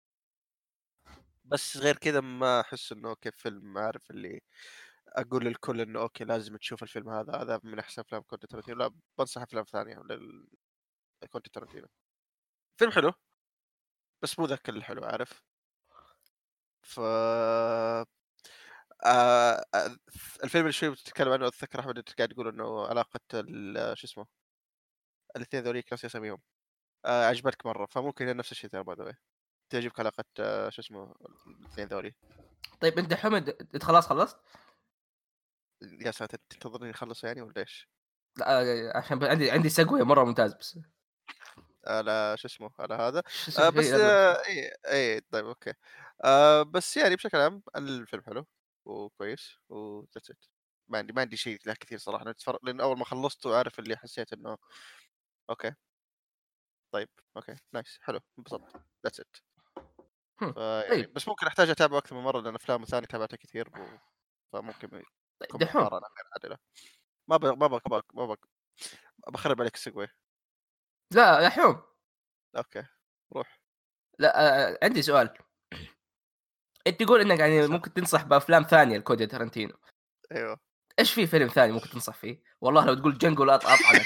[SPEAKER 2] بس غير كذا ما احس انه اوكي فيلم عارف اللي اقول للكل انه اوكي لازم تشوف الفيلم هذا من احسن افلام كوينتين تارانتينو. لا بنصح افلام ثانيه لكوينتين تارانتينو. فيلم حلو بس مو ذاك الحلو عارف. ف الفيلم اللي شوي بتتكلم عنه اتذكر احمد انت قاعد تقول انه علاقه شو اسمه الاثنين ذوليك ناس اساميهم عجبتك مره، فممكن نفس الشيء ترى باي تعجبك علاقه شو اسمه الاثنين ذولي.
[SPEAKER 1] طيب انت حمد انت خلاص خلصت؟
[SPEAKER 2] يا ساتر تنتظرني اخلص يعني ولا ايش؟
[SPEAKER 1] لا عشان عندي سقوي مره ممتاز بس.
[SPEAKER 2] على شو اسمه على هذا
[SPEAKER 1] شو اسمه
[SPEAKER 2] بس
[SPEAKER 1] لازم.
[SPEAKER 2] اي طيب اوكي. بس يعني بشكل عام الفيلم حلو وكويس وذاتس ات. ما عندي شيء له كثير صراحه نتفرج، لان اول ما خلصته عارف اللي حسيت انه اوكي طيب اوكي نايس حلو انبسطت ذاتس ات. فيعني
[SPEAKER 1] طيب
[SPEAKER 2] بس ممكن احتاج اتابعه اكثر من مره لان افلام ثانيه تابعتها كثير فممكن
[SPEAKER 1] طيب
[SPEAKER 2] يكون
[SPEAKER 1] دحوم.
[SPEAKER 2] مقارنه غير عادله. ما بخرب عليك السقوي.
[SPEAKER 1] لا دحوم.
[SPEAKER 2] اوكي روح.
[SPEAKER 1] لا عندي سؤال. انت تقول انك يعني
[SPEAKER 2] اسأل.
[SPEAKER 1] ممكن تنصح بافلام ثانيه لكودي تارنتينو.
[SPEAKER 2] ايوه
[SPEAKER 1] ايش في فيلم ثاني ممكن تنصح فيه؟ والله لو تقول جنجو لا اطعنك.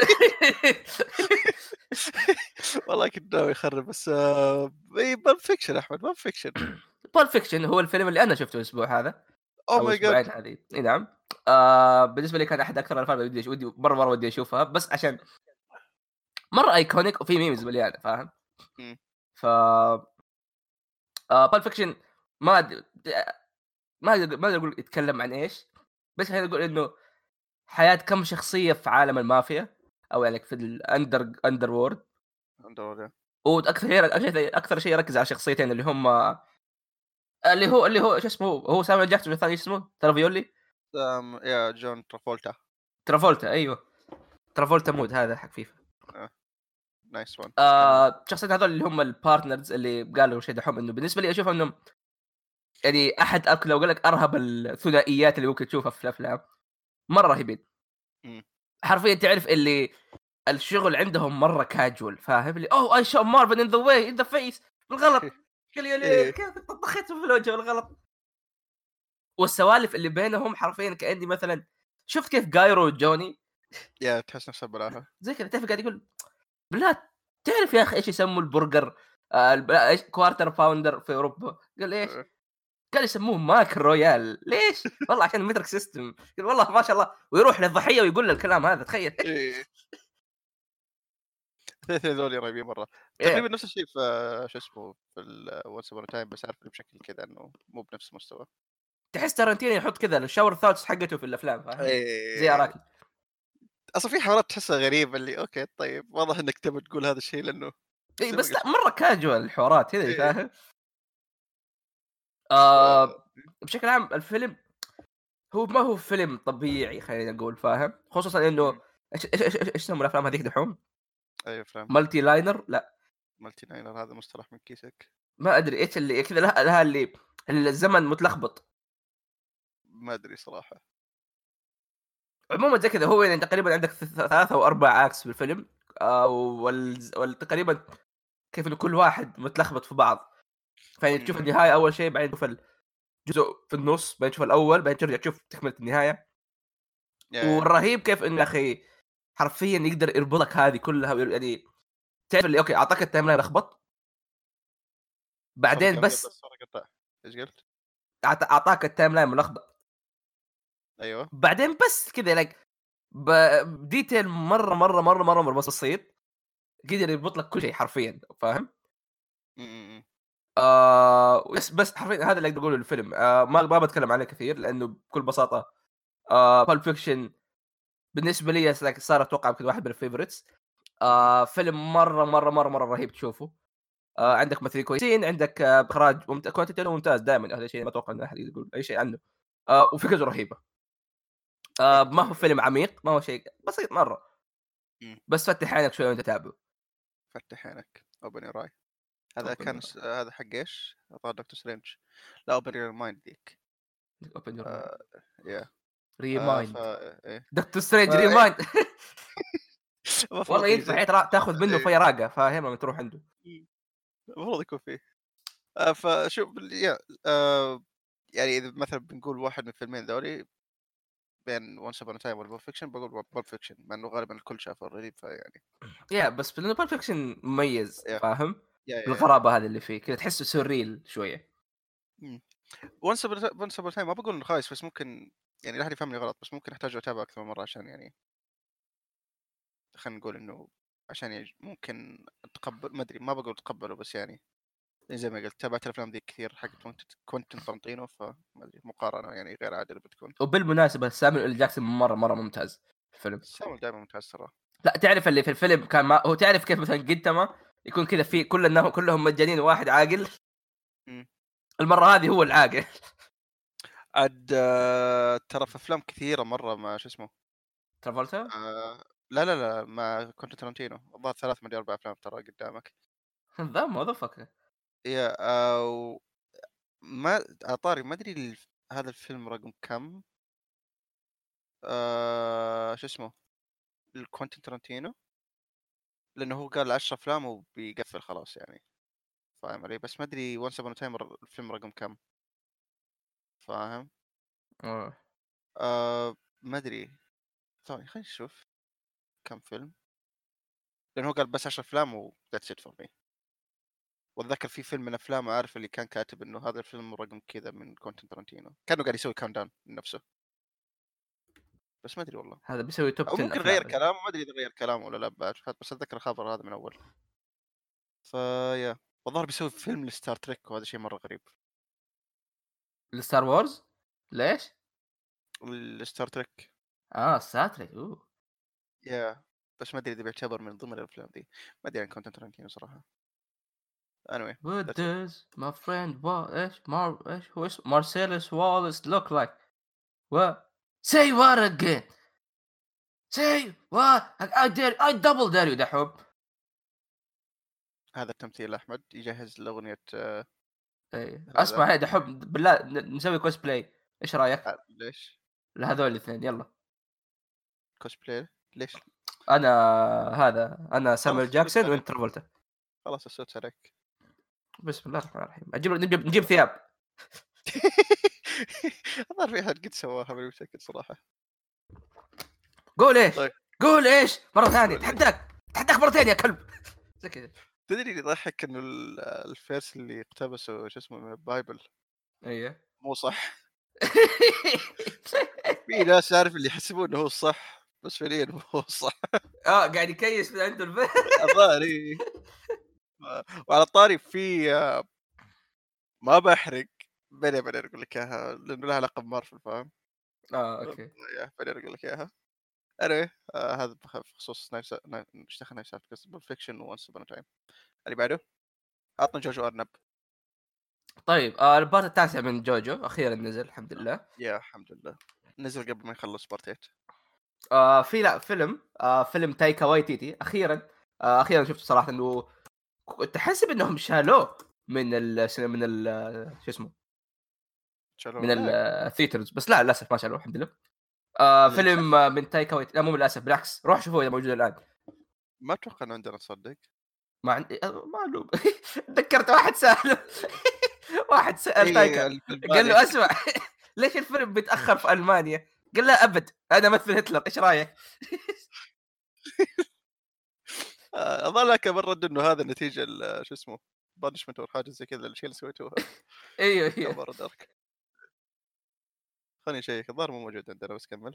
[SPEAKER 2] والله كنت ناوي اخرب بس اي باب فيكشن احمد باب فيكشن.
[SPEAKER 1] بول فيكشن هو الفيلم اللي انا شفته الاسبوع هذا
[SPEAKER 2] او
[SPEAKER 1] او
[SPEAKER 2] ماي جاد.
[SPEAKER 1] اسبوعين هذه، اي نعم. بالنسبه لي كان احد اكثر الافلام اللي ودي مره ودي اشوفها، بس عشان مره ايكونيك وفي ميمز مليانه فاهم. ف بول فيكشن ما أد- ما أقدر اقول يتكلم عن ايش، بس خلينا نقول انه حياه كم شخصيه في عالم المافيا او يعني في الاندر وورد. اكثر شيء يركز على شخصيتين اللي هم اللي هو شو اسمه، هو سامويل جاكسون، الثاني اسمه ترافيولي.
[SPEAKER 2] يا جون ترافولتا.
[SPEAKER 1] ترافولتا ايوه، ترافولتا مود هذا حق فيفا.
[SPEAKER 2] نايس وان كمل.
[SPEAKER 1] شخصيات هذول اللي هم البارتنرز اللي قالوا شيء دحوم انه بالنسبه لي اشوف انهم يعني لو قال لك ارهب الثنائيات اللي ممكن تشوفها في الافلام، مره رهيبين. حرفيا تعرف اللي الشغل عندهم مره كاجوال فاهم، اللي اوه اي شو مارفن ان ذا واي ان ذا فيس بالغلط، قال يا ليل كيف طخيته في الوجه بالغلط. والسوالف اللي بينهم حرفيا كاني مثلا شفت كيف جايرو وجوني
[SPEAKER 2] يا تحس نفسك بلاها
[SPEAKER 1] زي كذا، تعرف قاعد يقول بلا تعرف يا اخي ايش يسموا البرجر كوارتر باوندر في اوروبا؟ قال ايش؟ قال يسموه ماك رويال. ليش؟ والله عشان المترك سيستم. قال والله ما شاء الله، ويروح للضحيه ويقول له الكلام هذا تخيل.
[SPEAKER 2] هذول رهيبين مره. تقريبا نفس الشيء في شو اسمه في وانس ابون تايم، بس عارف بشكل كذا انه مو بنفس المستوى.
[SPEAKER 1] تحس تارنتينو يحط كذا الشاور ثوتس حقته في الافلام فاهم، زي اراكي.
[SPEAKER 2] اصلا في حوارات تحسها غريبه اللي اوكي طيب واضح انك تبي تقول هذا الشيء لانه
[SPEAKER 1] اي بس لا مره كاجوال الحوارات كذا فاهم.
[SPEAKER 2] ف...
[SPEAKER 1] بشكل عام الفيلم هو ما هو فيلم طبيعي خلينا نقول فاهم، خصوصا انه ايش اسمه الافلام هذيك دحوم؟
[SPEAKER 2] اي افلام
[SPEAKER 1] مالتي لاينر؟ لا
[SPEAKER 2] مالتي نايلر هذا مصطلح من كيسك.
[SPEAKER 1] ما ادري ايش اللي كذا لها اللي الزمن متلخبط.
[SPEAKER 2] ما ادري صراحه.
[SPEAKER 1] عموما زي كذا هو يعني تقريبا عندك 3 أو 4 اكس بالفيلم والتقريبا كيف انه كل واحد متلخبط في بعض. فيعني تشوف النهايه اول شيء، بعدين تشوف الجزء في النص، بعدين تشوف الاول، بعدين ترجع تشوف تكمله النهايه. والرهيب كيف انه يا اخي حرفيا يقدر يربطك هذه كلها يعني. تعرف اللي اوكي اعطاك التايم لاين لخبط، بعدين بس
[SPEAKER 2] ايش قلت؟
[SPEAKER 1] اعطاك التايم لاين ملخبط،
[SPEAKER 2] ايوه
[SPEAKER 1] بعدين بس كذا لك بديتيل مره بسيط قدر يربط لك كل شيء حرفيا، فاهم؟ بس حرفيا هذا اللي اقدر اقوله للفيلم. ما بتكلم عليه كثير لانه بكل بساطه بالب فيكشن بالنسبه لي صار اتوقع يمكن واحد من الفيفورتس. فيلم مره رهيب تشوفه. عندك ممثلين كويسين، عندك اخراج كواليتي ممتاز دائما، هذا الشيء ما اتوقع ان احد يقول اي شيء عنه. وفكرته رهيبه. ما هو فيلم عميق، ما هو شيء بسيط مره، بس فتح عينك شوي وانت تتابعه.
[SPEAKER 2] فتح عينك اوبن يور اي. هذا كان هذا حق ايش؟ طار دكتور سترينج. لا اوبن يور مايند ذيك.
[SPEAKER 1] اوبن يور
[SPEAKER 2] يا
[SPEAKER 1] ريمايند.
[SPEAKER 2] إيه.
[SPEAKER 1] دكتور سترينج ريمايند. والله
[SPEAKER 2] المفروض
[SPEAKER 1] ينفع تاخذ منه
[SPEAKER 2] إيه.
[SPEAKER 1] في راقه، فاهم؟ لما تروح عنده
[SPEAKER 2] المفروض يكون فيه. فشوف يعني اذا مثلا بنقول واحد من الفيلمين ذولي بين وانس ابون تايم والبول فيكشن، بقول بول فيكشن مع انه غالبا الكل شافه اوريدي، فيعني
[SPEAKER 1] بس لانه بيرفكشن مميز،
[SPEAKER 2] يا
[SPEAKER 1] فاهم؟
[SPEAKER 2] يا
[SPEAKER 1] بالغرابه هذه اللي فيه كذا تحسه سوريل شويه.
[SPEAKER 2] وانس ابون تايم ما بقول انه خايس، بس ممكن يعني لا احد يفهمني غلط، بس ممكن احتاج اتابعه اكثر من مره عشان يعني خلينا نقول انه عشان يعني ممكن اتقبل، ما ادري ما بقول اتقبله، بس يعني زي ما قلت تابعت الافلام ذيك كثير حق كوينتين ترنتينو، فما ادري مقارنه يعني غير عادله بتكون.
[SPEAKER 1] وبالمناسبه سامويل إل جاكسون مره ممتاز في الفيلم.
[SPEAKER 2] سامويل دائما ممتاز ترى.
[SPEAKER 1] لا تعرف اللي في الفيلم كان ما هو، تعرف كيف مثلا جنتما يكون كذا في كلهم مجانين وواحد عاقل. المره هذه هو العاقل.
[SPEAKER 2] عاد ترى في افلام كثيره مره ما شو اسمه
[SPEAKER 1] ترافولتا.
[SPEAKER 2] لا ما كنت ترنتينو الظاهر 3 مليار 4 افلام ترى قدامك.
[SPEAKER 1] ذا ماذر فكر.
[SPEAKER 2] يا ما طاري ما ادري هذا الفيلم رقم كم. شو اسمه الكوينتين ترنتينو، لانه هو قال 10 افلام وبيقفل خلاص يعني، فاهم علي؟ بس ما ادري وانس ابون تايم الفيلم رقم كم، فاهم؟ ما ادري. ثاني خلينا نشوف كم فيلم، لانه هو قال بس 10 افلام و that's it for me. واتذكر في فيلم من افلامه عارف اللي كان كاتب انه هذا الفيلم رقم كذا من كوينتين ترنتينو، كانه قاعد يسوي كاونت داون لنفسه، بس ما ادري والله.
[SPEAKER 1] هذا بيسوي توب
[SPEAKER 2] او
[SPEAKER 1] 10
[SPEAKER 2] ممكن
[SPEAKER 1] افلام.
[SPEAKER 2] غير كلامه، ما ادري اذا غير كلامه ولا لا بعد، بس اتذكر الخبر هذا من اول. فيا والظاهر بيسوي فيلم لستار تريك، وهذا شيء مره غريب.
[SPEAKER 1] الستار وورز ليش؟
[SPEAKER 2] الستار تريك
[SPEAKER 1] ساتري
[SPEAKER 2] يا بس ما ادري اذا بيعتبر من ضمن الافلام دي، ما ادري عن كوينتين ترنتينو صراحه. anyway
[SPEAKER 1] What
[SPEAKER 2] that's it.
[SPEAKER 1] does my friend ايش هو اسمه مارسيلوس واليس look like what say what again say what I double dare you دحوم.
[SPEAKER 2] هذا التمثيل احمد يجهز لاغنيه
[SPEAKER 1] ايه
[SPEAKER 2] هذا.
[SPEAKER 1] اسمع، هيدا حب بالله نسوي كوسبلاي، ايش رايك
[SPEAKER 2] ليش
[SPEAKER 1] لهذول الاثنين؟ يلا
[SPEAKER 2] كوسبلاي ليش؟
[SPEAKER 1] انا انا
[SPEAKER 2] خلاص
[SPEAKER 1] سامويل
[SPEAKER 2] السوت
[SPEAKER 1] جاكسون
[SPEAKER 2] عليك،
[SPEAKER 1] وانت ترافولتا.
[SPEAKER 2] خلاص السوت عليك.
[SPEAKER 1] بسم الله الرحمن الرحيم. نجيب ثياب.
[SPEAKER 2] الظاهر في احد قد سواها ماني متاكد صراحه.
[SPEAKER 1] قول ايش
[SPEAKER 2] طيب
[SPEAKER 1] قول ايش مره ثانيه، تحداك مرتين يا كلب زي كذا.
[SPEAKER 2] تدري اللي يضحك انه الفيرس اللي اقتبسه شو اسمه من البايبل
[SPEAKER 1] ايه
[SPEAKER 2] مو صح. في ناس عارف اللي يحسبون انه هو الصح، بس فعليا مو هو الصح.
[SPEAKER 1] قاعد يكيس من عنده الفيلم.
[SPEAKER 2] الظاهر وعلى الطاري في ما بحرق، بعدين اقول لك اياها لانه لها علاقه بمارفل، فاهم؟
[SPEAKER 1] اوكي.
[SPEAKER 2] بعدين اقول لك اياها. anyway هذا بخصوص نايف ايش دخل نايف بول فيكشن وانس ابون تايم. اللي بعده عطنا جوجو ارنب.
[SPEAKER 1] طيب البارت التاسع من جوجو اخيرا نزل الحمد لله.
[SPEAKER 2] يا الحمد لله نزل قبل ما يخلص بارتيت.
[SPEAKER 1] في لا فيلم فيلم تايكا وايتيتي اخيرا. اخيرا شفت صراحه انه كنت احسب انهم شالوه من من شو اسمه من
[SPEAKER 2] لا
[SPEAKER 1] الثيترز، بس لا للاسف ما شالوه الحمد لله. فيلم من تايكا ويتيتي. لا مو للاسف، بالعكس روح شوفوه اذا موجود الان.
[SPEAKER 2] ما اتوقع انه عندنا تصدق.
[SPEAKER 1] ما عندي معلوم. تذكرت واحد سأل واحد سأل
[SPEAKER 2] اي
[SPEAKER 1] تايكا قال
[SPEAKER 2] الالماني.
[SPEAKER 1] له اسمع ليش الفيلم بيتأخر في ألمانيا؟ قال له أبد أنا أمثل هتلر، إيش رأيك؟
[SPEAKER 2] اظن لك مره انه هذا نتيجه شو اسمه بانشمنت او حاجه زي كذا الشيء اللي سويتوها
[SPEAKER 1] أيوه أيوه.
[SPEAKER 2] كبر دارك. خليني شيك الظاهر مو موجود عندنا بس كمل.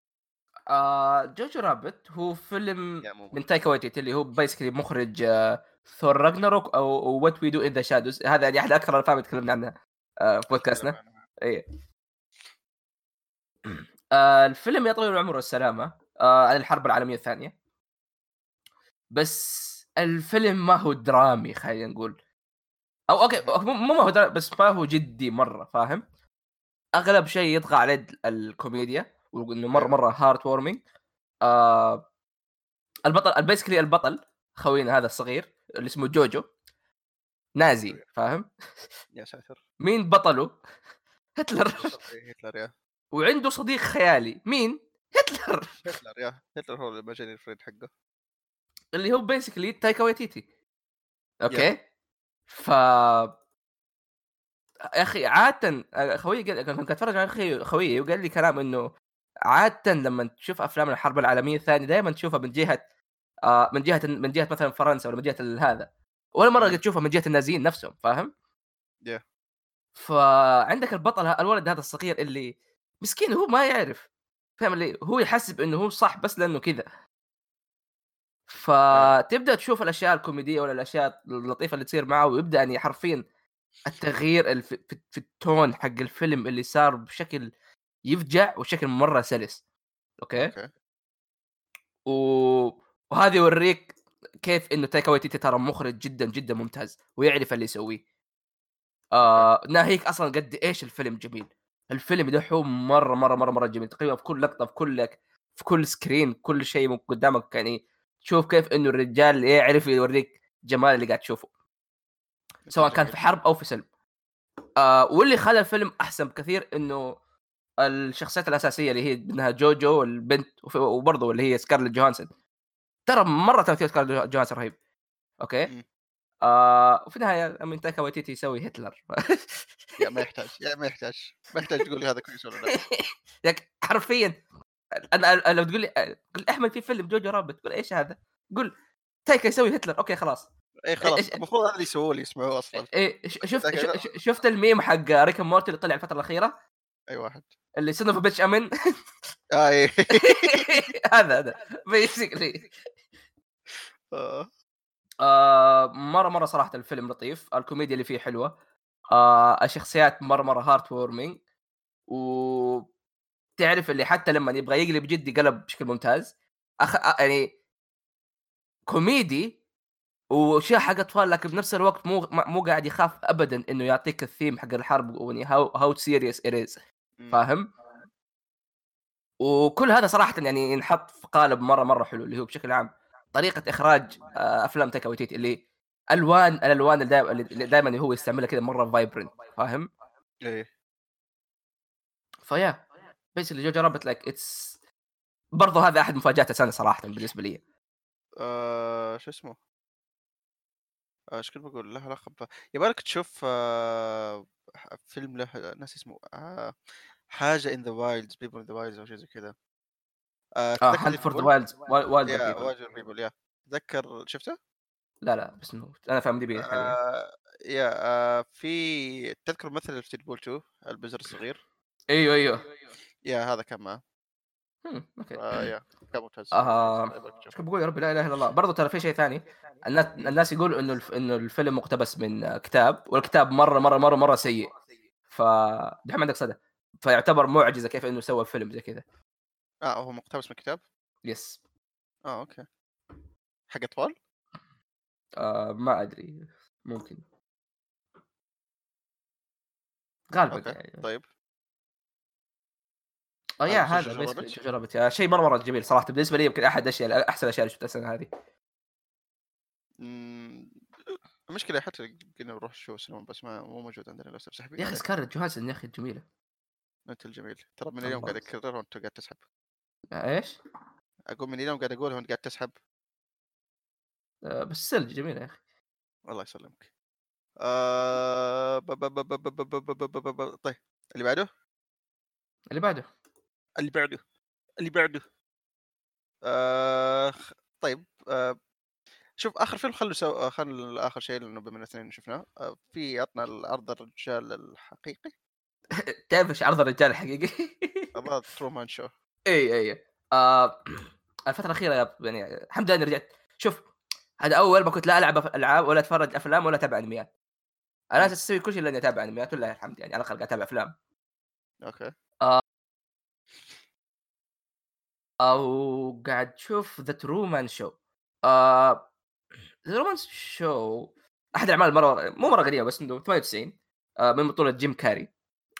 [SPEAKER 1] جوجو رابت هو فيلم
[SPEAKER 2] يا مو
[SPEAKER 1] من
[SPEAKER 2] موجود.
[SPEAKER 1] تايكا ويتيتي اللي هو بيسكلي مخرج ثور راجناروك أو وات وي دو إن ذا شادوز. هذا يعني أحد أكثر الأفلام اللي تكلمنا عنها في
[SPEAKER 2] نتكلم
[SPEAKER 1] بودكاستنا.
[SPEAKER 2] عنها.
[SPEAKER 1] أي. الفيلم يا طويل العمر والسلامة عن الحرب العالمية الثانية، بس الفيلم ما هو درامي خلينا نقول، او اوكي مو ما هو بس ما هو جدي مره، فاهم؟ اغلب شيء يطغى عليه الكوميديا، وانه مره
[SPEAKER 2] ايوه.
[SPEAKER 1] مره هارت وورمينج. آه البطل البيسكلي البطل خوينا هذا الصغير اللي اسمه جوجو نازي، فاهم؟
[SPEAKER 2] يا ساتر.
[SPEAKER 1] مين بطله؟ هتلر.
[SPEAKER 2] هتلر يا
[SPEAKER 1] وعنده صديق خيالي مين؟ هتلر.
[SPEAKER 2] هتلر هو المجاني الفريد حقه.
[SPEAKER 1] اللي هو بيسكلي تايكا ويتيتي.
[SPEAKER 2] يا
[SPEAKER 1] اوكي. ف يا اخي عاده خويي كنت اتفرج على خويي وقال لي كلام انه عاده لما تشوف افلام الحرب العالميه الثانيه دائما تشوفها من جهه من جهه مثلا فرنسا ولا من جهه هذا، ولا مره قد تشوفها من جهه النازيين نفسهم، فاهم؟
[SPEAKER 2] يا
[SPEAKER 1] فعندك البطل الولد هذا الصغير اللي مسكين هو ما يعرف، فاهم؟ اللي هو يحسب انه هو صح بس لانه كذا.
[SPEAKER 2] ايوه.
[SPEAKER 1] فتبدا تشوف الاشياء الكوميديه ولا الاشياء اللطيفه اللي تصير معه، ويبدا يعني حرفيا التغيير في التون حق الفيلم اللي صار بشكل يفجع وشكل مره سلس. اوكي.
[SPEAKER 2] اوكي.
[SPEAKER 1] و... وهذا يوريك كيف انه تايكا وايتيتي ترى مخرج جدا جدا ممتاز ويعرف اللي يسويه.
[SPEAKER 2] اوكي.
[SPEAKER 1] ناهيك اصلا قد ايش الفيلم جميل. الفيلم ده هو مره مره مره مره جميل، تقريبا في كل لقطه في كل سكرين كل شيء قدامك، يعني تشوف كيف انه الرجال يعرف يوريك جمال اللي قاعد تشوفه، سواء كان
[SPEAKER 2] جميل.
[SPEAKER 1] في حرب او في سلم. واللي خلى الفيلم احسن بكثير انه الشخصيات الاساسيه اللي هي منها جوجو والبنت وبرضه اللي هي سكارلت جوهانسون، ترى مره تمثيل سكارلت جوهانسون رهيب. اوكي.
[SPEAKER 2] مم.
[SPEAKER 1] وفي النهايه من تايكا وايتيتي يسوي هتلر.
[SPEAKER 2] يا ما يحتاج ما يحتاج تقول لي هذا كويس ولا لا.
[SPEAKER 1] لك حرفيا انا لو تقول لي قل احمد في فيلم جوجو رابت، تقول ايش هذا؟ قل تايكا يسوي هتلر، اوكي خلاص.
[SPEAKER 2] اي
[SPEAKER 1] ايش
[SPEAKER 2] خلاص المفروض هذا اللي يسووه لي يسمعوه اصلا.
[SPEAKER 1] شفت الميم حق ريك مورتي اللي طلع الفتره الاخيره
[SPEAKER 2] اي واحد.
[SPEAKER 1] اللي سنه في بيتش امن؟
[SPEAKER 2] اي.
[SPEAKER 1] هذا بيسكلي.
[SPEAKER 2] آه.
[SPEAKER 1] مره صراحه الفيلم لطيف، الكوميديا اللي فيه حلوه، الشخصيات مره هارت وورمينج، وتعرف اللي حتى لما يبغى يقلب جدي قلب بشكل ممتاز. يعني كوميدي واشياء حق اطفال، لكن بنفس الوقت مو قاعد يخاف ابدا انه يعطيك الثيم حق الحرب واني هاو سيريس ات از،
[SPEAKER 2] مم.
[SPEAKER 1] فاهم؟ وكل هذا صراحه يعني ينحط في قالب مره حلو اللي هو بشكل عام طريقه اخراج افلام تايكا ويتيتي، اللي الالوان اللي دائما هو يستعملها كذا مره فايبرنت، فاهم؟
[SPEAKER 2] اي.
[SPEAKER 1] فيا بس اللي جوجو رابت لايك اتس برضه هذا احد مفاجات السنه صراحه بالنسبه لي.
[SPEAKER 2] شو اسمه ايش كنت بقول له علاقه يبالك تشوف فيلم له ناس اسمه حاجه ان ذا وايلدز بيبل ان ذا وايلدز او شيء زي كذا. تتذكر
[SPEAKER 1] هانت
[SPEAKER 2] اللي
[SPEAKER 1] فور ذا
[SPEAKER 2] بقول
[SPEAKER 1] وايلدر
[SPEAKER 2] يا
[SPEAKER 1] بيبل.
[SPEAKER 2] واجر بيبل يا تذكر شفته.
[SPEAKER 1] لا بس انه انا فاهم دي بي حاليا.
[SPEAKER 2] يا في تذكر الممثل في ديدبول 2 البزر الصغير.
[SPEAKER 1] ايوه.
[SPEAKER 2] يا هذا كان معه.
[SPEAKER 1] اوكي.
[SPEAKER 2] يا كان ممتاز كان ممتاز يبالك
[SPEAKER 1] ايش
[SPEAKER 2] تشوفه.
[SPEAKER 1] كنت بقول؟ يا رب لا اله الا الله. برضه ترى في شيء ثاني، الناس يقولوا انه الفيلم مقتبس من كتاب، والكتاب مره سيء. دحين عندك صدى، فيعتبر معجزه كيف انه سوى فيلم زي كذا.
[SPEAKER 2] هو مقتبس من كتاب.
[SPEAKER 1] يس.
[SPEAKER 2] اوكي. حق اطفال.
[SPEAKER 1] ما ادري، ممكن غالبا
[SPEAKER 2] اوكي
[SPEAKER 1] يعني.
[SPEAKER 2] طيب.
[SPEAKER 1] يا
[SPEAKER 2] نفس
[SPEAKER 1] هذا
[SPEAKER 2] جوجو
[SPEAKER 1] بيسكلي
[SPEAKER 2] رابت.
[SPEAKER 1] شيء رابط شيء مره جميل صراحه بالنسبه لي، يمكن احد احسن الاشياء اللي شفتها السنه هذه.
[SPEAKER 2] مم، المشكلة حتى قلنا نروح نشوف سينما بس ما مو موجود عندنا للأسف
[SPEAKER 1] يا
[SPEAKER 2] ساحبين
[SPEAKER 1] اخي
[SPEAKER 2] عليه.
[SPEAKER 1] سكارلت جوهانسون يا اخي جميله.
[SPEAKER 2] انت الجميل، ترى من اليوم
[SPEAKER 1] الله
[SPEAKER 2] قاعد اكررها وانت قاعد تسحب.
[SPEAKER 1] ايش؟
[SPEAKER 2] اقول من اليوم قاعد اقولها وانت قاعد تسحب.
[SPEAKER 1] بس سلج جميل يا اخي.
[SPEAKER 2] الله يسلمك. طيب اللي بعده.
[SPEAKER 1] اللي بعده.
[SPEAKER 2] اللي بعده. اللي بعده. آه... طيب شوف اخر فيلم خل اخر شيء لانه بما الاثنين شفناه في عطنا العرض الرجال الحقيقي.
[SPEAKER 1] تعرف ايش عرض الرجال الحقيقي؟
[SPEAKER 2] عرض ترومان شو.
[SPEAKER 1] اي الفتره الاخيره يعني الحمد لله اني رجعت. شوف، هذا اول ما كنت لا العب العاب ولا اتفرج افلام ولا اتابع انميات. انا اسوي كل شيء الا اني اتابع انميات، ولله الحمد يعني على الاقل قاعد اتابع افلام.
[SPEAKER 2] اوكي.
[SPEAKER 1] او قاعد تشوف ذا ترومان شو. ذا ترومان شو احد الاعمال مره مو مره قديمه بس انه 98 من بطوله جيم كاري.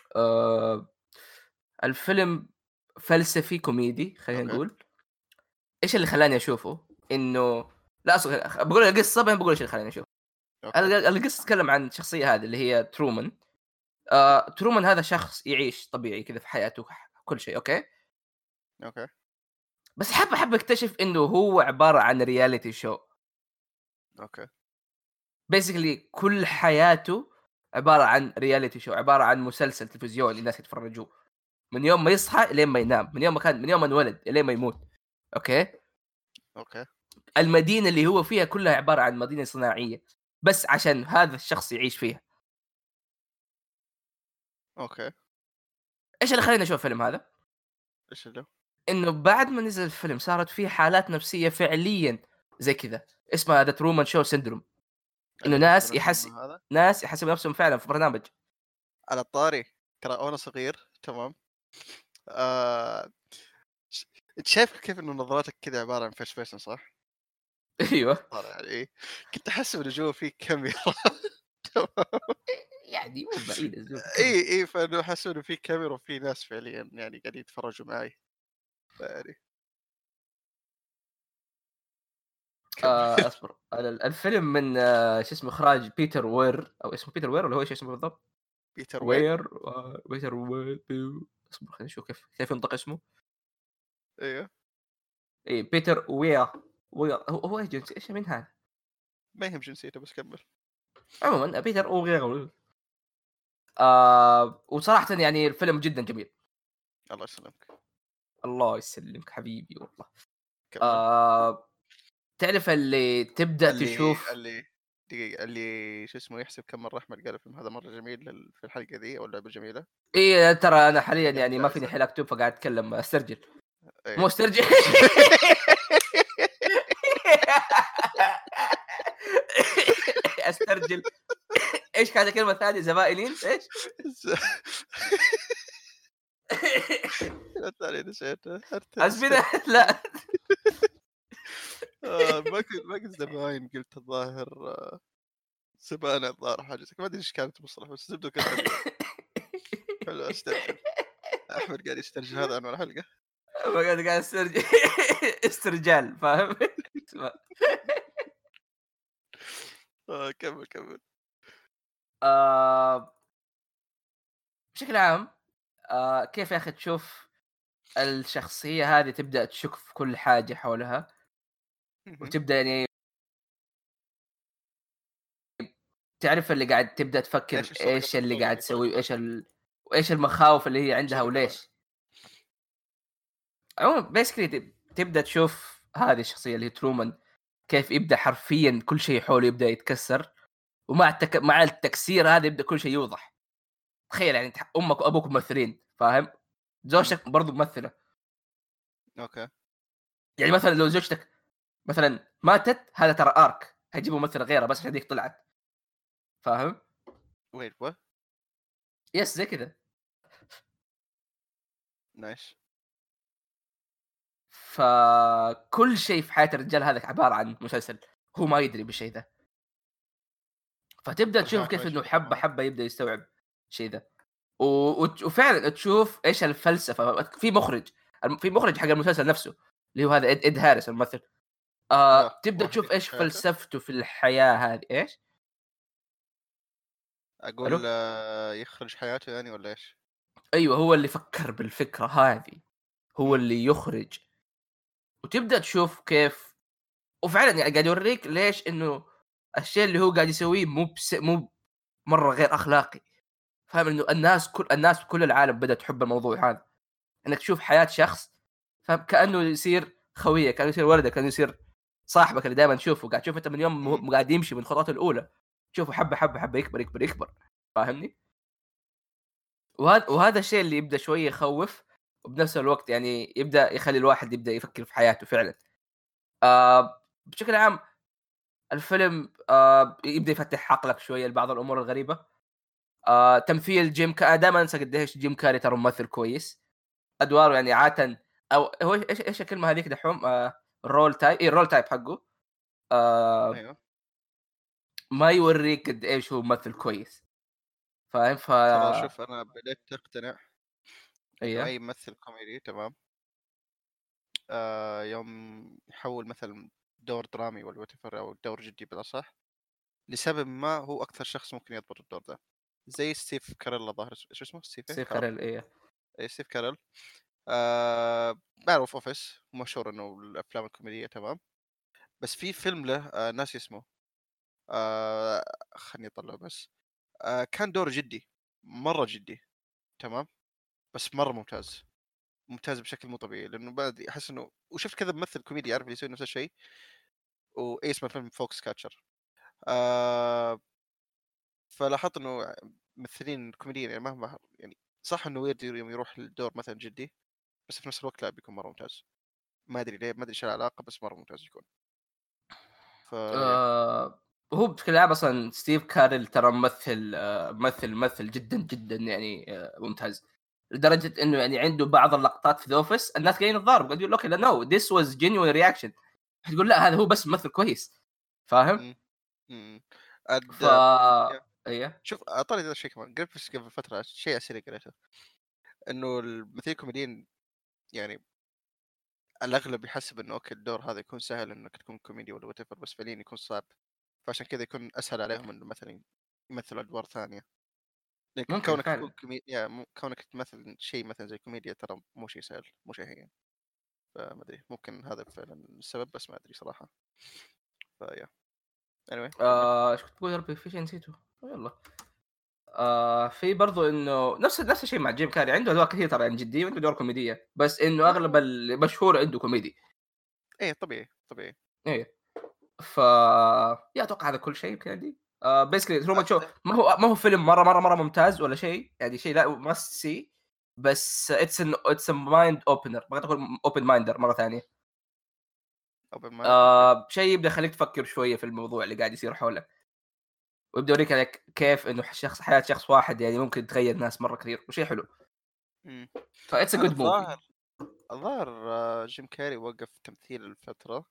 [SPEAKER 1] الفيلم فلسفي كوميدي خلينا
[SPEAKER 2] اوكي.
[SPEAKER 1] نقول. ايش اللي خلاني اشوفه؟ انه لا بقول القصه بعدين بقول ايش اللي خلاني اشوفه.
[SPEAKER 2] اوكي.
[SPEAKER 1] القصه تتكلم عن الشخصيه هذه اللي هي ترومان. ترومان هذا شخص يعيش طبيعي كذا في حياته كل شيء اوكي.
[SPEAKER 2] اوكي.
[SPEAKER 1] بس حب اكتشف انه هو عباره عن رياليتي شو.
[SPEAKER 2] اوكي.
[SPEAKER 1] بيسكلي كل حياته عباره عن رياليتي شو، عباره عن مسلسل تلفزيوني الناس يتفرجوه من يوم ما يصحى لين ما ينام، من يوم ما انولد لين ما يموت. اوكي.
[SPEAKER 2] اوكي.
[SPEAKER 1] المدينه اللي هو فيها كلها عباره عن مدينه صناعيه بس عشان هذا الشخص يعيش فيها.
[SPEAKER 2] اوكي.
[SPEAKER 1] ايش اللي خليني اشوف الفيلم هذا؟
[SPEAKER 2] ايش اللي
[SPEAKER 1] انه بعد ما نزل الفيلم صارت فيه حالات نفسيه فعليا زي كذا اسمها ذا ترومان شو سيندروم. انه
[SPEAKER 2] اللي يحسب نفسهم هذا.
[SPEAKER 1] ناس يحسبوا نفسهم فعلا في برنامج.
[SPEAKER 2] على الطاري ترى وانا صغير تمام. آه... انت شايف كيف انه نظراتك كذا عباره عن فيرست بيرسون صح؟
[SPEAKER 1] ايوه
[SPEAKER 2] طالع يعني ايه. كنت احسب انه جوا في كاميرا. تمام.
[SPEAKER 1] يعني مو بعيد الزود
[SPEAKER 2] اي فانه احس انه في كاميرا وفي ناس فعليا يعني قاعدين يتفرجوا معي. يعني كمل.
[SPEAKER 1] اصبر الفيلم من شو اسمه اخراج بيتر وير او اسمه بيتر وير ولا هو ايش اسمه بالضبط؟
[SPEAKER 2] بيتر وين؟
[SPEAKER 1] وير بيتر وير اصبر خلينا نشوف كيف ينطق اسمه.
[SPEAKER 2] ايوه.
[SPEAKER 1] اي بيتر وير. هو ايش جنسي ايش من هذا؟
[SPEAKER 2] ما يهم جنسيته بس كمل.
[SPEAKER 1] عموما بيتر وير. وصراحه يعني الفيلم جدا جميل.
[SPEAKER 2] الله يسلمك.
[SPEAKER 1] الله يسلمك حبيبي والله.
[SPEAKER 2] كمل.
[SPEAKER 1] تعرف اللي تبدا
[SPEAKER 2] اللي
[SPEAKER 1] تشوف.
[SPEAKER 2] اللي دقيقة اللي شو اسمه يحسب كم مرة أحمد قال الفيلم هذا مرة جميل في الحلقة ذي أو اللعبة جميلة.
[SPEAKER 1] اي ترى انا حاليا
[SPEAKER 2] جاب
[SPEAKER 1] يعني ما فيني
[SPEAKER 2] جائزة.
[SPEAKER 1] حيل اكتب فقاعد اتكلم استرجل. مو
[SPEAKER 2] إيه.
[SPEAKER 1] استرجل. استرجل. ايش كانت الكلمه الثانيه؟ زبائنين ايش؟
[SPEAKER 2] الثاني نسيته.
[SPEAKER 1] اسبنا لا.
[SPEAKER 2] ما قلت زباين قلت الظاهر سبانة الظاهر حاجة ما أدري إيش كانت المصطلح بس زبده كان حلو. حلو استرجل. أحمد قاعد يسترجل هذا عنوان الحلقة.
[SPEAKER 1] قاعد استرجل. استرجال فاهم.
[SPEAKER 2] كمل.
[SPEAKER 1] آه... بشكل عام كيف يا اخي تشوف الشخصيه هذه تبدا تشك في كل حاجه حولها وتبدا يعني تعرف اللي قاعد تبدا تفكر
[SPEAKER 2] ايش الصوت
[SPEAKER 1] ايش
[SPEAKER 2] قطع
[SPEAKER 1] اللي قاعد
[SPEAKER 2] صوتك
[SPEAKER 1] تسوي
[SPEAKER 2] بطريقة
[SPEAKER 1] وايش وايش المخاوف اللي هي عندها
[SPEAKER 2] صوتك قطع.
[SPEAKER 1] وليش. عموما بيسكلي تبدا تشوف هذه الشخصيه اللي هي ترومان كيف يبدا حرفيا كل شيء حوله يبدا يتكسر ومع مع التكسير هذا يبدا كل شيء يوضح. تخيل يعني امك وابوك ممثلين فاهم، زوجتك برضو ممثله.
[SPEAKER 2] اوكي.
[SPEAKER 1] يعني مثلا لو زوجتك مثلا ماتت هذا ترى ارك هيجيبوا ممثله غيرها بس عشان هذيك طلعت فاهم.
[SPEAKER 2] ويت وات.
[SPEAKER 1] يس زي كذا.
[SPEAKER 2] نايس.
[SPEAKER 1] فكل شيء في حياه الرجال هذا عباره عن مسلسل هو ما يدري بالشيء ذا. فتبدا تشوف كيف انه حبه حبه يبدا يستوعب الشيء ذا وفعلا تشوف ايش الفلسفه في مخرج حق المسلسل نفسه اللي هو هذا إد هاريس الممثل. تبدا
[SPEAKER 2] واحد
[SPEAKER 1] تشوف ايش
[SPEAKER 2] يخرج حياته.
[SPEAKER 1] فلسفته في الحياه هذه ايش.
[SPEAKER 2] اقول
[SPEAKER 1] الو
[SPEAKER 2] يخرج حياته يعني ولا ايش؟
[SPEAKER 1] ايوه هو اللي فكر بالفكره هذه، هو
[SPEAKER 2] إمم،
[SPEAKER 1] اللي يخرج، وتبدا تشوف كيف. وفعلا يعني قاعد يوريك ليش انه الشيء اللي هو قاعد يسويه مو مره غير اخلاقي. فاهم انه الناس في كل العالم بدات تحب الموضوع هذا، انك تشوف حياه شخص فاهم كانه يصير خويك، كانه يصير ولدك، كانه يصير صاحبك اللي دائما تشوفه، قاعد تشوف انت من يوم
[SPEAKER 2] إمم،
[SPEAKER 1] قاعد يمشي من الخطوات الاولى تشوفه حبه حبه حبه يكبر يكبر يكبر. فاهمني؟ وهذا الشيء اللي يبدا شويه يخوف، وبنفس الوقت يعني يبدا يخلي الواحد يبدا يفكر في حياته فعلا. بشكل عام الفيلم يبدا يفتح عقلك شويه لبعض الامور الغريبه. تمثيل دائما انسى قديش جيم كاري ترى ممثل كويس. ادواره يعني عاده، او هو ايش الكلمه هذيك دحوم، الرول تايب، الرول تايب حقه آه
[SPEAKER 2] أيوه.
[SPEAKER 1] ما يوريك قد ايش هو ممثل كويس. فاهم؟
[SPEAKER 2] ترى شوف أنا بديت أقتنع إنه
[SPEAKER 1] ايوه
[SPEAKER 2] أي ممثل كوميدي تمام، يوم يحوّل مثلًا دور درامي والّا whatever أو دور جدي بالأصح، لسبب ما هو أكثر شخص ممكن يضبط الدور ده، زي ستيف كاريل الظاهر شو اسمه ستيف إيه؟
[SPEAKER 1] سيف كاريل ايوه.
[SPEAKER 2] إيه ستيف كاريل. باعرف أوفيس مشهور إنه الأفلام الكوميدية تمام، بس في فيلم له ناسي اسمه، آآ خلّيني أطلّعه بس، كان دور جدي، مرّة جدي تمام، بس مرّة ممتاز، ممتاز بشكل مو طبيعي، لإنه أحس إنه وشُفت كذا ممثل كوميدي يعرف يسوي نفس الشيء، اسمه فيلم فوكس كاتشر. آآ فلاحظت إنه ممثلين كوميديين يعني مهما يعني صح إنه weird يوم يروح لدور مثلًا جدي، بس في نفس الوقت لأ بيكون مرّة ممتاز. ما أدري ليه، ما أدري إيش العلاقة بس مرّة ممتاز يكون. فيا
[SPEAKER 1] هو بشكل عام اصلا ستيف كاريل ترى ممثل ممثل جدا جدا يعني ممتاز، لدرجه انه يعني عنده بعض اللقطات في ذا اوفيس الناس قاعدين يتضاربوا قاعدين يقول اوكي لا نو ذيس واز جينيوين رياكشن، تقول لا هذا هو بس ممثل كويس. فاهم؟
[SPEAKER 2] إمم، إمم.
[SPEAKER 1] ف
[SPEAKER 2] يا
[SPEAKER 1] ايه
[SPEAKER 2] شوف أعطاني ذا الشيء كمان قريت بس قبل فترة شيء على السريع قريته، إنه الممثلين الكوميديين يعني الأغلب يحسب إنه أوكي الدور هذا يكون سهل إنك تكون كوميدي والّا whatever بس فعليًا يكون صعب، فعشان كذا يكون أسهل عليهم إنه مثلًا يمثلوا أدوار ثانية، لأنك
[SPEAKER 1] ممكن
[SPEAKER 2] كونك تكون
[SPEAKER 1] فعلا.
[SPEAKER 2] يا كونك تمثل شيء مثلًا زي كوميديا ترى مو شيء سهل، مو شيء هين، فما أدري ممكن هذا فعلًا السبب بس ما أدري صراحة، فيا anyway كمل.
[SPEAKER 1] ايش كنت بقول يا ربي في شيء نسيته. يلا في برضو انه نفس الشيء مع جيم كاري، عنده ادوار كثير ترى يعني جديه وعنده ادوار كوميديه، بس انه اغلب
[SPEAKER 2] ما
[SPEAKER 1] المشهور عنده كوميدي.
[SPEAKER 2] إيه طبيعي، طبيعي.
[SPEAKER 1] ايه. ف يا اتوقع هذا كل شيء يمكن عندي. بيسكلي ترومان شو
[SPEAKER 2] أ
[SPEAKER 1] ما هو فيلم مره ممتاز ولا شيء، يعني شيء لا ماست سي، بس اتس مايند اوبنر، بغيت اقول اوبن مايندر مره ثانيه.
[SPEAKER 2] open mind أوكي.
[SPEAKER 1] شيء يبدا يخليك تفكر شويه في الموضوع اللي قاعد يصير حولك، ويبدا يوريك عليك كيف انه حياه شخص واحد يعني ممكن تغير ناس مره كثير، وشيء حلو.
[SPEAKER 2] إمم.
[SPEAKER 1] فاتس ا جود موفي.
[SPEAKER 2] الظاهر جيم كاري وقف تمثيل لفترة،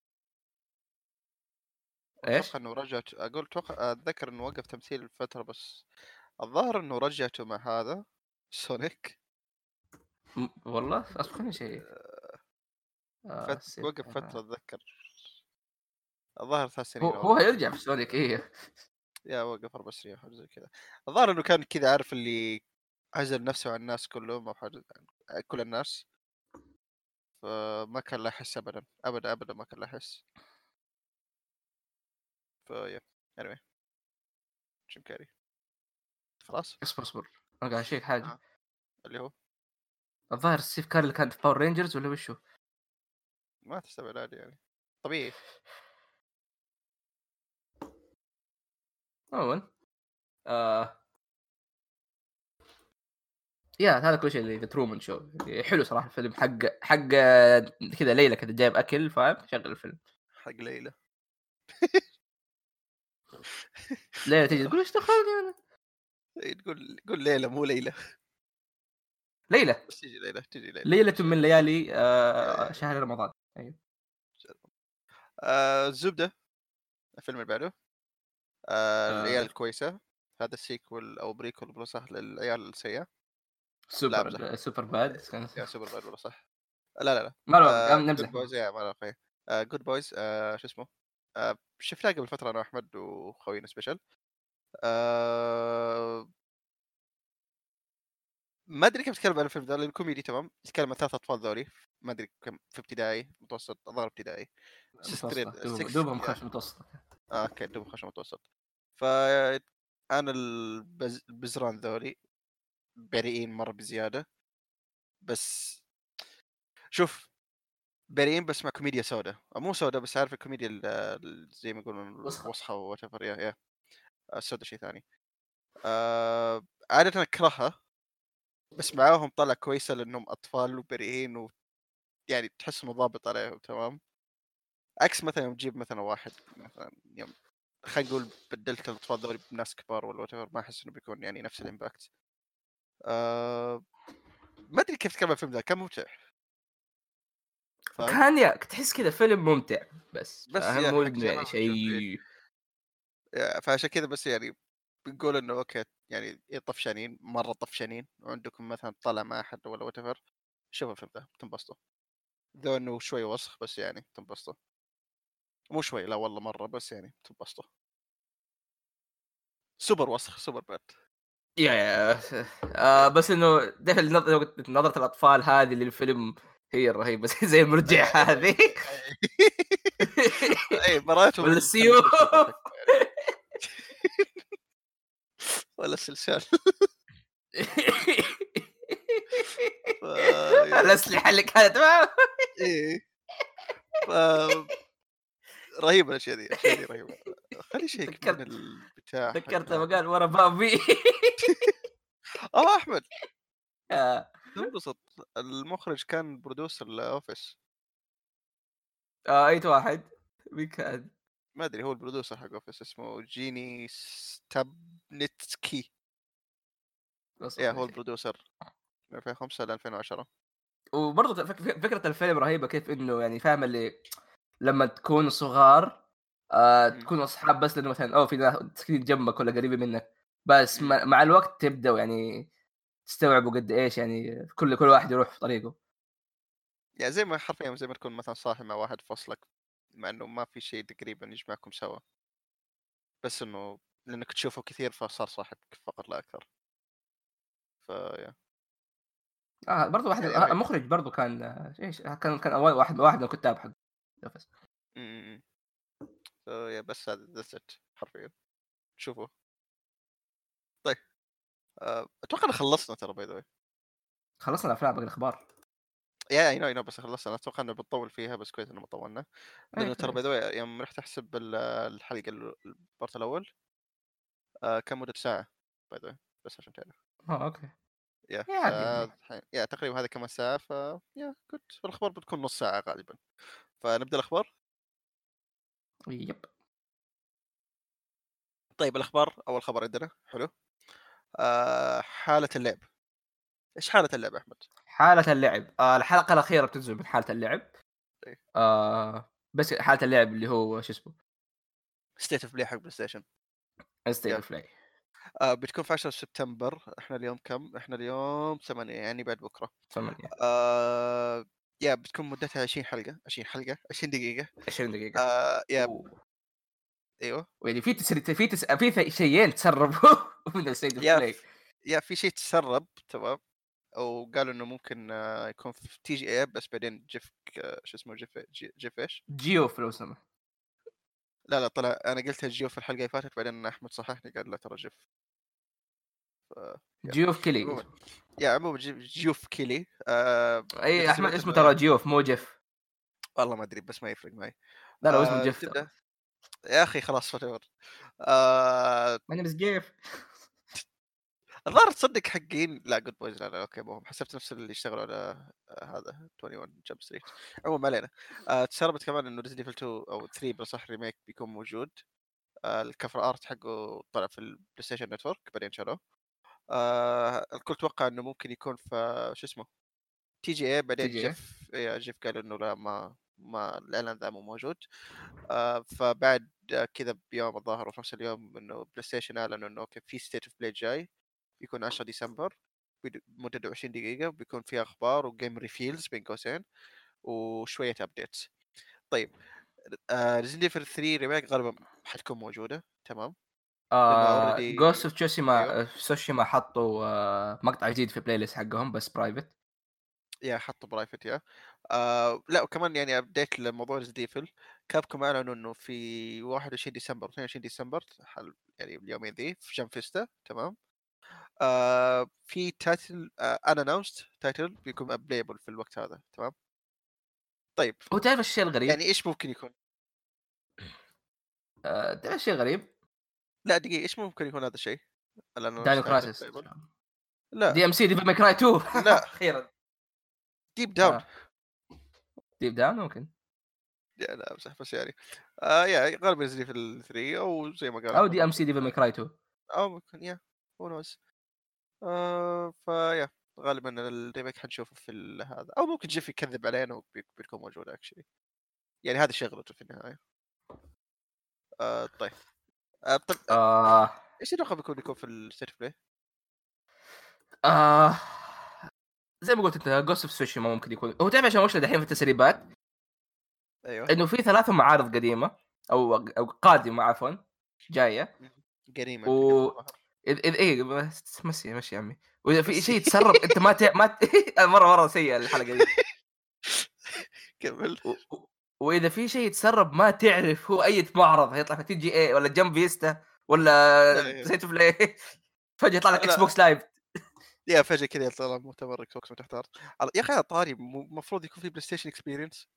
[SPEAKER 1] ايش؟
[SPEAKER 2] وأتوقع إنه رجع أقول أتوقع أتذكر إنه وقف تمثيل لفترة بس الظاهر إنه رجعته مع هذا سونيك.
[SPEAKER 1] والله اصبر خليني اشيك. سيف
[SPEAKER 2] وقف فترة أتذكر الظاهر 3
[SPEAKER 1] هو
[SPEAKER 2] سنين أو
[SPEAKER 1] هو
[SPEAKER 2] 4
[SPEAKER 1] هيرجع
[SPEAKER 2] سنين،
[SPEAKER 1] في سونيك ايه.
[SPEAKER 2] يا وقف 4 سنين أو حاجة زي كذا. الظاهر إنه كان كذا عارف اللي عزل نفسه عن الناس كلهم أو حاجة عن كل الناس، فما كان له حس أبدًا، أبدًا، أبدًا ما كان له حس. فيا anyway جيم كاري خلاص.
[SPEAKER 1] اصبر انا قاعد اشيك حاجه.
[SPEAKER 2] آه. اللي هو
[SPEAKER 1] الظاهر ستيف كارل اللي كان في باور رينجرز ولا وشو؟
[SPEAKER 2] ما تستبعد عادي يعني، طبيعي.
[SPEAKER 1] عموما آه يا هذا كل شيء اللي ذا ترومان شو حلو صراحه. الفيلم حق كذا ليله كذا جايب اكل فاهم، شغل الفيلم
[SPEAKER 2] حق ليلى.
[SPEAKER 1] ليله تجي تقول ايش دخلني انا.
[SPEAKER 2] تقول ليلى مو ليلى.
[SPEAKER 1] ليله
[SPEAKER 2] بس تجي ليلى، تجي ليلى
[SPEAKER 1] ليله
[SPEAKER 2] ماشي
[SPEAKER 1] من
[SPEAKER 2] ليلى.
[SPEAKER 1] ليالي
[SPEAKER 2] يا يا يا.
[SPEAKER 1] شهر رمضان. ايوه.
[SPEAKER 2] الزبدة الفيلم اللي بعده العيال
[SPEAKER 1] آه
[SPEAKER 2] الكويسة، هذا السيكول أو بريكول بلا صح للعيال السيئة. لا أمزح،
[SPEAKER 1] سوبر باد
[SPEAKER 2] يا سوبر باد ولا صح. لا لا لا.
[SPEAKER 1] ما له قام
[SPEAKER 2] جود
[SPEAKER 1] نمزح.
[SPEAKER 2] بويز يا ما أعرف إيه. جود بويز شو اسمه، شفناه قبل فترة أنا وأحمد وخوينا سبيشل. آه ما ادري كيف اتكلم عن الفيلم ذا لانه كوميدي تمام. يتكلم عن 3 اطفال ذولي ما ادري كم في ابتدائي متوسط الظاهر ابتدائي 6
[SPEAKER 1] متوسطه،
[SPEAKER 2] جريد 6
[SPEAKER 1] دوبهم خش متوسطه.
[SPEAKER 2] اوكي دوب خش متوسط. ف انا البزران ذولي بريئين مره بزياده. بس شوف بريئين بس مع كوميديا سوداء أو مو سوداء بس عارف الكوميديا زي ما يقولون
[SPEAKER 1] وسخه.
[SPEAKER 2] الوسخه وات ايفر يا السوداء شيء ثاني. عادة اكرهها بس معاهم طلع كويسه لانهم اطفال وبريئين ويعني تحس انه ضابط عليهم تمام. عكس مثلا يوم تجيب مثلا واحد مثلا يوم خلينا نقول بدلت الاطفال ذولي بناس كبار ولا وات ما احس انه بيكون يعني نفس الامباكت. آه ما ادري كيف تكمل الفيلم ذا كان ممتع فاهم.
[SPEAKER 1] كان تحس كذا فيلم ممتع بس
[SPEAKER 2] بس
[SPEAKER 1] فاهم،
[SPEAKER 2] يا
[SPEAKER 1] مو
[SPEAKER 2] حق
[SPEAKER 1] انه يعني
[SPEAKER 2] جنرال شوف
[SPEAKER 1] شيء.
[SPEAKER 2] فعشان كذا بس يعني بنقول انه اوكي يعني طفشانين مره طفشانين وعندكم مثلا طلع مع احد ولا وات ايفر شوفوا الفيلم ذا تنبسطوا. ذو انه شوي وسخ بس يعني تنبسطوا. مو شوي لا والله مره بس يعني تنبسطوا. سوبر وسخ سوبر باد.
[SPEAKER 1] يا بس انه دخل نظرة الاطفال هذه للفيلم هي الرهيبة زي المرجع
[SPEAKER 2] اي
[SPEAKER 1] هذه.
[SPEAKER 2] اي برايتهم
[SPEAKER 1] ولا
[SPEAKER 2] كان
[SPEAKER 1] السيوف.
[SPEAKER 2] مسلسل ضحك ولا السلسال. ف يا
[SPEAKER 1] الاسلحة اللي كانت معه.
[SPEAKER 2] ايه ف رهيبه الاشياء دي الاشياء دي رهيبه. خلي شيك من
[SPEAKER 1] تذكرت
[SPEAKER 2] البتاع
[SPEAKER 1] تذكرت
[SPEAKER 2] حقها.
[SPEAKER 1] لما قال ورا بابي.
[SPEAKER 2] احمد تنبسط. المخرج كان برودوسر لاوفيس.
[SPEAKER 1] ايت واحد مين كان؟
[SPEAKER 2] ما ادري هو البرودوسر حق اوفيس اسمه جيني ستابنتسكي. يا هو البرودوسر من 2005 ل 2010.
[SPEAKER 1] وبرضه فكرة الفيلم رهيبة، كيف انه يعني فاهم اللي لما تكون صغار
[SPEAKER 2] مم.
[SPEAKER 1] تكونوا اصحاب بس لانه مثلا في ناس ساكنين جنبك ولا قريبين منك، بس
[SPEAKER 2] مم.
[SPEAKER 1] مع الوقت تبداوا يعني تستوعبوا قد ايش يعني كل واحد يروح في طريقه.
[SPEAKER 2] يعني زي ما حرفيا زي ما تكون مثلا صاحي مع واحد في فصلك مع انه ما في شيء تقريبا يجمعكم سوا بس انه لانك تشوفه كثير فصار صاحبك فقط لا اكثر. فيا
[SPEAKER 1] برضه واحد
[SPEAKER 2] يعني رهيب.
[SPEAKER 1] المخرج برضه كان ايش كان اول واحد من الكتاب حق نفس.
[SPEAKER 2] امم يا بس هذا ذاتس ات حرفيا شوفوا. طيب اتوقع ان خلصنا ترى باي ذا.
[SPEAKER 1] خلصنا الافلام باقي الاخبار.
[SPEAKER 2] يا اي نو بس خلصنا. انا اتوقع انه بنطول فيها بس كويس انه ما طولنا
[SPEAKER 1] اي
[SPEAKER 2] لانه ترى باي
[SPEAKER 1] كويس.
[SPEAKER 2] ذا يوم رحت احسب الحلقه البارت الاول كان مدة ساعة باي ذا بس عشان تعرف.
[SPEAKER 1] اوكي.
[SPEAKER 2] يا
[SPEAKER 1] يعني
[SPEAKER 2] يا تقريبا هذا كمان ساعة يا كنت الاخبار بتكون نص ساعة غالبا. فنبدا الاخبار.
[SPEAKER 1] يب.
[SPEAKER 2] طيب الاخبار اول خبر عندنا حلو. حالة اللعب. ايش حالة اللعب يا احمد؟
[SPEAKER 1] حالة اللعب الحلقة الأخيرة بتنزل من حالة اللعب.
[SPEAKER 2] طيب
[SPEAKER 1] بس حالة اللعب اللي هو شو اسمه
[SPEAKER 2] ستيت اوف بلاي حق بلاي ستيشن.
[SPEAKER 1] ستيت
[SPEAKER 2] يا
[SPEAKER 1] اوف بلاي.
[SPEAKER 2] بتكون في 10 سبتمبر. احنا اليوم كم؟ احنا اليوم 8 يعني بعد بكرة.
[SPEAKER 1] 8
[SPEAKER 2] آه يا بتكون مدتها 20 حلقة 20 حلقة 20 دقيقة.
[SPEAKER 1] 20 دقيقة.
[SPEAKER 2] يا
[SPEAKER 1] أوه.
[SPEAKER 2] ايوه.
[SPEAKER 1] ويعني في شيئين تسربوا من الستيت اوف
[SPEAKER 2] يا
[SPEAKER 1] بلاي.
[SPEAKER 2] في شيء تسرب تمام. وقالوا انه ممكن يكون في تي جي اي بس بعدين جيف شو اسمه جيف ايش؟
[SPEAKER 1] جيوف لو سمحت.
[SPEAKER 2] لا طلع انا قلتها جيو في الحلقه اللي فاتت بعدين احمد صححني قال لا ترى جيف. ف... يا
[SPEAKER 1] جيوف كيلي
[SPEAKER 2] عموما
[SPEAKER 1] اسمه.
[SPEAKER 2] عموما جيوف كيلي
[SPEAKER 1] اي
[SPEAKER 2] بتنزل
[SPEAKER 1] احمد
[SPEAKER 2] وقت
[SPEAKER 1] اسمه ترى
[SPEAKER 2] انه
[SPEAKER 1] جيوف مو جيف.
[SPEAKER 2] والله ما ادري بس ما يفرق معي.
[SPEAKER 1] لا لو اسمه جيف ترى.
[SPEAKER 2] بتبدا يا اخي خلاص whatever. آه
[SPEAKER 1] ماي نيم از جيف.
[SPEAKER 2] الظاهر تصدق حقين لا جود بويز لا اوكي مو حسبت نفس اللي اشتغلوا على هذا 21 جمب ستريت. عموما ما علينا. تسربت كمان انه ريزنت ايفل 2 او 3 بالاصح ريميك بيكون موجود. الكفر ارت حقه طلع في البلاي ستيشن نتورك بعدين شالوه. الكل توقع انه ممكن يكون في شو اسمه تي جي اي
[SPEAKER 1] تي
[SPEAKER 2] بعدين
[SPEAKER 1] جي
[SPEAKER 2] جيف قال انه لا ما الاعلان ذا مو موجود. فبعد كذا بيوم الظاهر وفي نفس اليوم انه بلاي ستيشن اعلنوا انه اوكي في ستيت اوف بلاي جاي بيكون 10 ديسمبر مدته 20 دقيقة وبيكون فيها اخبار وجيم ريفيلز بين قوسين وشوية ابديتس. طيب ريزنت ايفل 3 ريميك غالبا حتكون موجودة تمام. اوريدي.
[SPEAKER 1] جوست اوف تسوشيما حطوا مقطع جديد في بلاي ليست حقهم بس برايفت.
[SPEAKER 2] يا حطوا برايفت يا لا وكمان يعني ابديت لموضوع ريزديفل. كابكوم اعلنوا انه في 21 ديسمبر 22 ديسمبر يعني اليومين ذي في جام فيستا تمام. في تايتل انا اناونست تايتل بيكون ابليبل في الوقت هذا تمام. طيب
[SPEAKER 1] هو تعرف الشيء الغريب؟
[SPEAKER 2] يعني ايش ممكن يكون؟
[SPEAKER 1] تعرف الشيء الغريب؟
[SPEAKER 2] لا دقيقة، ايش ممكن يكون هذا الشيء؟
[SPEAKER 1] داينو
[SPEAKER 2] الاناونست تايتل
[SPEAKER 1] كرايسس.
[SPEAKER 2] ابليبل. لا
[SPEAKER 1] دي ام سي ديفل ماي كراي 2
[SPEAKER 2] لا
[SPEAKER 1] اخيرا.
[SPEAKER 2] ديب داون.
[SPEAKER 1] ديب داون ممكن،
[SPEAKER 2] يا لا امزح بس يعني يا غالبا ينزل في ال 3 او زي ما قال
[SPEAKER 1] او
[SPEAKER 2] احمد
[SPEAKER 1] دي ام
[SPEAKER 2] ممكن
[SPEAKER 1] سي ديفل ماي كراي 2.
[SPEAKER 2] او ممكن يا هو نوز. فيا غالبا الريميك حنشوفه في هذا، او ممكن جيف يكذب علينا وبيكون موجود اكشلي. يعني هذه شغلته في النهايه. طيب طيب
[SPEAKER 1] آه
[SPEAKER 2] ايش اتوقع بيكون في الستيت بلاي؟
[SPEAKER 1] آه زي ما قلت انت جوست اوف سوشيما ممكن يكون هو. تعرف عشان وش دحين في التسريبات
[SPEAKER 2] ايوه
[SPEAKER 1] انه في 3 معارض قديمه او قادمه عفوا جايه.
[SPEAKER 2] جريمه انت
[SPEAKER 1] و
[SPEAKER 2] قلت الظاهر.
[SPEAKER 1] اذا ايه مشي يا عمي، واذا في
[SPEAKER 2] بس
[SPEAKER 1] شيء يتسرب انت مره سيئه الحلقه دي.
[SPEAKER 2] كمل.
[SPEAKER 1] و... واذا في شيء يتسرب ما تعرف هو اي معرض هيطلع في تي جي اي ولا جنب فيستا ولا
[SPEAKER 2] أيوة.
[SPEAKER 1] سيت بلاي فجاه يطلع لك اكس
[SPEAKER 2] لا
[SPEAKER 1] بوكس لايف.
[SPEAKER 2] يا فجاه كذا يطلع مؤتمر اكس بوكس تحتار. يا اخي طاري المفروض يكون في بلاي ستيشن اكسبيرينس.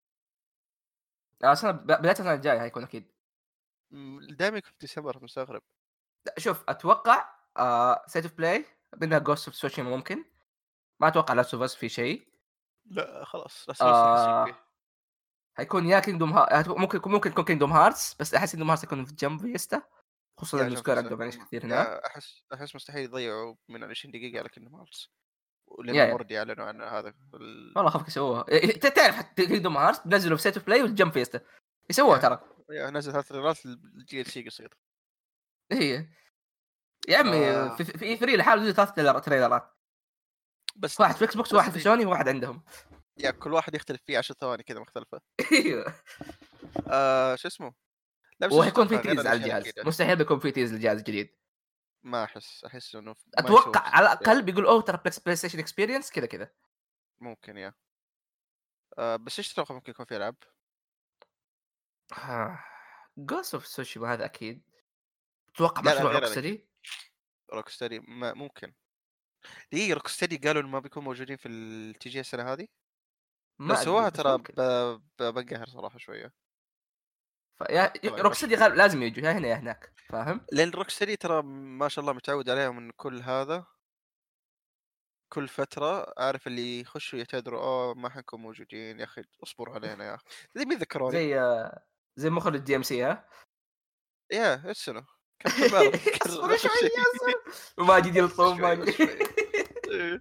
[SPEAKER 1] اصلا بدايه السنه الجايه هيكون اكيد.
[SPEAKER 2] دائما يكون في ديسمبر مستغرب.
[SPEAKER 1] لا، شوف اتوقع سيت اوف بلاي منها جوست اوف سوشيما ممكن. ما اتوقع لاست اوف اس في شيء.
[SPEAKER 2] لا خلاص لا سوس احس
[SPEAKER 1] آه
[SPEAKER 2] فيه.
[SPEAKER 1] هيكون يا كينجدوم ممكن يكون كينجدوم هارتس، بس احس كينجدوم هارتس يكون في جنب فيستا، خصوصا
[SPEAKER 2] يا
[SPEAKER 1] انه
[SPEAKER 2] جون
[SPEAKER 1] سكوير
[SPEAKER 2] فيستا
[SPEAKER 1] عندهم يعني كثير هناك.
[SPEAKER 2] يا احس مستحيل يضيعوا من 20 دقيقه على كينجدوم هارتس،
[SPEAKER 1] يا
[SPEAKER 2] لانهم
[SPEAKER 1] يا
[SPEAKER 2] اوريدي اعلنوا عن هذا
[SPEAKER 1] والله خافك يسووها. تعرف حتى كينجدوم هارتس بنزلوا في سيت اوف بلاي وجنب فيستا يسووها
[SPEAKER 2] يا
[SPEAKER 1] ترى.
[SPEAKER 2] نزل 3 تريلرات الجي ال سي قصير.
[SPEAKER 1] هي يا عمي
[SPEAKER 2] آه
[SPEAKER 1] في اي 3 لحاله نزل 3 تريلرات،
[SPEAKER 2] بس
[SPEAKER 1] واحد في اكس بوكس وواحد في
[SPEAKER 2] دقيقة.
[SPEAKER 1] سوني وواحد عندهم.
[SPEAKER 2] يا كل واحد يختلف فيه 10 ثواني كذا مختلفة.
[SPEAKER 1] ايوه.
[SPEAKER 2] شو اسمه. لا بس ايش
[SPEAKER 1] وهيكون في
[SPEAKER 2] تتوقع غير
[SPEAKER 1] تيز على
[SPEAKER 2] الاشياء
[SPEAKER 1] الجهاز،
[SPEAKER 2] الاكيدة؟
[SPEAKER 1] مستحيل بيكون في تيز للجهاز الجديد.
[SPEAKER 2] ما احس انه ما يسوي
[SPEAKER 1] اتوقع
[SPEAKER 2] في
[SPEAKER 1] على
[SPEAKER 2] ستيت بلاي.
[SPEAKER 1] الاقل بيقول اوه ترى بلاي ستيشن اكسبيرينس كذا كذا.
[SPEAKER 2] ممكن يا بس ايش تتوقع ممكن يكون في العاب؟
[SPEAKER 1] جوست اوف سوشيما هذا اكيد. اتوقع
[SPEAKER 2] لا
[SPEAKER 1] مشروع
[SPEAKER 2] غير
[SPEAKER 1] روك
[SPEAKER 2] الاكيد.
[SPEAKER 1] ستدي.
[SPEAKER 2] روك ستدي ما ممكن. دقيقة روك ستدي قالوا انه ما بيكونوا موجودين في التي جي السنة هذه. لو
[SPEAKER 1] ما ادري
[SPEAKER 2] سواها
[SPEAKER 1] بس
[SPEAKER 2] ترى
[SPEAKER 1] ممكن.
[SPEAKER 2] بنقهر صراحة شوية. طبعا
[SPEAKER 1] روك
[SPEAKER 2] بشر.
[SPEAKER 1] ستدي لازم يجوا يا هنا يا هناك، فاهم؟
[SPEAKER 2] لان روك ستدي ترى ما شاء الله متعود عليهم من كل هذا. كل فترة عارف اللي يخشوا يعتذروا ما حنكون موجودين يا اخي اصبروا علينا يا اخي. زي مين ذكروني؟
[SPEAKER 1] زي زي مخرج دي ام سي ها.
[SPEAKER 2] يا السنة كابتن مارفل كرر
[SPEAKER 1] اصبر
[SPEAKER 2] نفس
[SPEAKER 1] شوي
[SPEAKER 2] الشيء.
[SPEAKER 1] وماجد
[SPEAKER 2] بس
[SPEAKER 1] يلطم
[SPEAKER 2] شوي بس
[SPEAKER 1] ماجد.
[SPEAKER 2] شوي. إيه.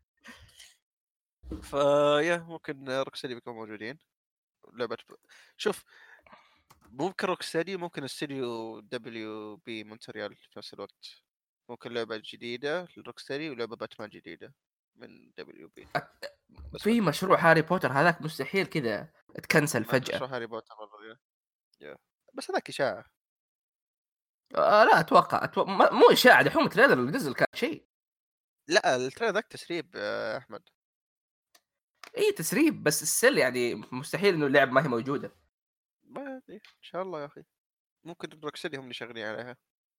[SPEAKER 2] فيا ممكن روك ستدي بيكونوا موجودين. لعبة شوف ممكن روك ستدي ممكن استديو دبليو بي مونتريال في نفس الوقت. ممكن لعبة جديدة لروك ستدي ولعبة باتمان جديدة من دبليو بي. بس ما
[SPEAKER 1] في
[SPEAKER 2] ادري.
[SPEAKER 1] مشروع هاري بوتر هذاك مستحيل كذا تكنسل
[SPEAKER 2] ما
[SPEAKER 1] فجأة.
[SPEAKER 2] مشروع هاري بوتر برضه يا. بس هذاك اشاعة.
[SPEAKER 1] لا اتوقع مو اشاعه دحوم تريلر اللي نزل كان شيء.
[SPEAKER 2] لا التريلر ذاك تسريب يا احمد.
[SPEAKER 1] اي تسريب بس السل يعني مستحيل انه اللعب ما هي موجوده.
[SPEAKER 2] ما ادري ان شاء الله يا اخي. ممكن روك ستدي هم اللي شغالين عليها.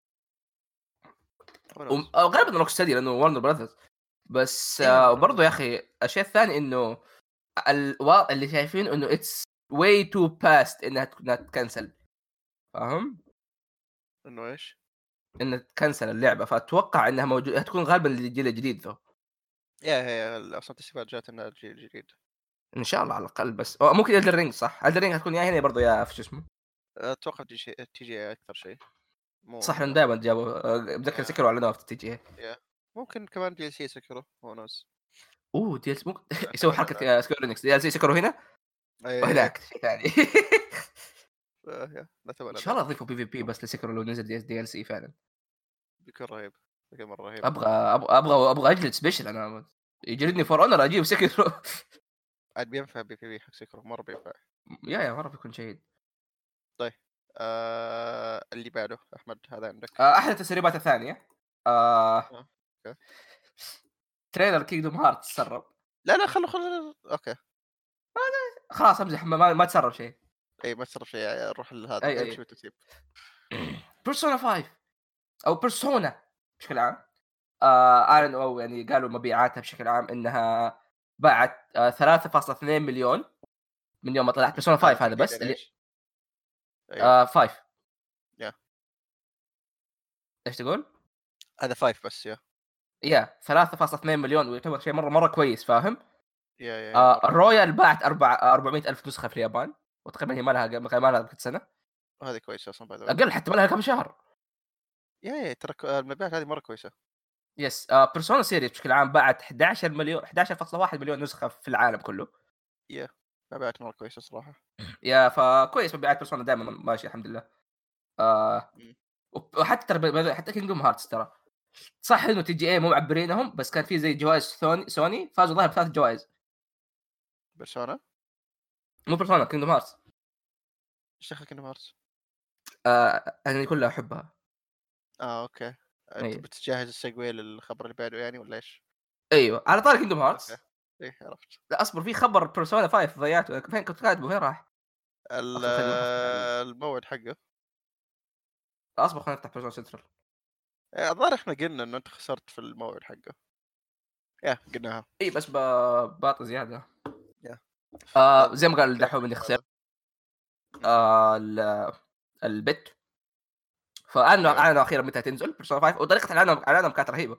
[SPEAKER 2] Who knows؟
[SPEAKER 1] أو غالبا روك ستدي لانه ورنر براذرز. بس
[SPEAKER 2] ايوه
[SPEAKER 1] برضو يا اخي الشيء الثاني انه اللي شايفين انه اتس واي تو باست انها تكنسل، فاهم؟
[SPEAKER 2] انه ايش؟
[SPEAKER 1] انها تكنسل اللعبه، فاتوقع انها موجوده هتكون غالبا للجيل الجديد ذو.
[SPEAKER 2] هي اصلا التسريبات جات انها الجيل الجديد.
[SPEAKER 1] ان شاء الله على الاقل. بس ممكن الدر رينج صح، الدر رينج هتكون يا هنا برضو يا في شو اسمه.
[SPEAKER 2] اتوقع تي جي اكثر شيء
[SPEAKER 1] صح
[SPEAKER 2] مو
[SPEAKER 1] لان
[SPEAKER 2] هذا.
[SPEAKER 1] دائما جابوا بتذكر
[SPEAKER 2] يا
[SPEAKER 1] سكروا اعلنوها في تي جي.
[SPEAKER 2] يا ممكن كمان دي ال سي سكرو هو نوز.
[SPEAKER 1] اوه دي ممكن يسوي
[SPEAKER 2] احتمال لا.
[SPEAKER 1] حركه سكوير انكس دي سكروا هنا
[SPEAKER 2] اي
[SPEAKER 1] وهناك شيء ثاني.
[SPEAKER 2] يا نتمنى
[SPEAKER 1] ان شاء الله
[SPEAKER 2] ذلك.
[SPEAKER 1] يضيفوا بي في بي بس لسكروا لو نزل دي ال سي فعلا.
[SPEAKER 2] بيكون رهيب. بيكون مره رهيب.
[SPEAKER 1] ابغى اجلد سبيشل انا يجلدني فور اونر اجيب سكروا.
[SPEAKER 2] عاد بينفع بي في بي حق سكرو مره بينفع.
[SPEAKER 1] يا مره بيكون شهيد.
[SPEAKER 2] طيب اللي بعده احمد هذا عندك.
[SPEAKER 1] احد التسريبات الثانيه
[SPEAKER 2] أوكي.
[SPEAKER 1] تريلر كينجدوم هارت تسرب.
[SPEAKER 2] لا خلو اوكي.
[SPEAKER 1] خلاص امزح، ما تسرب شيء.
[SPEAKER 2] اي ما تصرف شيء، نروح لهذا
[SPEAKER 1] اي
[SPEAKER 2] امشي
[SPEAKER 1] اي
[SPEAKER 2] بالترتيب.
[SPEAKER 1] بيرسونا 5 او بيرسونا بشكل عام اعلنوا او يعني قالوا مبيعاتها بشكل عام انها باعت 3.2 مليون من يوم ما طلعت بيرسونا 5. هذا
[SPEAKER 2] تحديدا
[SPEAKER 1] بس اللي
[SPEAKER 2] ايش؟ ايوه
[SPEAKER 1] 5.
[SPEAKER 2] يا
[SPEAKER 1] ايش تقول؟
[SPEAKER 2] هذا 5 بس
[SPEAKER 1] يا 3.2 مليون ويعتبر شيء مره كويس، فاهم؟
[SPEAKER 2] يا مرة.
[SPEAKER 1] الرويال باعت 400 الف نسخه في اليابان، وتقريبا هي ما لها قد سنه،
[SPEAKER 2] هذه كويسه اصلا بعد.
[SPEAKER 1] اقل حتى ما لها كم شهر.
[SPEAKER 2] يا ترى المبيعات هذه مره كويسه.
[SPEAKER 1] يس بيرسونا سيريس بشكل عام باعت 11 مليون 11.1 مليون نسخه في العالم كله.
[SPEAKER 2] يا مبيعات مره كويسه صراحه.
[SPEAKER 1] يا فكويس، مبيعات بيرسونا دائما ماشي الحمد لله.
[SPEAKER 2] مم.
[SPEAKER 1] وحتى ترى حتى كينجدوم هارتس ترى صح انه تي جي اي مو معبرينهم، بس كان في زي جوائز سوني فازوا ظاهر ب3 جوائز.
[SPEAKER 2] بيرسونا
[SPEAKER 1] مو بيرسونا، كينجدوم هارتس.
[SPEAKER 2] ايش دخل كينجدوم هارتس؟
[SPEAKER 1] انا كلها احبها.
[SPEAKER 2] اوكي. انت
[SPEAKER 1] ايوه
[SPEAKER 2] بتجهز السيجوي للخبر اللي بعده يعني ولا ايش؟
[SPEAKER 1] ايوه على طاري كينجدوم
[SPEAKER 2] اوكي.
[SPEAKER 1] هارتس.
[SPEAKER 2] ايه عرفت.
[SPEAKER 1] لا اصبر، في خبر بيرسونا 5 ضيعته، فين كنت كاتبه؟ فين راح؟ اصبر خليني اروح افتح
[SPEAKER 2] الموعد حقه.
[SPEAKER 1] اصبر خليني افتح بيرسونا سنترال.
[SPEAKER 2] الظاهر احنا قلنا انه انت خسرت في الموعد حقه. قلناها.
[SPEAKER 1] اي بس باطل زياده.
[SPEAKER 2] يا
[SPEAKER 1] زي ما قال
[SPEAKER 2] كيف
[SPEAKER 1] دحوم اني خسرت
[SPEAKER 2] هذا؟ مم.
[SPEAKER 1] البت. فاعلنوا
[SPEAKER 2] ايوه
[SPEAKER 1] اخيرا متى تنزل بيرسونا 5، وطريقه اعلانهم كانت رهيبه.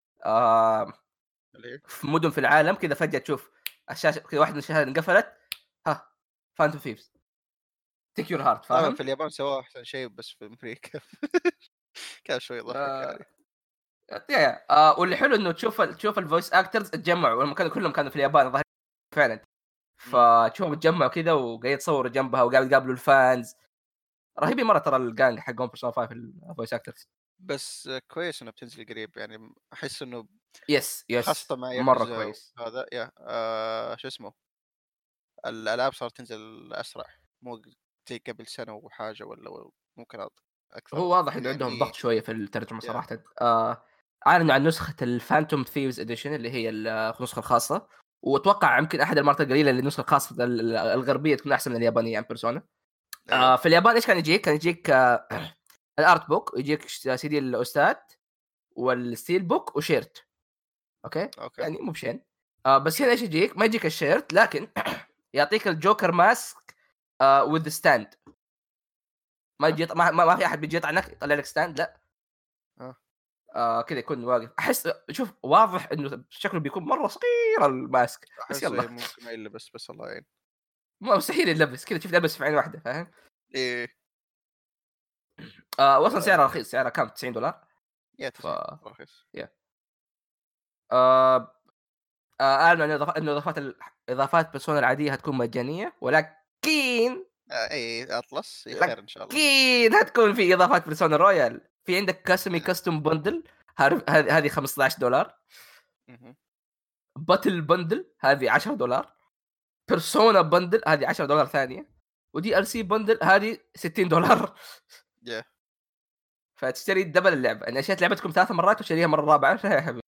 [SPEAKER 2] اللي هي
[SPEAKER 1] في مدن في العالم كذا فجاه تشوف الشاشه كذا، واحده من الشاشات انقفلت، ها فانتوم ثيفز تيك يور هارت،
[SPEAKER 2] طبعا
[SPEAKER 1] فاهم؟
[SPEAKER 2] في اليابان سواه احسن شيء، بس في امريكا كان شوي يضحك
[SPEAKER 1] آه
[SPEAKER 2] يعني.
[SPEAKER 1] واللي حلو انه تشوف الفويس اكترز اتجمعوا لما كلهم كانوا في اليابان الظاهر فعلا،
[SPEAKER 2] مم.
[SPEAKER 1] فتشوفهم اتجمعوا كذا وقاعد يتصوروا جنبها وقاعد يقابلوا الفانز. رهيبين مره ترى الجانج حقهم بيرسونا 5 الفويس اكترز.
[SPEAKER 2] بس كويس انه بتنزل قريب يعني، احس انه
[SPEAKER 1] يس
[SPEAKER 2] خاصة مع
[SPEAKER 1] مره
[SPEAKER 2] ياكوزا
[SPEAKER 1] كويس.
[SPEAKER 2] هذا شو اسمه، الالعاب صارت تنزل اسرع، مو زي قبل سنة وحاجة ولا ممكن اكثر
[SPEAKER 1] هو واضح انه عندهم ضغط
[SPEAKER 2] يعني.
[SPEAKER 1] شويه في الترجمه
[SPEAKER 2] يا
[SPEAKER 1] صراحه. اعلنوا عن نسخه الفانتوم ثيفز اديشن اللي هي النسخه الخاصه، واتوقع يمكن احد المرات القليله اللي النسخه الخاصه الغربيه تكون احسن من اليابانيه عن بيرسونا.
[SPEAKER 2] ايوه
[SPEAKER 1] في اليابان ايش كان يجيك؟ كان يجيك الارت بوك، يجيك سي دي الاستاذ والستيل بوك وشيرت. اوكي
[SPEAKER 2] اوكي.
[SPEAKER 1] يعني مو بشين. بس هنا ايش يجيك؟ ما يجيك الشيرت، لكن يعطيك الجوكر ماسك وذ ستاند. ما يجي ما في احد بيجي يطعنك يطلع لك ستاند، لا.
[SPEAKER 2] اه
[SPEAKER 1] كذا يكون واقف. احس شوف واضح انه شكله بيكون مره صغير الماسك، بس
[SPEAKER 2] احس
[SPEAKER 1] يلا
[SPEAKER 2] إيه ممكن ما يلبس، بس الله يعين.
[SPEAKER 1] ما مستحيل يلبس كذا، شفت لبس في عين واحده، فاهم؟
[SPEAKER 2] ايه
[SPEAKER 1] واصلا
[SPEAKER 2] آه.
[SPEAKER 1] سعره رخيص، سعره كم $90.
[SPEAKER 2] يا
[SPEAKER 1] ف
[SPEAKER 2] 90 رخيص.
[SPEAKER 1] يا آه اعلنوا ان اضافات بيرسونا العاديه هتكون مجانيه، ولكن
[SPEAKER 2] ايه اطلس خير ان شاء الله.
[SPEAKER 1] لكن هتكون في اضافات بيرسونا رويال. في عندك كاستم بندل، هذه $15.
[SPEAKER 2] مهم.
[SPEAKER 1] باتل بندل هذه $10. بيرسونا بندل هذه $10 ثانيه، ودي ار سي بندل هذه $60.
[SPEAKER 2] يا
[SPEAKER 1] فتشتري دبل اللعبه، يعني اشياء لعبتكم 3 مرات وتشتريها مره رابعه يا حبيبي.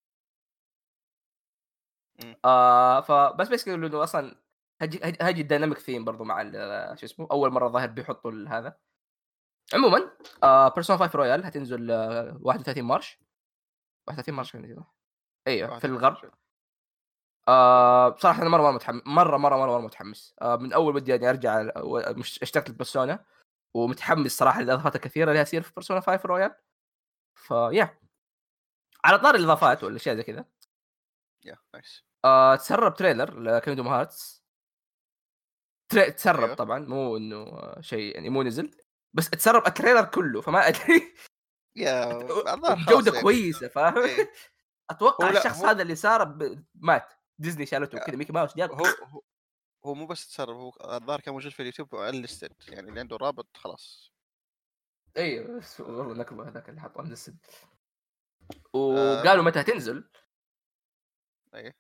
[SPEAKER 2] مم.
[SPEAKER 1] فبس يقولوا انه اصلا هجي الديناميك ثيم برضو مع شو اسمه، اول مره ظاهر بيحطوا هذا. عموما بيرسونا 5 رويال هتنزل 31 مارش. 31
[SPEAKER 2] مهم.
[SPEAKER 1] مارش كان ايوه في
[SPEAKER 2] 31
[SPEAKER 1] الغرب.
[SPEAKER 2] مارس.
[SPEAKER 1] بصراحه انا مره متحمس، مره متحمس. من اول بدي يعني ارجع مش اشتقت لبرسونا، ومتحمس صراحه للاضافات الكثيره اللي هتصير في بيرسونا 5 رويال. فيا على طار الاضافات
[SPEAKER 2] نشوف.
[SPEAKER 1] والاشياء زي كذا،
[SPEAKER 2] يا نايس.
[SPEAKER 1] تسرب تريلر لكينجدوم هارتس. تسرب
[SPEAKER 2] ايوه
[SPEAKER 1] طبعا، مو انه شيء يعني مو نزل، بس تسرب التريلر كله، فما ادري.
[SPEAKER 2] يا الظاهر
[SPEAKER 1] وبجوده
[SPEAKER 2] خلاص يعني.
[SPEAKER 1] كويسه، فاهم؟
[SPEAKER 2] ايه
[SPEAKER 1] اتوقع
[SPEAKER 2] هو لا
[SPEAKER 1] الشخص
[SPEAKER 2] هو
[SPEAKER 1] هذا اللي سارب مات، ديزني شالته كذا، ميكي ماوس جاب.
[SPEAKER 2] هو هو, هو مو بس تصرف، هو الظاهر كان موجود في اليوتيوب انليستد، يعني اللي عنده رابط خلاص.
[SPEAKER 1] ايوه بس والله نكبه هذاك اللي حطه عند السد.
[SPEAKER 2] ما
[SPEAKER 1] وقالوا متى تنزل؟
[SPEAKER 2] ايه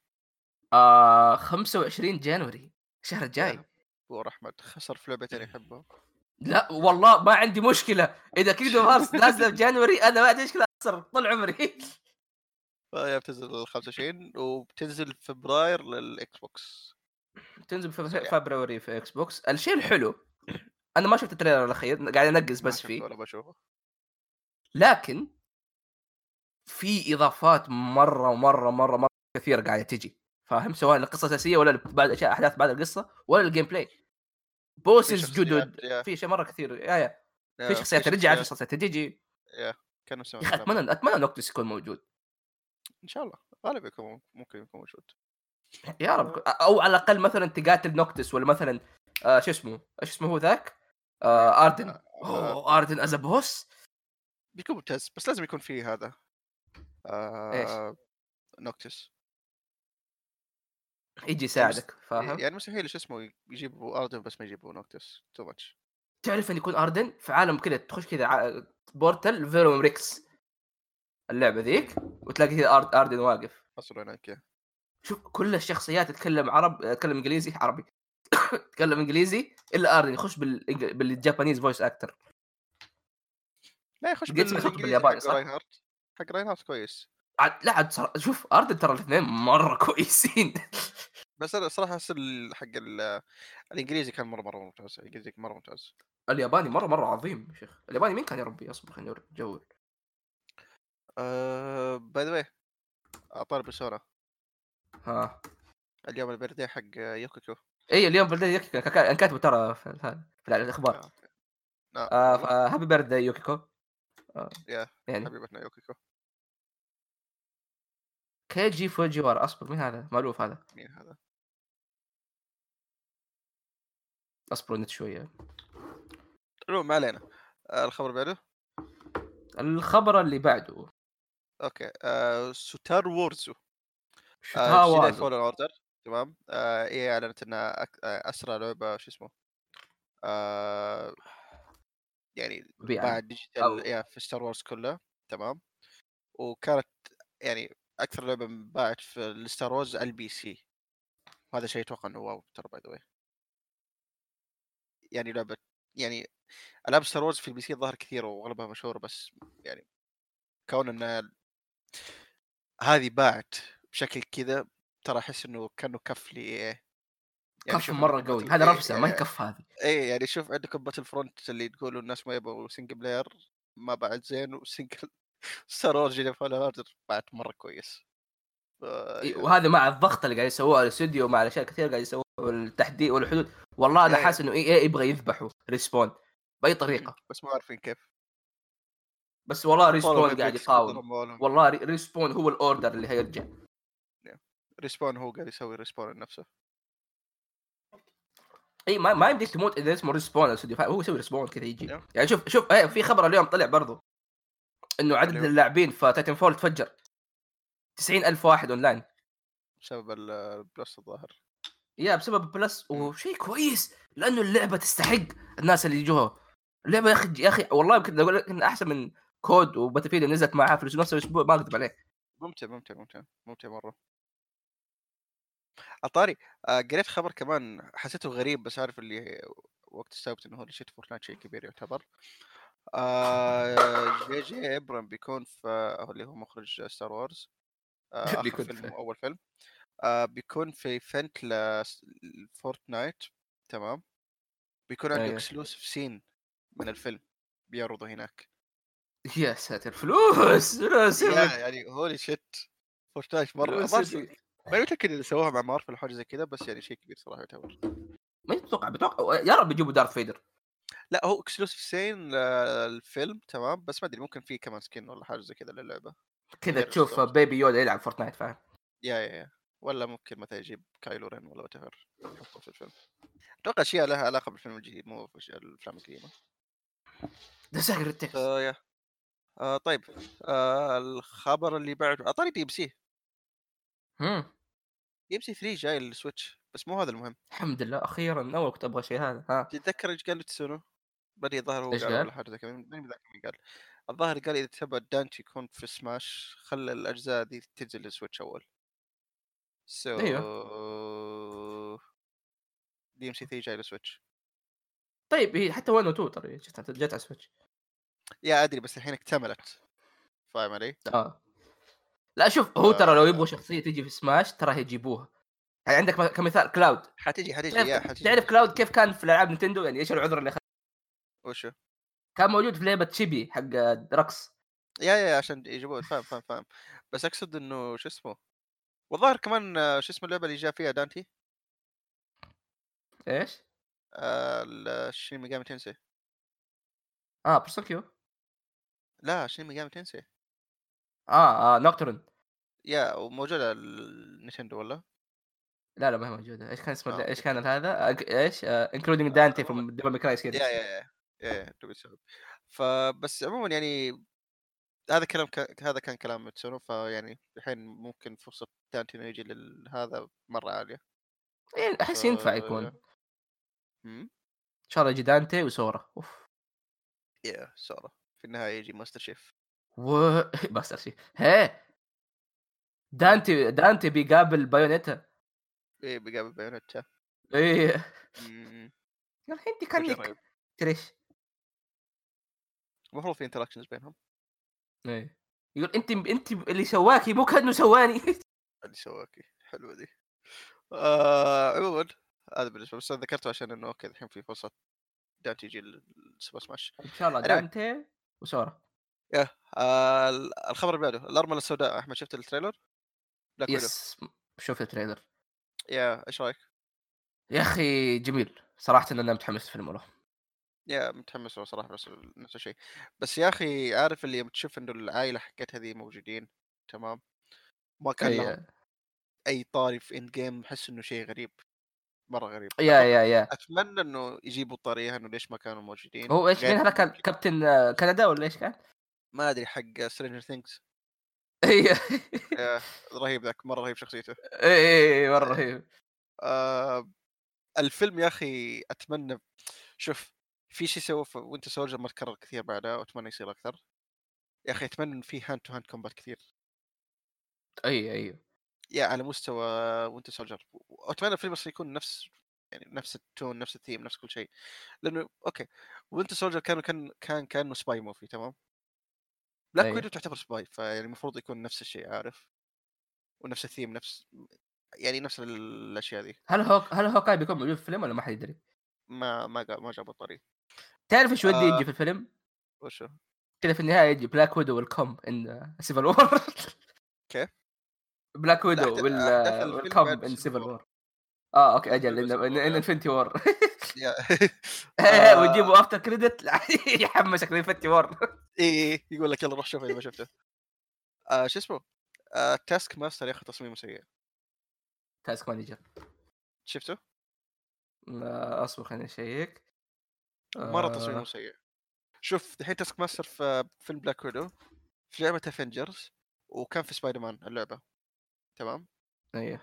[SPEAKER 1] 25 جانوري الشهر
[SPEAKER 2] يا
[SPEAKER 1] الجاي.
[SPEAKER 2] بور احمد خسر في لعبتين يحبهم.
[SPEAKER 1] لا والله ما عندي مشكله اذا كينجدوم هارتس نازله في جانوري، انا ما عندي مشكله اخسر طول عمري.
[SPEAKER 2] فهي بتنزل 25 وبتنزل في فبراير للاكس بوكس.
[SPEAKER 1] تنزل في
[SPEAKER 2] سريع.
[SPEAKER 1] فبراير في اكس بوكس. الشيء الحلو، انا ما شفت التريلر الاخير، قاعد انقز
[SPEAKER 2] ما
[SPEAKER 1] بس
[SPEAKER 2] شفته
[SPEAKER 1] فيه،
[SPEAKER 2] ولا بشوفه.
[SPEAKER 1] لكن في اضافات مره كثيره قاعده تجي، فاهم؟ سواء القصه الاساسيه ولا بعد اشياء احداث بعد القصه ولا الجيم بلاي.
[SPEAKER 2] في
[SPEAKER 1] بوسز
[SPEAKER 2] شخصيات
[SPEAKER 1] جدد، في اشياء مره كثير يا في
[SPEAKER 2] في
[SPEAKER 1] شخصيات رجعت، في
[SPEAKER 2] شخصيات
[SPEAKER 1] شخصيات تجي.
[SPEAKER 2] كانوا سمعوا
[SPEAKER 1] يا اخي
[SPEAKER 2] كلام.
[SPEAKER 1] اتمنى نوكتس يكون موجود
[SPEAKER 2] ان شاء الله غالبا يكون ممكن يكون موجود.
[SPEAKER 1] يا رب، او على الاقل مثلا تقاتل نوكتس، ولا مثلا شو اسمه، ايش اسمه هو ذاك،
[SPEAKER 2] مين؟
[SPEAKER 1] اردن. اوه اردن از بوس.
[SPEAKER 2] بيكون ممتاز بس لازم يكون فيه هذا
[SPEAKER 1] ايش
[SPEAKER 2] آه... نوكتس.
[SPEAKER 1] يجي
[SPEAKER 2] يعني
[SPEAKER 1] يساعدك، فاهم؟
[SPEAKER 2] يعني مستحيل شو اسمه يجيبوا اردن بس ما يجيبوا نوكتس تو ماتش.
[SPEAKER 1] تعرف ان يكون اردن في عالم كذا، تخش كذا بورتال فيروم ريكس اللعبه ذيك، وتلاقي كذا اردن واقف.
[SPEAKER 2] حصلوا هناك
[SPEAKER 1] شوف كل الشخصيات تتكلم تتكلم انجليزي عربي، تتكلم انجليزي الا اردن يخش بالجابانيز فويس اكتر.
[SPEAKER 2] لا يخش
[SPEAKER 1] قد سمعت صوته
[SPEAKER 2] بالانجليزي
[SPEAKER 1] بالياباني
[SPEAKER 2] حق
[SPEAKER 1] صح؟
[SPEAKER 2] راين هارت. حق راين هارت كويس.
[SPEAKER 1] لا عاد شوف اردن ترى الاثنين مره كويسين.
[SPEAKER 2] بس انا صراحه احس الانجليزي كان مره ممتاز. الانجليزي مره ممتاز.
[SPEAKER 1] الياباني مره عظيم يا شيخ. الياباني مين كان يا ربي؟ اصبر خليني اجول.
[SPEAKER 2] باي ذا واي طالب بسونا
[SPEAKER 1] ها
[SPEAKER 2] اليوم البردي حق يوكوكو.
[SPEAKER 1] اي اليوم بلدي انا كاتبه ترى في الاخبار.
[SPEAKER 2] اوكي. والله
[SPEAKER 1] هابي بيرثداي يوكيكو.
[SPEAKER 2] يا
[SPEAKER 1] يعني
[SPEAKER 2] حبيبتنا يوكوكو.
[SPEAKER 1] كيجي فوجيوار، اصبر مين هذا؟ مالوف هذا.
[SPEAKER 2] مين هذا؟
[SPEAKER 1] اصبروا نت شويه.
[SPEAKER 2] ما علينا. الخبر بعده.
[SPEAKER 1] الخبر اللي بعده
[SPEAKER 2] اوكي ستار وورزو جداي
[SPEAKER 1] شتاوازو
[SPEAKER 2] فولن اوردر. تمام. ايه اعلنت انها اسرع لعبه شو اسمه يعني
[SPEAKER 1] مبيعا
[SPEAKER 2] بعد ديجيتال
[SPEAKER 1] او
[SPEAKER 2] في ستار وورز كلها. تمام. وكانت يعني اكثر لعبه انباعت في الستار وورز على البي سي. وهذا شيء اتوقع انه واو ترى باي ذا. يعني لعبه يعني العاب ستار وورز في البي سي ظهر كثير واغلبها مشهوره بس يعني كون ان هذه باعت بشكل كذا ترى احس انه كانه كف لي يعني
[SPEAKER 1] كف
[SPEAKER 2] شوف
[SPEAKER 1] مره
[SPEAKER 2] عندكم
[SPEAKER 1] قوي،
[SPEAKER 2] باتل
[SPEAKER 1] هذا رفسه ما هي
[SPEAKER 2] يعني
[SPEAKER 1] كف هذه.
[SPEAKER 2] اي يعني شوف عندكم باتل فرونت اللي تقولوا الناس ما يبغوا سنجل بلاير ما بعد زين وسنجل ستار وورز جديد فول اوردر بعد مره كويس.
[SPEAKER 1] وهذا مع الضغط اللي قاعد يسووه الاستوديو، مع الاشياء كثير قاعد يسووها والتحديد والحدود. والله انا
[SPEAKER 2] يا
[SPEAKER 1] حاسس انه ايه يبغى يذبحوا ريسبون باي طريقه.
[SPEAKER 2] بس ما عارفين كيف.
[SPEAKER 1] بس والله
[SPEAKER 2] طالما
[SPEAKER 1] ريسبون قاعد
[SPEAKER 2] ابيكس
[SPEAKER 1] يقاوم.
[SPEAKER 2] كثر اموالهم.
[SPEAKER 1] والله ريسبون هو الاوردر اللي هيرجع.
[SPEAKER 2] ريسبون هو قاعد يسوي ريسبون لنفسه.
[SPEAKER 1] اي ما يمديك تموت اذا اسمه ريسبون الاستوديو، هو يسوي ريسبون كذا يجي. يعني شوف في خبر اليوم طلع برضو انه عدد
[SPEAKER 2] اللي هو
[SPEAKER 1] اللاعبين في تايتن فول تفجر 90,000 واحد اونلاين.
[SPEAKER 2] بسبب البلس الظاهر.
[SPEAKER 1] بسبب بلس، وشيء كويس لانه اللعبه تستحق الناس اللي يجوها. اللعبه يا اخي والله يمكن اقول لك انها احسن من كود وباتلفيلد اللي نزلت معها في نفس الاسبوع، ما اكذب عليك.
[SPEAKER 2] ممتع مره. عطاري قريت خبر كمان حسيته غريب بس عارف اللي وقت استوعبت انه هو شيء فورتنايت شيء كبير يعتبر. جي ابرام بيكون في اللي هو مخرج ستار وورز اخر
[SPEAKER 1] بيكون
[SPEAKER 2] فيلم واول فيلم. بيكون في ايفنت لفورتنايت. تمام. بيكون عنده
[SPEAKER 1] ايوه
[SPEAKER 2] اكسلوسيف سين من الفيلم بيعرضه هناك.
[SPEAKER 1] يا ساتر، فلوس
[SPEAKER 2] يعني هولي شيت. فورتنايت مره
[SPEAKER 1] فلوس
[SPEAKER 2] ما متاكد اذا سووها مع مارفل حاجه زي كذا بس يعني شيء كبير صراحه يعتبر.
[SPEAKER 1] ما تتوقع بتوقع يا رب يجيبوا دارث فيدر.
[SPEAKER 2] لا هو اكسلوسيف سين الفيلم. تمام. بس ما ادري ممكن في كمان سكين ولا حاجه زي كذا للعبه
[SPEAKER 1] كذا
[SPEAKER 2] غير
[SPEAKER 1] تشوف
[SPEAKER 2] الستورز.
[SPEAKER 1] بيبي يودا يلعب فورتنايت، فاهم؟
[SPEAKER 2] يا ولا ممكن مثلا يجيب كايلو رين ولا وات ايفر يحطه في الفيلم. اتوقع اشياء لها علاقه بالفيلم الجديد مو في الافلام القديمه.
[SPEAKER 1] ده ساكر التكس.
[SPEAKER 2] يا طيب. الخبر اللي بعده اعطاني دي ام سي.
[SPEAKER 1] هم
[SPEAKER 2] دي ام سي 3 جاي للسويتش بس مو هذا المهم.
[SPEAKER 1] الحمد لله اخيرا، اول كنت ابغى شيء هذا.
[SPEAKER 2] تتذكر ايش قال تسونو؟ بدي الظاهر هو
[SPEAKER 1] ايش
[SPEAKER 2] قال
[SPEAKER 1] قال؟
[SPEAKER 2] ولا حاجه زي كذا ماني متذكر مين قال. الظاهر قال اذا تبغى دانتي يكون في سماش خلى الاجزاء دي تنزل للسويتش اول.
[SPEAKER 1] ايوه
[SPEAKER 2] دي ام سي 3 جاي للسويتش.
[SPEAKER 1] طيب هي حتى 1 و 2 ترى جت على سويتش.
[SPEAKER 2] يا ادري بس الحين اكتملت، فاهم علي؟
[SPEAKER 1] اه لا شوف، هو ترى لو يبغوا شخصيه تجي في سماش ترى يجيبوها. يعني عندك كمثال كلاود.
[SPEAKER 2] حتجي
[SPEAKER 1] تعرف
[SPEAKER 2] يا حتجي.
[SPEAKER 1] تعرف كلاود كيف كان في الالعاب نينتندو؟ يعني ايش العذر اللي
[SPEAKER 2] وشو؟
[SPEAKER 1] كان موجود في لعبه شيبي حق رقص.
[SPEAKER 2] يا عشان يجيبوه، فاهم. بس اقصد انه شو اسمه، والظاهر كمان شو اسمه اللعبه اللي جاء فيها دانتي،
[SPEAKER 1] ايش؟
[SPEAKER 2] شين ميجامي تنسي.
[SPEAKER 1] اه بيرسون كيو.
[SPEAKER 2] لا شين ميجامي تنسي.
[SPEAKER 1] نوكتورن.
[SPEAKER 2] يا وموجوده النينتندو ولا؟
[SPEAKER 1] لا لا ما هي موجوده. ايش كان اسمه ايش
[SPEAKER 2] اوكي.
[SPEAKER 1] كان هذا ايش انكلودينج دانتي
[SPEAKER 2] عموما
[SPEAKER 1] فروم ديفل ماي كراي
[SPEAKER 2] يا
[SPEAKER 1] كيدز.
[SPEAKER 2] يا يا دوبي السبب. فبس عموما يعني هذا كلام هذا كان كلام متسونو، فيعني الحين ممكن فرصة تانتينو يجي لهذا مرة عالية.
[SPEAKER 1] يعني
[SPEAKER 2] ف
[SPEAKER 1] احس ينفع يكون ان
[SPEAKER 2] امم
[SPEAKER 1] شاء الله يجي دانتي وسورا. اوف.
[SPEAKER 2] يا سارة في النهاية يجي ماستر شيف.
[SPEAKER 1] بس شيء هي
[SPEAKER 2] امم
[SPEAKER 1] دانتي بيقابل بايونيتا.
[SPEAKER 2] ايه بيقابل بايونيتا.
[SPEAKER 1] ايه
[SPEAKER 2] امم
[SPEAKER 1] يا الحين انت
[SPEAKER 2] وجه رهيب.
[SPEAKER 1] كانك تريش.
[SPEAKER 2] المفروض في انتراكشنز بينهم.
[SPEAKER 1] ايه يقول انت اللي سواكي مو كانه سواني.
[SPEAKER 2] اللي سواكي حلوة دي. عموما هذا بالنسبة، بس أنا ذكرته عشان انه اوكي الحين في فرصة دانتي يجي السوبر سماش.
[SPEAKER 1] ان شاء الله
[SPEAKER 2] anyway
[SPEAKER 1] دانتي وسورا.
[SPEAKER 2] يا الخبر اللي بعده الأرملة السوداء. أحمد شفت التريلر؟ بلاك ويدو.
[SPEAKER 1] يس شوف التريلر.
[SPEAKER 2] يا إيش رأيك؟
[SPEAKER 1] يا اخي جميل صراحه ان انا متحمس للفيلم له.
[SPEAKER 2] يا متحمس له صراحة، بس نفس الشيء. بس يا أخي عارف اللي يوم تشوف إنه العائلة حقتها ذي موجودين، تمام، ما كان
[SPEAKER 1] اي
[SPEAKER 2] لهم أي طاري في إند جيم، أحس إنه شيء غريب، مرة غريب.
[SPEAKER 1] يا
[SPEAKER 2] أتمنى إنه يجيبوا طاريها إنه ليش ما كانوا موجودين
[SPEAKER 1] هو ايش
[SPEAKER 2] غير
[SPEAKER 1] مين هذا؟
[SPEAKER 2] إنه
[SPEAKER 1] كان كابتن كندا ولا ايش كان؟
[SPEAKER 2] ما أدري حق سترينجر ثينكس.
[SPEAKER 1] اي
[SPEAKER 2] رهيب ذاك، مرة رهيب شخصيته.
[SPEAKER 1] اي مره رهيب.
[SPEAKER 2] آه الفيلم يا أخي أتمنى، شوف، في شيء سوى في وينتر سولجر ما تكرر كثير بعدها، وأتمنى يصير أكثر. يا أخي أتمنى إن في هاند تو هاند كومبات كثير،
[SPEAKER 1] اي
[SPEAKER 2] يا على مستوى وينتر سولجر. وأتمنى الفيلم أصلا يكون نفس، يعني نفس التون، نفس الثيم، نفس كل شيء. لأنه أوكي، وينتر سولجر كان كأنه سباي موفي، تمام. بلاك
[SPEAKER 1] اي
[SPEAKER 2] ويدو تعتبر سباي، فيعني المفروض يكون نفس الشيء، عارف، ونفس الثيم، نفس، يعني نفس الأشياء ذي.
[SPEAKER 1] هل هوكاي بيكون موجود في الفيلم ولا ما حد يدري؟
[SPEAKER 2] ما جابوا الطريق.
[SPEAKER 1] تعرف ايش ودي
[SPEAKER 2] آه
[SPEAKER 1] يجي في الفيلم؟
[SPEAKER 2] وشو؟
[SPEAKER 1] كذا في النهايه يجي بلاك ويدو والكم ان سيفل وور.
[SPEAKER 2] كيف؟
[SPEAKER 1] بلاك ويدو
[SPEAKER 2] أحداث الفيلم
[SPEAKER 1] والكم
[SPEAKER 2] بعد
[SPEAKER 1] ان
[SPEAKER 2] سيفل
[SPEAKER 1] سيفل
[SPEAKER 2] وور.
[SPEAKER 1] وور. اه اوكي
[SPEAKER 2] الفيلم
[SPEAKER 1] اجل
[SPEAKER 2] بعد سيفل
[SPEAKER 1] ان
[SPEAKER 2] وور
[SPEAKER 1] انفنتي وور.
[SPEAKER 2] يا
[SPEAKER 1] ويجيبوا افتر كريدت يحمسك لانفنتي وور.
[SPEAKER 2] إيه يقول لك يلا روح شوف إذا ما شفته. شو اسمه؟ تاسك ماستر يا أخي تصميمه سيء.
[SPEAKER 1] تاسك مانجر.
[SPEAKER 2] شفته؟
[SPEAKER 1] اصبر خليني اشيك.
[SPEAKER 2] مرة تصميمه
[SPEAKER 1] آه...
[SPEAKER 2] سيء. شوف الحين تاسك ماستر في فيلم بلاك ويدو، في لعبة افنجرز، وكان في سبايدر مان اللعبة، تمام.
[SPEAKER 1] ايوه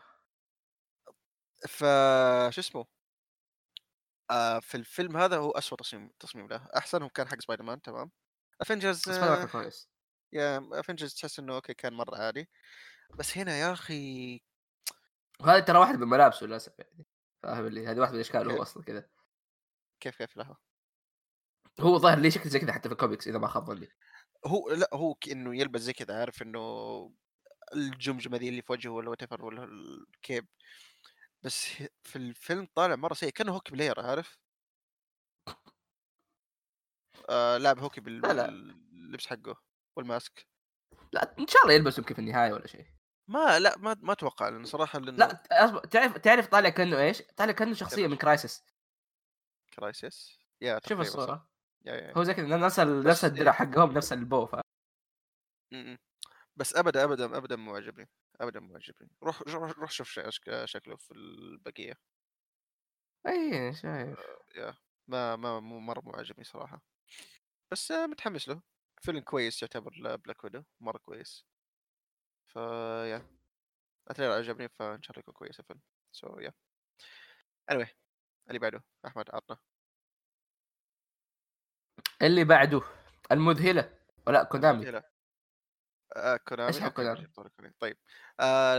[SPEAKER 2] ف شو اسمه، في الفيلم هذا هو أسوأ تصميم له. احسنهم كان حق سبايدر مان، تمام. افنجرز
[SPEAKER 1] سبايدر مان كان كويس.
[SPEAKER 2] يا افنجرز تحس انه اوكي كان مرة عادي. بس هنا يا اخي
[SPEAKER 1] وهذا ترى واحد من ملابسه للاسف يعني. فاهم اللي هذه واحده من اشكاله هو
[SPEAKER 2] كيف
[SPEAKER 1] اصلا كذا.
[SPEAKER 2] كيف لها.
[SPEAKER 1] هو ظاهر لي شكل زي كذا حتى في الكوميكس اذا ما خاب ظني.
[SPEAKER 2] هو لا هو انه يلبس زي كذا، عارف انه الجمجمة ذي اللي في وجهه ولا وات ولا الكيب. بس في الفيلم طالع مرة سيء، كانه هوكي بلاير، عارف. لاعب هوكي
[SPEAKER 1] لا لا
[SPEAKER 2] باللبس حقه والماسك.
[SPEAKER 1] لا ان شاء الله يلبس يمكن في النهايه ولا شيء.
[SPEAKER 2] لا ما اتوقع، لانه صراحة لانه
[SPEAKER 1] لا تعرف طالع كانه ايش؟ طالع كانه شخصيه من كرايسس.
[SPEAKER 2] كرايسيس يا
[SPEAKER 1] شوف
[SPEAKER 2] تقريبا صح.
[SPEAKER 1] الصوره.
[SPEAKER 2] يا
[SPEAKER 1] هو زي كذا نفس
[SPEAKER 2] بس
[SPEAKER 1] الدرع حقهم نفس البو
[SPEAKER 2] م- م. بس ابدا مو عجبني، ابدا مو عجبني. روح شوف شكله في البقية.
[SPEAKER 1] اي شايف.
[SPEAKER 2] يا ما مو مرة مو عجبني صراحة. بس متحمس له. فيلم كويس يعتبر بلاك ويدو، مرة كويس. يا التريلر عجبني، فان شاء الله يكون كويس الفيلم. يا anyway اللي بعده احمد عطنا.
[SPEAKER 1] اللي بعده المذهله ولا كونامي.
[SPEAKER 2] المذهلة.
[SPEAKER 1] ايش
[SPEAKER 2] كونامي
[SPEAKER 1] حق
[SPEAKER 2] اوكي
[SPEAKER 1] كونامي؟
[SPEAKER 2] بجيب طاري كونامي طيب.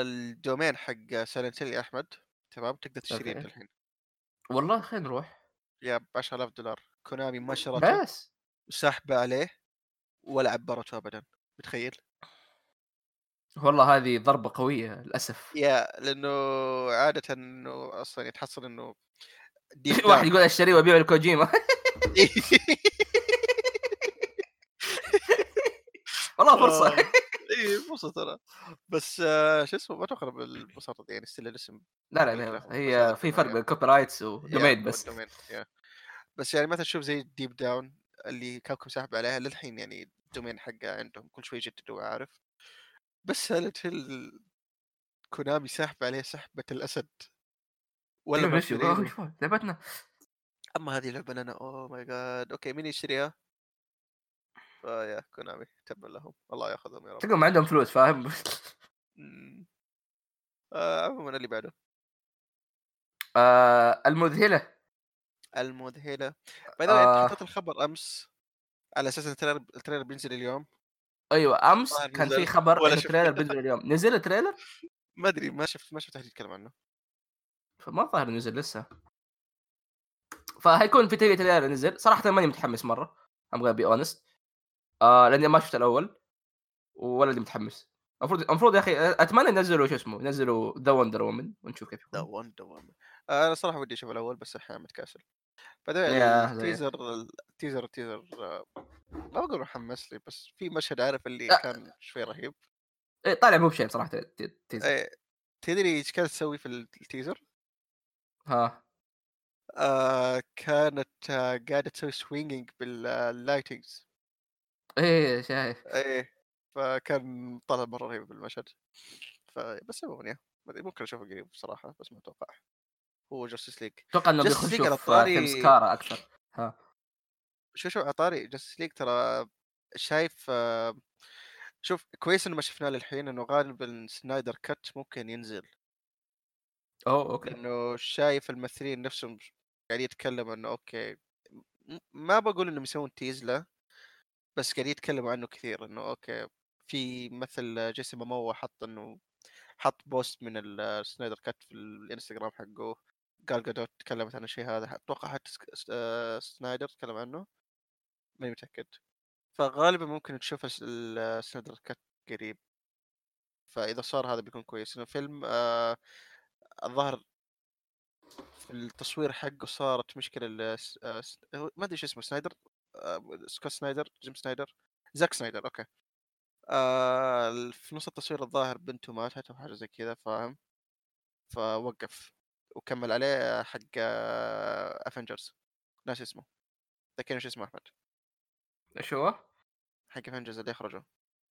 [SPEAKER 2] الدومين حق سايلنت هيل يا احمد، تمام، تقدر تشتريه انت
[SPEAKER 1] اوكي
[SPEAKER 2] الحين.
[SPEAKER 1] والله خلينا نروح.
[SPEAKER 2] يا ب $10,000 كونامي ما شرته
[SPEAKER 1] بس
[SPEAKER 2] وساحبه عليه ولا عبرته ابدا. متخيل؟
[SPEAKER 1] والله هذه ضربة قوية للأسف.
[SPEAKER 2] لانه عاده انه اصلا يتحصل انه ديب
[SPEAKER 1] واحد
[SPEAKER 2] داون.
[SPEAKER 1] يقول اشتري وابيع لكوجيما. والله فرصة.
[SPEAKER 2] اي فرصه ترى. بس شو اسمه ما اتوقع بالبساطه دي يعني ستيل الاسم
[SPEAKER 1] لا لا
[SPEAKER 2] حقيقي
[SPEAKER 1] لا،
[SPEAKER 2] له
[SPEAKER 1] هي
[SPEAKER 2] مزايا
[SPEAKER 1] في
[SPEAKER 2] كمان
[SPEAKER 1] فرق بين كوبي رايتس
[SPEAKER 2] يا
[SPEAKER 1] ودومين بس.
[SPEAKER 2] والدومين بس يعني مثلا شوف زي ديب داون اللي كابكم ساحب عليها للحين يعني الدومين حقه عندهم كل شوي يجددوا عارف. بس هل كونامي ساحب عليه سحبة الأسد ولا
[SPEAKER 1] ايوه مشي
[SPEAKER 2] معفنينه؟
[SPEAKER 1] شوف لعبتنا.
[SPEAKER 2] أما هذه لعبة أنا أوه ماي جاد أوكي مين يشتريها؟ يا كونامي تبا لهم الله ياخذهم يا رب.
[SPEAKER 1] تلقى ما عندهم فلوس فاهم.
[SPEAKER 2] مم. عموما اللي بعده
[SPEAKER 1] المذهلة.
[SPEAKER 2] المذهلة. باي ذا أنت
[SPEAKER 1] آه
[SPEAKER 2] حطيت الخبر أمس على أساس إن التريلر بينزل اليوم.
[SPEAKER 1] ايوه امس
[SPEAKER 2] الظاهر
[SPEAKER 1] كان في
[SPEAKER 2] نزل
[SPEAKER 1] خبر
[SPEAKER 2] ولا
[SPEAKER 1] انه
[SPEAKER 2] شفت.
[SPEAKER 1] التريلر بينزل اليوم، نزل التريلر.
[SPEAKER 2] ما أدري ما شفت أحد يتكلم عنه.
[SPEAKER 1] فما الظاهر نزل لسه. فهيكون في تريلر نزل، صراحة ماني متحمس مرة. ابغى بي اونست. لاني ما شفت الاول ولا اني متحمس. المفروض يا اخي اتمنى ينزلوا شو اسمه، ينزلوا ذا وندر وومن ونشوف كيف يكون.
[SPEAKER 2] دوام أنا صراحة ودي أشوف الأول بس أحيانا متكاسل. بعدين
[SPEAKER 1] يا زيك.
[SPEAKER 2] التيزر ما بقول محمس لي بس في مشهد عارف اللي
[SPEAKER 1] لا
[SPEAKER 2] كان شوي رهيب.
[SPEAKER 1] طالع مو بشيء صراحة تيزر.
[SPEAKER 2] إيه، تدري ايش كانت تسوي في التيزر؟
[SPEAKER 1] ها
[SPEAKER 2] كانت قاعدة تسوي سوينجينج باللايتنجز.
[SPEAKER 1] ايه شايف.
[SPEAKER 2] ايه فكان طلع مرة رهيب بالمشهد. بس عموما ما أدري، ممكن اشوفه قريب بصراحة بس ما اتوقع. هو جاستس ليج.
[SPEAKER 1] اتوقع انه
[SPEAKER 2] جاستس ليج
[SPEAKER 1] بيخشوا
[SPEAKER 2] على
[SPEAKER 1] في ثيم
[SPEAKER 2] طاري.
[SPEAKER 1] سكارا اكثر. ها
[SPEAKER 2] شو على طاري جاستس ليج ترى. شايف شوف كويس انه ما شفناه للحين انه غالبا سنايدر كات ممكن ينزل.
[SPEAKER 1] اوكي.
[SPEAKER 2] لانه شايف الممثلين نفسهم قاعد يتكلم انه اوكي ما بقول انهم يسوون تيز له بس قاعد يتكلموا عنه كثير انه اوكي. في مثل جيسون ماموا حط بوست من السنايدر كات في الانستغرام حقه. قال جادوت تكلمت عن الشيء هذا اتوقع حتى سنايدر تكلم عنه. ماني متاكد. فغالبا ممكن تشوف السنايدر كات قريب. فاذا صار هذا بيكون كويس انه فيلم الظاهر في التصوير حقه صارت مشكلة ما ادري ايش اسمه سنايدر. سكوت سنايدر جيم سنايدر زاك سنايدر اوكي. في نص التصوير الظاهر بنته ماتت او حاجة زي كذا فاهم. فوقف وكمل عليه حق افنجرز. ناس اسمه ذكرني ايش اسمه احمد.
[SPEAKER 1] ايش هو؟
[SPEAKER 2] حق افنجرز اللي خرجوا.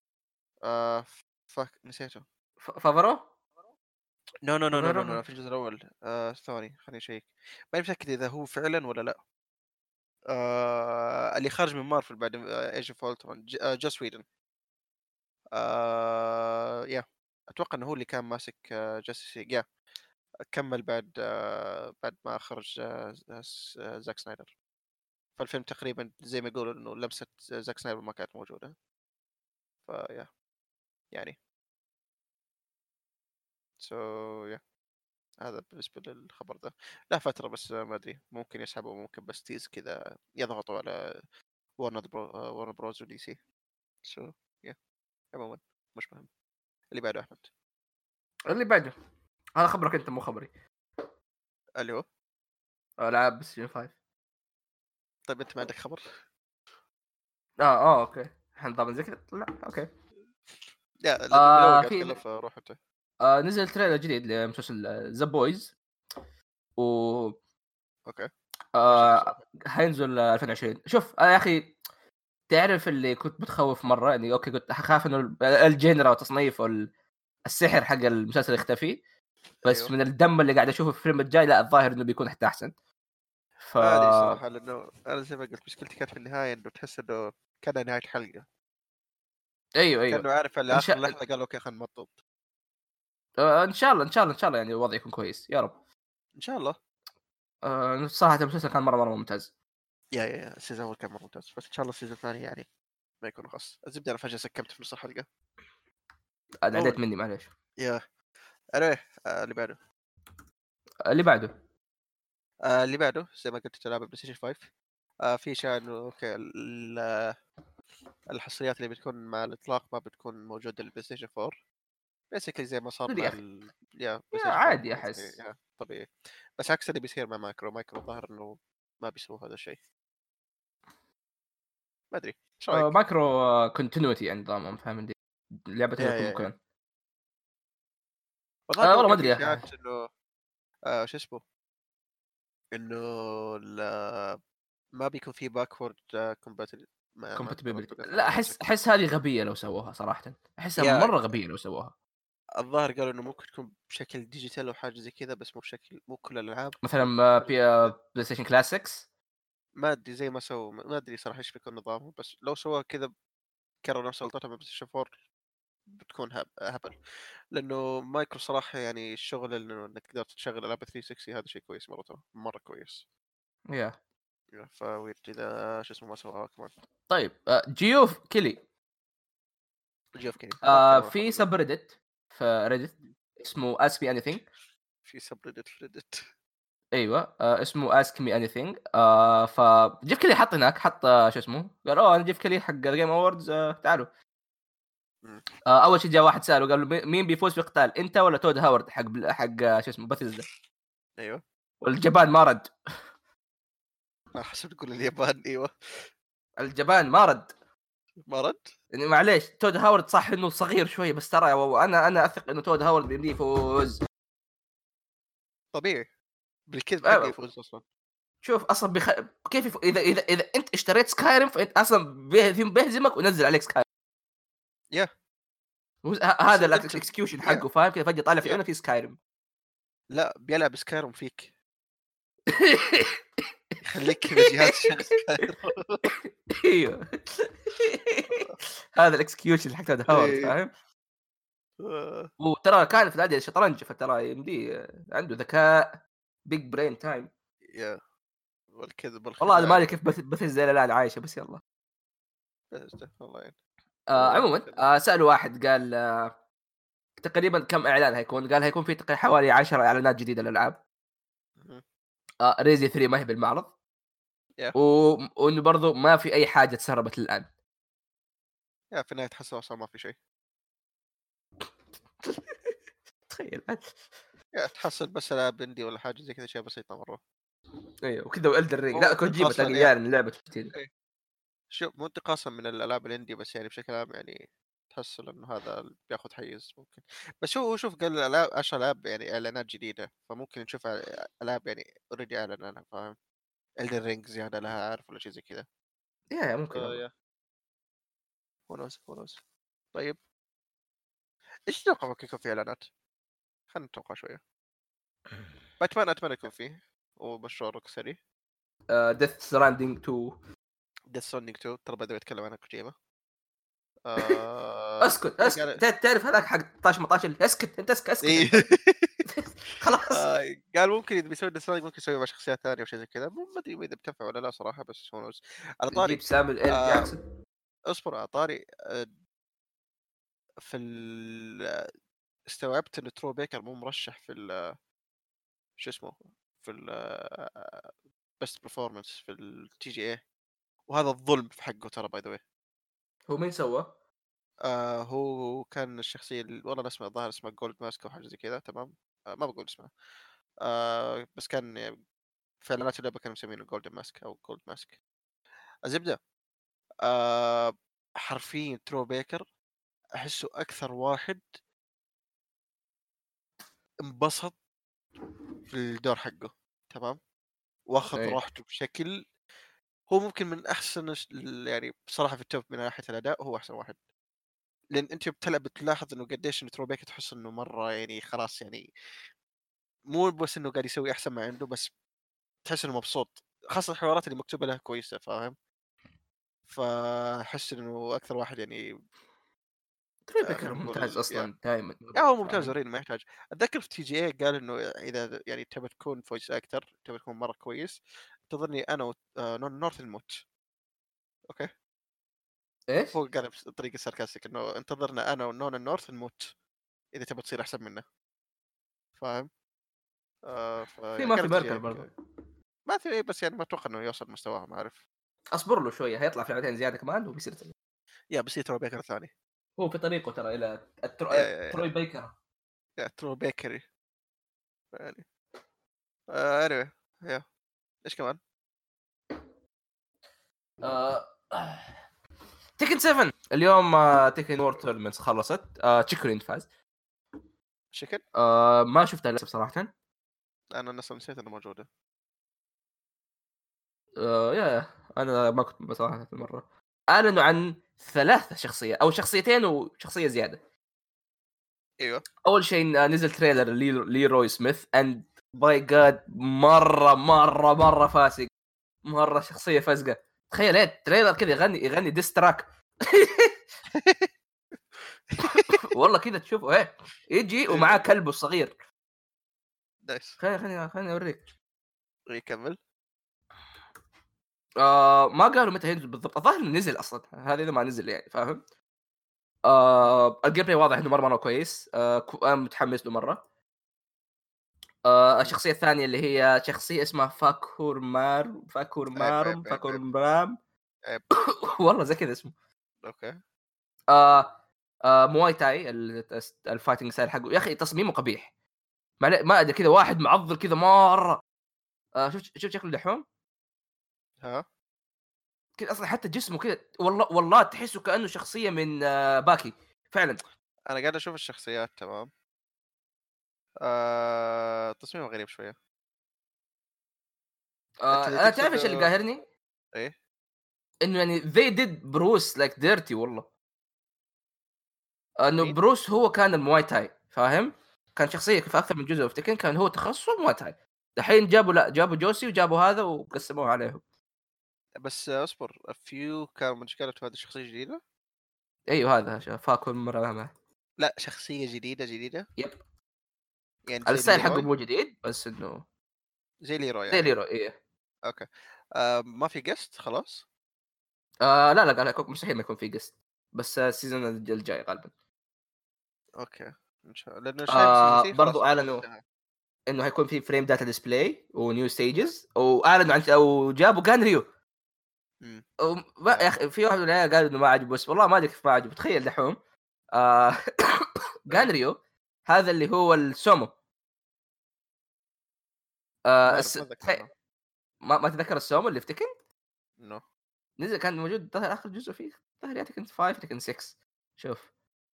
[SPEAKER 2] فاك نسيته.
[SPEAKER 1] فافرو.
[SPEAKER 2] نو نو نو نو نو
[SPEAKER 1] فافرو.
[SPEAKER 2] نو افنجرز الاول. ثواني خليني اشيك. ماني متأكد اذا هو فعلا ولا لا. اللي خارج من مارفل بعد ايج اوف اولترون جوس ويدن. يا اتوقع انه هو اللي كان ماسك جاستس ليج كمل بعد ما خرج زاك سنايدر. فالفيلم تقريبا زي ما يقولوا انه لمسة زاك سنايدر ما كانت موجودة. فيا يعني سو يا هذا بالنسبة للخبر ده. لا فترة بس ما ادري ممكن يسحبوا ممكن بس تيز كذا يضغطوا على ورن بروز ودي سي. سو يا عموما مش مهم. اللي بعده احمد.
[SPEAKER 1] اللي بعده هذا خبرك انت مو خبري.
[SPEAKER 2] الو.
[SPEAKER 1] العاب بس 5.
[SPEAKER 2] طيب انت ما عندك خبر؟
[SPEAKER 1] اوكي الحين طبعا زي كذا لا اوكي.
[SPEAKER 2] لا لانه من الاول قاعد
[SPEAKER 1] في
[SPEAKER 2] اتكلم فروح انت.
[SPEAKER 1] نزل تريلر جديد لمسلسل ذا بويز. و
[SPEAKER 2] اوكي ما شفته صراحه.
[SPEAKER 1] هينزل 2020. شوف يا اخي، تعرف اللي كنت متخوف مره يعني، اوكي كنت اخاف انه الجينرا والتصنيف والسحر حق المسلسل يختفي. بس
[SPEAKER 2] ايوه
[SPEAKER 1] من الدم اللي قاعد اشوفه في الفيلم الجاي لا الظاهر انه بيكون حتى احسن. ف
[SPEAKER 2] ما ادري صراحه لانه انا زي ما قلت مشكلتي كانت في النهايه انه تحس انه كان نهايه حلقه.
[SPEAKER 1] ايوه
[SPEAKER 2] كانه عارف على
[SPEAKER 1] ان
[SPEAKER 2] اخر
[SPEAKER 1] شاء
[SPEAKER 2] لحظه قال اوكي خلينا نمطط.
[SPEAKER 1] ان شاء الله ان شاء الله ان شاء الله يعني الوضع يكون كويس يا رب.
[SPEAKER 2] ان شاء الله.
[SPEAKER 1] صراحه المسلسل كان مره ممتاز.
[SPEAKER 2] يا السيزون الاول كان مره ممتاز بس ان شاء الله السيزون الثاني يعني ما يكون خاص الزبده. انا فجاه سكمت في نص الحلقه. عموما
[SPEAKER 1] ناديت مني معليش.
[SPEAKER 2] يا anyway اللي بعده.
[SPEAKER 1] اللي بعده
[SPEAKER 2] اللي بعده زي ما قلت تلعب بلاي ستيشن 5. في شيء انه اوكي الحصريات اللي بتكون مع الاطلاق ما بتكون موجوده للبلاي ستيشن 4. بيسكلي زي ما صار
[SPEAKER 1] يا
[SPEAKER 2] مع
[SPEAKER 1] اخي
[SPEAKER 2] يا بلاي
[SPEAKER 1] يا
[SPEAKER 2] ستيشن 5
[SPEAKER 1] عادي
[SPEAKER 2] برو، زي
[SPEAKER 1] احس.
[SPEAKER 2] طبيعي. بس عكس اللي بيصير مع مايكرو ظهر انه ما بيسووا هذا الشيء. ما ادري ايش رايك؟
[SPEAKER 1] مايكرو كونتينيوتي يعني نظامهم، فاهم اللي لعبتهم في كل
[SPEAKER 2] يا
[SPEAKER 1] مكان.
[SPEAKER 2] والله كمان
[SPEAKER 1] والله ما
[SPEAKER 2] كان في
[SPEAKER 1] ادري يا
[SPEAKER 2] اشاعات
[SPEAKER 1] اخي.
[SPEAKER 2] انه شو اسمه، انه ما بيكون في باكورد كومباتبل مع
[SPEAKER 1] كومباتيبلتي، لا
[SPEAKER 2] مع نفسك.
[SPEAKER 1] احس هذه غبيه لو سووها صراحه، احسها
[SPEAKER 2] يا
[SPEAKER 1] مره غبيه لو سووها.
[SPEAKER 2] الظاهر قالوا انه ممكن تكون بشكل ديجيتال او حاجه زي كذا، بس مو بشكل، مو كل الالعاب
[SPEAKER 1] مثلا
[SPEAKER 2] حاجه زي كذا.
[SPEAKER 1] بلاي ستيشن كلاسيكس.
[SPEAKER 2] ما ادري زي ما سووا، ما ادري صراحه ايش بيكون نظامه، بس لو سووها كذا كرروا نفس غلطتهم بلاي ستيشن 4 بتكون هبل. لانه مايكرو صراحه يعني الشغل انك تقدر تشغل العاب 360 هذا شيء كويس مره كويس.
[SPEAKER 1] يا
[SPEAKER 2] فويرد اذا شو اسمه ما سواها كمان.
[SPEAKER 1] طيب جيوف كيلي.
[SPEAKER 2] جي اوف كيني اتذكر ما
[SPEAKER 1] في
[SPEAKER 2] حضرنا.
[SPEAKER 1] سب ريدت في ريدت اسمه اسك مي اني ثينج.
[SPEAKER 2] في سب ريدت.
[SPEAKER 1] ايوه اسمه اسك مي اني ثينج. فجيف كيلي حط هناك، حط شو اسمه، قال اوه انا جيف كيلي حق الجيم اووردز، تعالوا. اول شيء جاء واحد ساله قال له مين بيفوز في القتال، انت ولا تود هاورد حق شو اسمه باثيزدا؟
[SPEAKER 2] ايوه
[SPEAKER 1] والجبان ما رد.
[SPEAKER 2] حسب تقول اليابان ايوه.
[SPEAKER 1] الجبان ما رد.
[SPEAKER 2] ما رد.
[SPEAKER 1] يعني معليش تود هاورد صح انه صغير شوي، بس ترى انا اثق انه تود هاورد بيمديه يفوز.
[SPEAKER 2] طبيعي بالكذب حقه
[SPEAKER 1] آه،
[SPEAKER 2] يفوز اصلا.
[SPEAKER 1] شوف اصلا كيف اذا انت اشتريت سكايرم فانت اصلا بيهزمك ونزل عليك سكايرم.
[SPEAKER 2] يا بس
[SPEAKER 1] هذا
[SPEAKER 2] انت
[SPEAKER 1] الاكسكيوشن
[SPEAKER 2] يا
[SPEAKER 1] حقه، فاهم كيف؟ فجاه طالع في
[SPEAKER 2] يا
[SPEAKER 1] عيونه في سكايرم.
[SPEAKER 2] لا بيلعب سكايرم فيك، يخليك كذا جهاز شغل سكايرم.
[SPEAKER 1] ايوه. هذا الاكسكيوشن حق تود هاورد،
[SPEAKER 2] ايه
[SPEAKER 1] فاهم؟ وترى كان في نادي الشطرنج، فترى يمدي عنده ذكاء، بيج برين تايم.
[SPEAKER 2] يا والكذب
[SPEAKER 1] والله انا ما
[SPEAKER 2] والخداع
[SPEAKER 1] ادري كيف بثز زي الان عايشه، بس يلا.
[SPEAKER 2] والله يعني.
[SPEAKER 1] عموما سالوا واحد قال تقريبا كم اعلان هيكون، قال هيكون في تقريبا حوالي 10 اعلانات جديده للالعاب. ريزي 3 ما هي بالمعرض،
[SPEAKER 2] يا
[SPEAKER 1] وانه برضو ما في اي حاجه تسربت الان.
[SPEAKER 2] يا في النهاية تحس اصلا ما في شيء.
[SPEAKER 1] تخيل.
[SPEAKER 2] يا تحصل بس العاب اندي ولا حاجه زي كذا، شيء بسيطه مره.
[SPEAKER 1] ايوه وكذا، والدر رينج لا
[SPEAKER 2] مو
[SPEAKER 1] كوجيما
[SPEAKER 2] انتقاصا
[SPEAKER 1] تلاقي
[SPEAKER 2] يا
[SPEAKER 1] يعلن لعبه جديده.
[SPEAKER 2] إيه. شوف مو انتقاصا من الالعاب الاندي، بس يعني بشكل عام يعني تحصل انه هذا اللي بياخذ حيز ممكن. بس هو شوف قال الالعاب 10 العاب يعني اعلانات جديده، فممكن نشوف العاب يعني اوريدي اعلن عنها فاهم. الدن رينج زياده لها عارف ولا شيء زي كذا.
[SPEAKER 1] يا ممكن والله.
[SPEAKER 2] يا ونوس. طيب ايش تتوقع ممكن يكون في اعلانات؟ خلينا نتوقع شويه. اتمنى يكون فيه، ومشروع روكسري.
[SPEAKER 1] ديث ستراندينج 2.
[SPEAKER 2] ديث ستراندينج 2 ترى بدأوا يتكلم عنها كوجيما.
[SPEAKER 1] اسكت
[SPEAKER 2] قال
[SPEAKER 1] اسكت، تعرف هذاك حق 13 14 اسكت انت، اسكت
[SPEAKER 2] إيه.
[SPEAKER 1] انت. خلاص.
[SPEAKER 2] قال ممكن إذا بيسوي ديث ستراندينج ممكن يسوي مع شخصيات ثانيه وشيء زي كذا، ما ادري اذا بتنفع ولا لا صراحه، بس هو نوز. على طاري
[SPEAKER 1] يجيب سامل ال
[SPEAKER 2] آه
[SPEAKER 1] جاكسون.
[SPEAKER 2] اصبر على طاري في استوعبت ان ترو بيكر مو مرشح في شو اسمه، في بست برفورمانس في التي جي اي، وهذا الظلم في حقه ترى باي ذا واي.
[SPEAKER 1] هو مين سوى؟
[SPEAKER 2] هو كان الشخصيه والله اسمه الظاهر اسمه جولد ماسك او حاجه زي كذا تمام. ما بقول اسمه. بس كان في اعلانات اللعبه كانوا مسمينه جولد ماسك او جولد ماسك. الزبده آه حرفيا ترو بيكر احسه اكثر واحد انبسط في الدور حقه تمام، واخذ
[SPEAKER 1] ايه
[SPEAKER 2] راحته بشكل. هو ممكن من احسن يعني بصراحه في التوب من ناحيه الاداء هو احسن واحد. لان انت بتلعب بتلاحظ انه قديش انه ترو بيكر تحس انه مره يعني خلاص يعني مو بس انه قاعد يسوي احسن ما عنده، بس تحس انه مبسوط، خاصه الحوارات اللي مكتوبه لها كويسه فاهم. فاحس انه اكثر واحد يعني
[SPEAKER 1] تري بيكر
[SPEAKER 2] خلينا
[SPEAKER 1] ممتاز
[SPEAKER 2] نقول
[SPEAKER 1] اصلا دائما،
[SPEAKER 2] هو ممتاز
[SPEAKER 1] فاهم.
[SPEAKER 2] اوريدي ما يحتاج. اتذكر في تي جي اي قال انه اذا يعني تبي تكون فويس اكتر، تبي تكون مره كويس، انتظرني انا نورث الموت. اوكي.
[SPEAKER 1] ايش؟
[SPEAKER 2] هو قال بطريقه ساركاستيك انه انتظرنا انا ونون النورث نموت اذا تبي تصير احسن منه فاهم.
[SPEAKER 1] في
[SPEAKER 2] فقال
[SPEAKER 1] ما في
[SPEAKER 2] في تي جي
[SPEAKER 1] ميركل
[SPEAKER 2] اي
[SPEAKER 1] برضه.
[SPEAKER 2] ما ادري بس يعني ما اتوقع انه يوصل مستواه ما اعرف.
[SPEAKER 1] اصبر له شويه، هيطلع في لعبتين زياده كمان وبيصير
[SPEAKER 2] يا بس ترى بيكر ثاني.
[SPEAKER 1] هو في طريقه ترى الى
[SPEAKER 2] يا
[SPEAKER 1] تروي بيكر.
[SPEAKER 2] ترو بيكري يعني. anyway يا ايش كمان؟
[SPEAKER 1] تيكن 7 اليوم، تيكن وورد تورنمنتس خلصت، تشيكرين فاز.
[SPEAKER 2] شكل
[SPEAKER 1] ما شفتها لسه صراحه.
[SPEAKER 2] انا نسيت انه موجوده.
[SPEAKER 1] يا انا ما كنت بصراحه في المره. اعلنوا عن 3 شخصيات او شخصيتين وشخصيه زياده.
[SPEAKER 2] ايوه
[SPEAKER 1] اول شيء نزل تريلر لي روي سميث اند باي جاد مره فاسق، مره شخصيه فاسقه. تخيل ايه تريلر كذا يغني ديستراك. والله كذا تشوفه ايه يجي ومعاه كلبه الصغير.
[SPEAKER 2] نايس.
[SPEAKER 1] خليني اوريك.
[SPEAKER 2] يكمل.
[SPEAKER 1] ما قالوا متى ينزل بالضبط، الظاهر انه نزل اصلا، هذا اذا ما نزل يعني فاهم. الجيم بلاي واضح انه مره كويس. انا متحمس له مره. الشخصيه الثانيه اللي هي شخصيه اسمها
[SPEAKER 2] عيب.
[SPEAKER 1] فاكور مرام.
[SPEAKER 2] عيب.
[SPEAKER 1] والله زي كذا اسمه.
[SPEAKER 2] اوكي.
[SPEAKER 1] مواي تاي الفايتنج ستايل حقه يا اخي تصميمه قبيح. ما ادري كذا واحد معضل كذا مره. شفت شكله دحوم
[SPEAKER 2] ها
[SPEAKER 1] كذا اصلا، حتى جسمه كذا والله تحسه كانه شخصيه من باكي فعلا.
[SPEAKER 2] انا قاعد اشوف الشخصيات تمام. تصميمه غريب شويه. انت اللي
[SPEAKER 1] انا تعرف
[SPEAKER 2] تقصد
[SPEAKER 1] ايش اللي قاهرني؟
[SPEAKER 2] ايه؟
[SPEAKER 1] انه يعني they did بروس like dirty والله. انه
[SPEAKER 2] مين؟
[SPEAKER 1] بروس هو كان المواي تاي فاهم، كان شخصيه في اكثر من جزء، افتكر كان هو تخصصه مواي تاي. الحين جابوا جوسي وجابوا هذا وقسموه عليهم.
[SPEAKER 2] بس اصبر فيو كان مشكلة في هذه الشخصية جديدة؟
[SPEAKER 1] ايوه هذا فاكون مره.
[SPEAKER 2] لا شخصية جديدة
[SPEAKER 1] يب
[SPEAKER 2] يعني زي
[SPEAKER 1] الستايل حقه
[SPEAKER 2] ليروي.
[SPEAKER 1] مو جديد بس انه
[SPEAKER 2] زي ليروي
[SPEAKER 1] زي
[SPEAKER 2] يعني.
[SPEAKER 1] ليرو ايه.
[SPEAKER 2] اوكي. ما في قست خلاص.
[SPEAKER 1] لا قال لك مستحيل ما يكون في قسط، بس السيزون الجاي غالبا.
[SPEAKER 2] اوكي ان شاء الله لانه شايف سيزون سي
[SPEAKER 1] برضو
[SPEAKER 2] خلاص
[SPEAKER 1] اعلنوا
[SPEAKER 2] انتهى.
[SPEAKER 1] انه هيكون في فريم داتا ديسبلاي ونيو ستيجز، واعلنوا عن او جابوا جانريو.
[SPEAKER 2] امم
[SPEAKER 1] يا اخي في واحد من العيال قال انه ما عجبه، بس والله ما ادري كيف ما عجبه. تخيل دحوم آه
[SPEAKER 2] ايه
[SPEAKER 1] جانريو هذا اللي هو السومو.
[SPEAKER 2] ما اعرف
[SPEAKER 1] الس...
[SPEAKER 2] ما اتذكر انه
[SPEAKER 1] ما تذكر السومو اللي في تكن
[SPEAKER 2] نو.
[SPEAKER 1] نزل، كان موجود ظهر اخر جزء فيه، ظهر يا تكن 5 تكن 6. شوف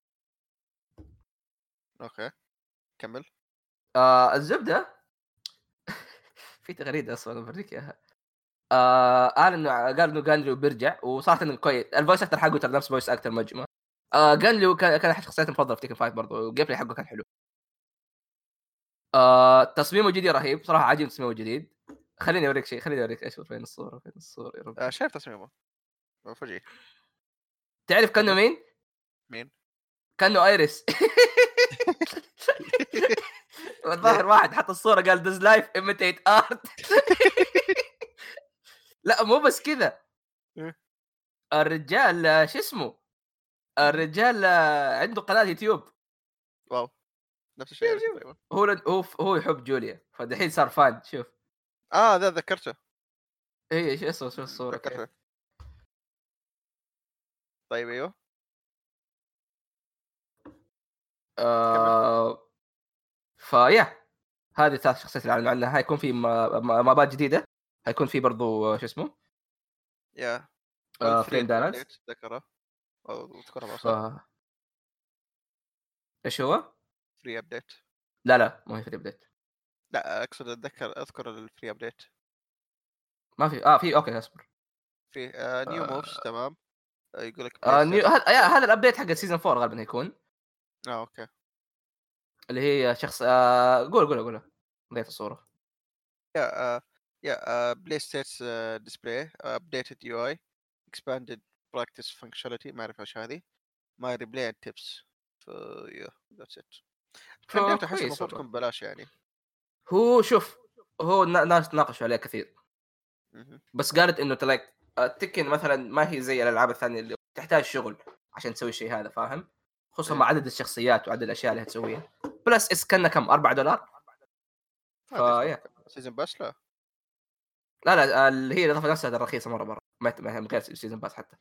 [SPEAKER 2] اوكي كمل.
[SPEAKER 1] الزبده. في تغريده اصلا بوريك اياها. قال انه جانريو بيرجع، وصراحه انه كويس. الفويس اكتر حقه ترى نفس فويس اكتر مجمع. جانريو كان احد شخصياتي المفضله في تيكن فايت برضه، والجيم بلاي حقه كان حلو. تصميمه جديد رهيب صراحه، عاجبني تصميمه الجديد. خليني اوريك شيء، خليني اوريك ايش فين الصوره يا ربي.
[SPEAKER 2] شايف تصميمه فجي.
[SPEAKER 1] تعرف كانه
[SPEAKER 2] كمل.
[SPEAKER 1] مين؟
[SPEAKER 2] مين؟
[SPEAKER 1] كانه ايريس.
[SPEAKER 2] ليه؟
[SPEAKER 1] والظاهر واحد حط الصوره قال does life imitate art. لا مو بس كذا،
[SPEAKER 2] إيه؟
[SPEAKER 1] الرجال شو اسمه، الرجال عنده قناه يوتيوب.
[SPEAKER 2] واو نفس الشيء يعني
[SPEAKER 1] شوف
[SPEAKER 2] تقريبا.
[SPEAKER 1] هو يحب جوليا، فدحين صار فان. شوف
[SPEAKER 2] ذا ذكرته.
[SPEAKER 1] ايه شو اسمه، شو الصوره كيف.
[SPEAKER 2] ذكرته. طيب ايوه كمل.
[SPEAKER 1] فيا هذه 3 شخصيات اللي اعلنوا عنها. هيكون في مابات جديده، هيكون في برضو شو اسمه
[SPEAKER 2] يا والفري
[SPEAKER 1] فريم دانس.
[SPEAKER 2] ابديت ذكره او تذكرها ما
[SPEAKER 1] ف
[SPEAKER 2] صح.
[SPEAKER 1] ايش هو؟
[SPEAKER 2] فري ابديت.
[SPEAKER 1] لا ما هي فريم ابديت.
[SPEAKER 2] لا اقصد اذكر الفري ابديت.
[SPEAKER 1] ما في في اوكي اصبر.
[SPEAKER 2] في نيو موفز تمام. يقول لك بلاي ستيشن.
[SPEAKER 1] هذا الابديت حق السيزون 4 غالبا هيكون،
[SPEAKER 2] اوكي.
[SPEAKER 1] اللي هي شخص قول ضيف الصوره.
[SPEAKER 2] يا بلاي ستيشن ديسبلاي ابديتد يو اي اكسباندد براكتس فانكشناليتي ما اعرف ايش هذه. ماي ريبلاي اند تيبس. يا ذاتس ات. فريم ريت احس
[SPEAKER 1] كويس
[SPEAKER 2] المفروض
[SPEAKER 1] والله.
[SPEAKER 2] تكون ببلاش يعني.
[SPEAKER 1] هو شوف، هو ناس تناقشوا عليه كثير،
[SPEAKER 2] مهم.
[SPEAKER 1] بس قالت انه تلاك تكن مثلا ما هي زي الالعاب الثانيه اللي تحتاج شغل عشان تسوي الشيء هذا فاهم، خصوصا مع
[SPEAKER 2] إيه.
[SPEAKER 1] عدد الشخصيات وعدد الاشياء اللي هتسويها. بلس كنا كم $4.
[SPEAKER 2] ما ادري صراحه
[SPEAKER 1] فيا
[SPEAKER 2] سيزون بس لا.
[SPEAKER 1] لا اللي هي الاضافه نفسها رخيصه مره ما من غير سيزون باس حتى.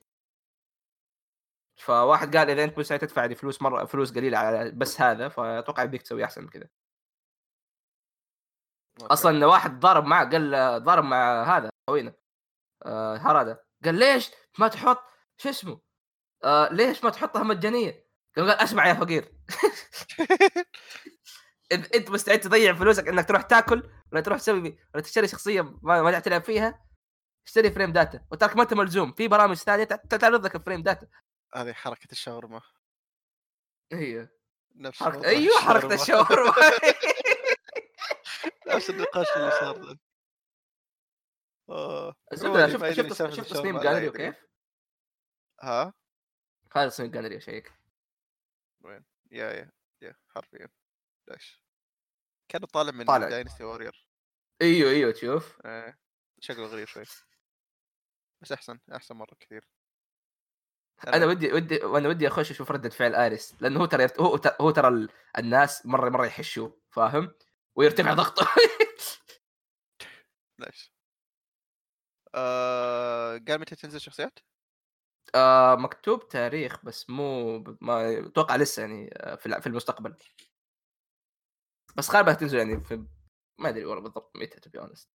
[SPEAKER 1] فواحد قال اذا انت مستعد تدفع لي فلوس مره فلوس قليله على بس هذا، فاتوقع يبيك تسوي احسن من كذا.
[SPEAKER 2] أوكي.
[SPEAKER 1] اصلا واحد ضارب معه قال ضارب مع هذا خوينا هراده، قال ليش ما تحط شو اسمه ليش ما تحطها مجانيه؟ قال اسمع يا فقير اذا انت مستعد تضيع فلوسك انك تروح تاكل ولا تروح تسوي ولا تشتري شخصيه ما تلعب فيها، اشتري فريم داتا وترك ما انت ملزوم في برامج ثانيه تعرض لك الفريم داتا.
[SPEAKER 2] هذه حركة الشاورما،
[SPEAKER 1] هي
[SPEAKER 2] نفس
[SPEAKER 1] حركه،
[SPEAKER 2] موضوع
[SPEAKER 1] ايوه حركه الشاورما
[SPEAKER 2] نفس النقاش اللي صار ذا.
[SPEAKER 1] الزبده
[SPEAKER 2] ما يدري
[SPEAKER 1] شفت
[SPEAKER 2] سالفة
[SPEAKER 1] تصميم
[SPEAKER 2] الشاورما لا
[SPEAKER 1] جاليريو
[SPEAKER 2] يدري.
[SPEAKER 1] كيف؟
[SPEAKER 2] ها
[SPEAKER 1] هذا تصميم جاليريو شيك.
[SPEAKER 2] وين؟ يا حرفيا ليش كان طالع من
[SPEAKER 1] طالع
[SPEAKER 2] داينستي وورير.
[SPEAKER 1] ايوه تشوف
[SPEAKER 2] شكله غريب شوي بس احسن مرة كثير.
[SPEAKER 1] انا ودي اخش اشوف رده فعل اريس، لانه هو ترى هو ترى الناس مره يحشوه فاهم، ويرتفع ضغطه
[SPEAKER 2] ليش قال متى تنزل شخصيات؟
[SPEAKER 1] مكتوب تاريخ بس مو ما اتوقع لسه يعني في المستقبل، بس غالبا تنزل يعني في ما ادري والله بالضبط متى تو بي اونست.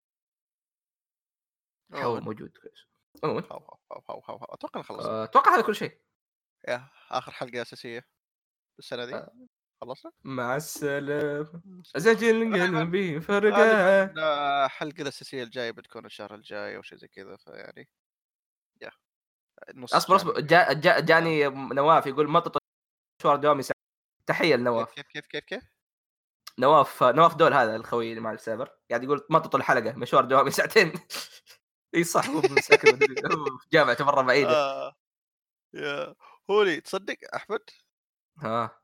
[SPEAKER 1] هو موجود عموما
[SPEAKER 2] اتوقع خلصنا.
[SPEAKER 1] اتوقع هذا كل شيء.
[SPEAKER 2] يا اخر حلقة اساسية السنة دي خلصنا.
[SPEAKER 1] مع السلامة أسجل قلبي فرقة.
[SPEAKER 2] غالبا الحلقة الأساسية الجاية بتكون الشهر الجاي أو شيء زي كذا، فيعني يا نص
[SPEAKER 1] اصبر جاني نواف يقول مطط مشوار دوامي ساعة. تحية لنواف.
[SPEAKER 2] كيف
[SPEAKER 1] نواف دول هذا الخوي اللي مع السيرفر قاعد يقول مطط الحلقة مشوار دوامي ساعتين اي صح هو ساكن في جامعة مرة بعيدة.
[SPEAKER 2] يا هولي تصدق أحمد
[SPEAKER 1] ها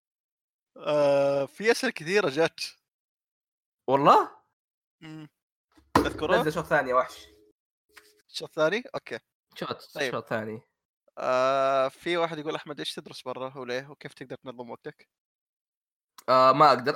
[SPEAKER 2] في أسئلة كثيرة جات
[SPEAKER 1] والله
[SPEAKER 2] تذكرها.
[SPEAKER 1] نزل شوط ثاني وحش.
[SPEAKER 2] الشوط الثاني اوكي طيب.
[SPEAKER 1] شوط ثاني.
[SPEAKER 2] في واحد يقول احمد ايش تدرس برا وليه وكيف تقدر تنظم وقتك؟
[SPEAKER 1] ما اقدر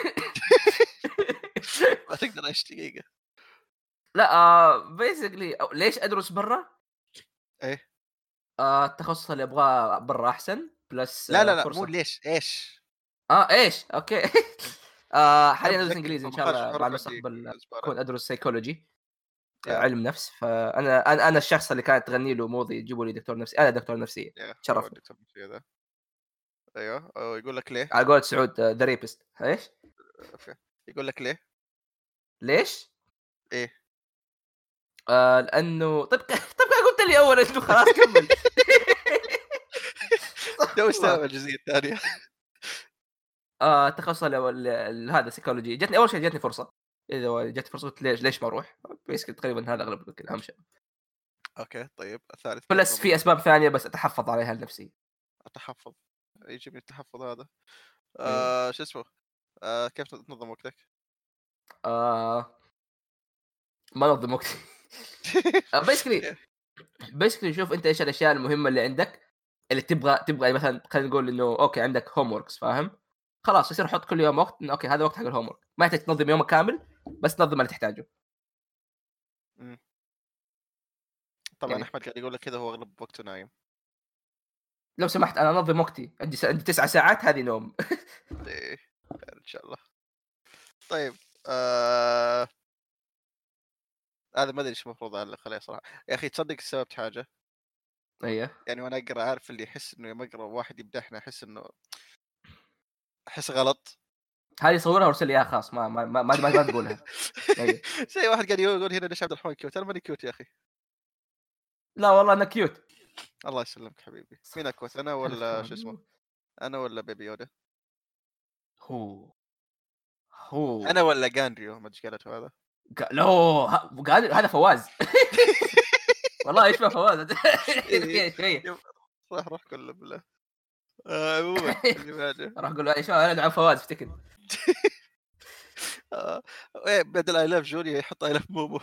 [SPEAKER 2] ما تقدر ايش دقيقة؟
[SPEAKER 1] لا بيسكلي ليش ادرس برا؟
[SPEAKER 2] ايه
[SPEAKER 1] التخصص اللي ابغاه برا احسن بلس
[SPEAKER 2] لا مو
[SPEAKER 1] فرصة.
[SPEAKER 2] ليش ايش
[SPEAKER 1] ايش اوكي حاليا ادرس انجليزي ان شاء الله مع المستقبل اكون ادرس سيكولوجي علم نفس. فانا الشخص اللي كانت تغني له موضي يجيبوا لي دكتور نفسي، انا دكتور نفسيه شرفني.
[SPEAKER 2] دكتور نفسي هذا ايوه يقول لك ليه
[SPEAKER 1] على قولة سعود ذا ريبست. ايش
[SPEAKER 2] يقول لك
[SPEAKER 1] ليش
[SPEAKER 2] ايه
[SPEAKER 1] لانه طيب قلت لي اول انه خلاص كمل
[SPEAKER 2] تو استوعب الجزئيه الثانيه.
[SPEAKER 1] التخصص هذا سيكولوجي جتني اول شيء، جتني فرصه اذا جت فرصه ليش ما اروح بس تقريبا هذا اغلب اهم شيء.
[SPEAKER 2] اوكي طيب الثالث
[SPEAKER 1] بلس في اسباب ثانيه بس اتحفظ عليها لنفسي.
[SPEAKER 2] التحفظ يجي من التحفظ هذا شو اسمه كيف تنظم وقتك؟
[SPEAKER 1] ما نظم وقتي بيسكلي شوف انت ايش الاشياء المهمه اللي عندك اللي تبغى مثلا خلينا نقول انه اوكي عندك هوم وركس فاهم، خلاص يصير حط كل يوم وقت انه اوكي هذا وقت حق الهوم ورك، ما تحتاج تنظم يومك كامل بس نظم اللي تحتاجه.
[SPEAKER 2] طبعا
[SPEAKER 1] يعني
[SPEAKER 2] احمد قاعد يقول لك كذا هو اغلب وقته نايم.
[SPEAKER 1] لو سمحت انا انظم وقتي عندي 9 ساعات هذه نوم
[SPEAKER 2] ايه ان شاء الله. طيب هذا ما ادري ايش المفروض اعلق عليه صراحه يا اخي. تصدق استوعبت حاجه
[SPEAKER 1] ايوه
[SPEAKER 2] يعني وانا اقرا عارف اللي يحس انه يوم اقرا واحد يمدحنا احس غلط.
[SPEAKER 1] هذه صورها وارسل لي اياها خاص ما تقولها. ايوه
[SPEAKER 2] زي واحد قاعد يقول هنا ليش عبد الرحمن كيوت، انا ماني كيوت يا اخي.
[SPEAKER 1] لا والله انا كيوت.
[SPEAKER 2] الله يسلمك حبيبي. مين اكوت انا ولا شو اسمه؟ انا ولا بيبي يودا؟
[SPEAKER 1] هو
[SPEAKER 2] انا ولا جانريو ما ادري قالته هذا.
[SPEAKER 1] لا هذا فواز والله يشبه فواز شويه
[SPEAKER 2] روح كله بالله. عموما اللي بعده
[SPEAKER 1] راح اقول له ايش انا ادعم فواز افتكر
[SPEAKER 2] بدل اي لاف جوليا يحط اي لاف مومو.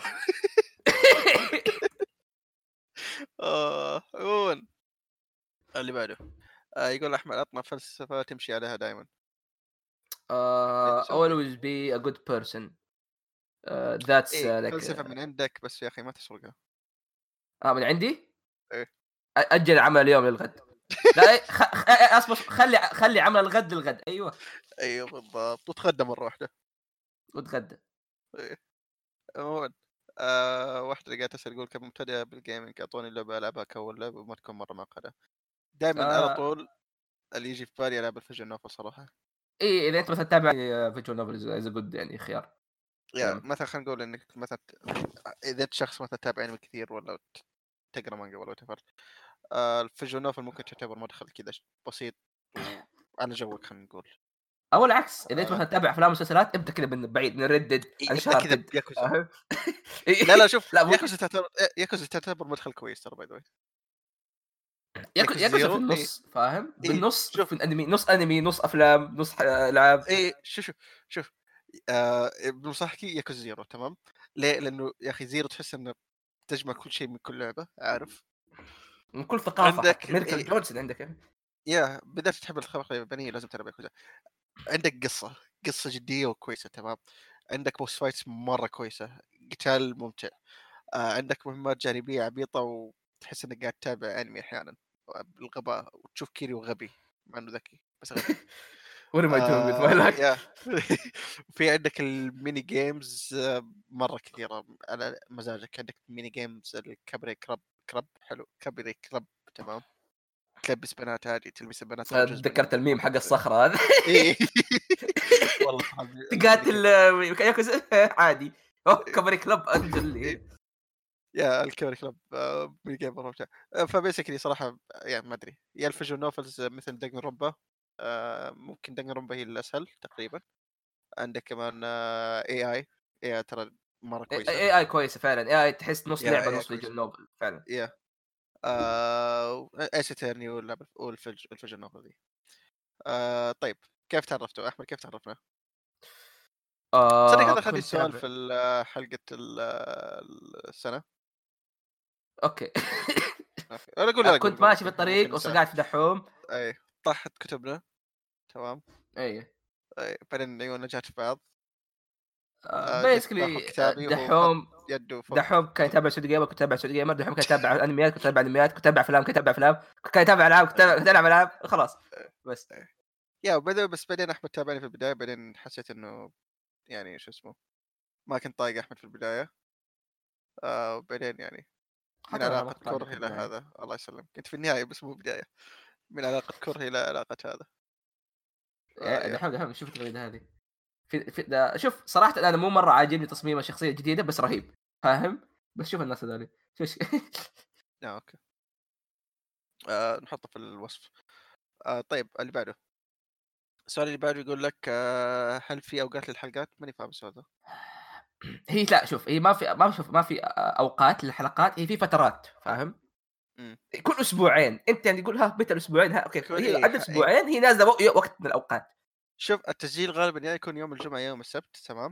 [SPEAKER 2] عموما اللي بعده يقول احمد اطنى فلسفه تمشي عليها دائما.
[SPEAKER 1] always be a good person. ذاتس
[SPEAKER 2] ايه
[SPEAKER 1] لك.
[SPEAKER 2] فلسفه من عندك بس يا اخي ما تسرقها.
[SPEAKER 1] من عندي.
[SPEAKER 2] إيه.
[SPEAKER 1] اجل عمل اليوم للغد. لا اصبر، خلي عمل الغد للغد. ايوه
[SPEAKER 2] ايوه بالضبط، وتغدى مره واحده.
[SPEAKER 1] وتغدى.
[SPEAKER 2] إيه. عموما واحده لقيت اسال يقول كم مبتدئ بالجيمنج، اعطوني لعبه العبها كاول لعبه وما تكون مره معقده. دائما على
[SPEAKER 1] آه
[SPEAKER 2] طول اللي يجي في بالي العب الفيجن نوفل صراحه.
[SPEAKER 1] اي اذا انت مثلا تتابع فيجوال نوفلز از جود يعني خيار.
[SPEAKER 2] يا
[SPEAKER 1] فعلا.
[SPEAKER 2] مثلا خلينا نقول انك مثلا اذا انت شخص مثلا تتابع انمي كثير ولا تقرا مانجا ولا تفر، الفيجوال نوفل ممكن تعتبر مدخل كذا بسيط وعلى جوك خلينا نقول.
[SPEAKER 1] او العكس، اذا انت
[SPEAKER 2] آه،
[SPEAKER 1] مثلا تتابع افلام ومسلسلات ابدا كذا من بعيد، من ردد
[SPEAKER 2] ابدا كذا
[SPEAKER 1] انشارتد.
[SPEAKER 2] بياكوزا. لا لا شوف،
[SPEAKER 1] لا مو
[SPEAKER 2] ياكوزا تعتبر مدخل كويس ترى باي ذا واي.
[SPEAKER 1] ياكوزا في
[SPEAKER 2] زيرو اي
[SPEAKER 1] النص، فاهم؟
[SPEAKER 2] اي
[SPEAKER 1] بالنص،
[SPEAKER 2] شوف
[SPEAKER 1] في الانمي نص انمي نص افلام نص العاب.
[SPEAKER 2] اي شوف بنصحكي ياكوزا زيرو تمام. ليه؟ لانه يا اخي زيرو تحس انه تجمع كل شيء من كل لعبه، عارف؟
[SPEAKER 1] من كل ثقافه،
[SPEAKER 2] عندك
[SPEAKER 1] حتى ميركل جونسون عندك يعني.
[SPEAKER 2] يا بدأت تحب الخلق اليابانية لازم تلعب ياكوزا. عندك قصة جدية وكويسة تمام. عندك بوس فايتس مرة كويسة، قتال ممتع. عندك مهمات جانبية عبيطة وتحس انك قاعد تتابع انمي احيانا بالغباء، وتشوف كيريو غبي مع انه ذكي بس غبي.
[SPEAKER 1] What am I doing with my life؟
[SPEAKER 2] يا في عندك الميني جيمز مرة كثيرة على مزاجك. عندك ميني جيمز الكابري كراب حلو، كابري كراب تمام. تلبس بنات عادي، تلبس البنات العجوز
[SPEAKER 1] تذكرت
[SPEAKER 2] من
[SPEAKER 1] الميم حق الصخره هذا.
[SPEAKER 2] ايه والله صعب الميني
[SPEAKER 1] تقاتل
[SPEAKER 2] جيمز.
[SPEAKER 1] ياكوزا عادي. اوه كبري كلب انزل لي.
[SPEAKER 2] يا الكبري كلاب ميني جيم مرة ممتع. فبيسكلي صراحة يعني ما ادري، يا الفيجوال نوفلز مثل دنجن رومبا. ممكن دنجن رومبا هي الاسهل تقريبا. عندك كمان اي اي ترى مرة كويسة.
[SPEAKER 1] اي كويسه فعلا. اي تحس نص
[SPEAKER 2] يا
[SPEAKER 1] لعبه
[SPEAKER 2] اي
[SPEAKER 1] نص
[SPEAKER 2] كويسة.
[SPEAKER 1] فيجن نوفل فعلا.
[SPEAKER 2] يا ايس اترني والفيجوال نوفل ذي. طيب كيف تعرفتوا احمد؟ كيف تعرفنا؟ تصدق هذا اخذني
[SPEAKER 1] كنت
[SPEAKER 2] السؤال
[SPEAKER 1] تابع.
[SPEAKER 2] في حلقة السنة.
[SPEAKER 1] اوكي.
[SPEAKER 2] أوكي. انا اقول لا اقول
[SPEAKER 1] كنت
[SPEAKER 2] قول
[SPEAKER 1] ماشي في
[SPEAKER 2] اوكي ممكن
[SPEAKER 1] الطريق
[SPEAKER 2] نسأل.
[SPEAKER 1] وصقعت في دحوم.
[SPEAKER 2] اي طاحت كتبنا تمام.
[SPEAKER 1] اي
[SPEAKER 2] بعدين عيوننا جات في بعض. جيت باخذ
[SPEAKER 1] بيسكلي
[SPEAKER 2] كتابي وهو حط
[SPEAKER 1] دحوم.
[SPEAKER 2] يده فوق
[SPEAKER 1] دحوم كان
[SPEAKER 2] كتب.
[SPEAKER 1] يتابع سود جيمر، كنت اتابع سود جيمر. دحوم كان يتابع انميات، كنت اتابع انميات. كنت اتابع افلام، كنت اتابع افلام. كان يتابع العاب، كنت العب العاب. خلاص بس.
[SPEAKER 2] يا بس بعدين احمد تابعني في البدايه، بعدين حسيت انه يعني شو اسمه ما كنت طايق احمد في البدايه. وبعدين يعني من
[SPEAKER 1] حتى انا ما
[SPEAKER 2] علاقه
[SPEAKER 1] كنت طايقه
[SPEAKER 2] كره
[SPEAKER 1] في
[SPEAKER 2] الى
[SPEAKER 1] البدايه.
[SPEAKER 2] هذا الله يسلمك، كنت في النهايه بس مو بدايه. من علاقه كره الى علاقه هذا. يا
[SPEAKER 1] دحوم شوف التغريده هذه. شوف صراحه انا مو مره عاجبني تصميم الشخصيه الجديده، بس رهيب فاهم. بس شوف الناس هذول شوف.
[SPEAKER 2] اوكي. نحطه في الوصف. طيب اللي بعده. السؤال اللي بعده يقول لك هل في اوقات للحلقات؟ ماني فاهم السؤال ده.
[SPEAKER 1] هي لا شوف، هي ما في اوقات للحلقات، هي في فترات فاهم.
[SPEAKER 2] امم
[SPEAKER 1] كل اسبوعين انت يعني تقول ها متى الاسبوعين، ها اوكي
[SPEAKER 2] يكون
[SPEAKER 1] هي عدد
[SPEAKER 2] ايه.
[SPEAKER 1] اسبوعين هي نازله وقت من الاوقات.
[SPEAKER 2] شوف التسجيل غالبا يا يكون يوم الجمعة يا يوم السبت تمام.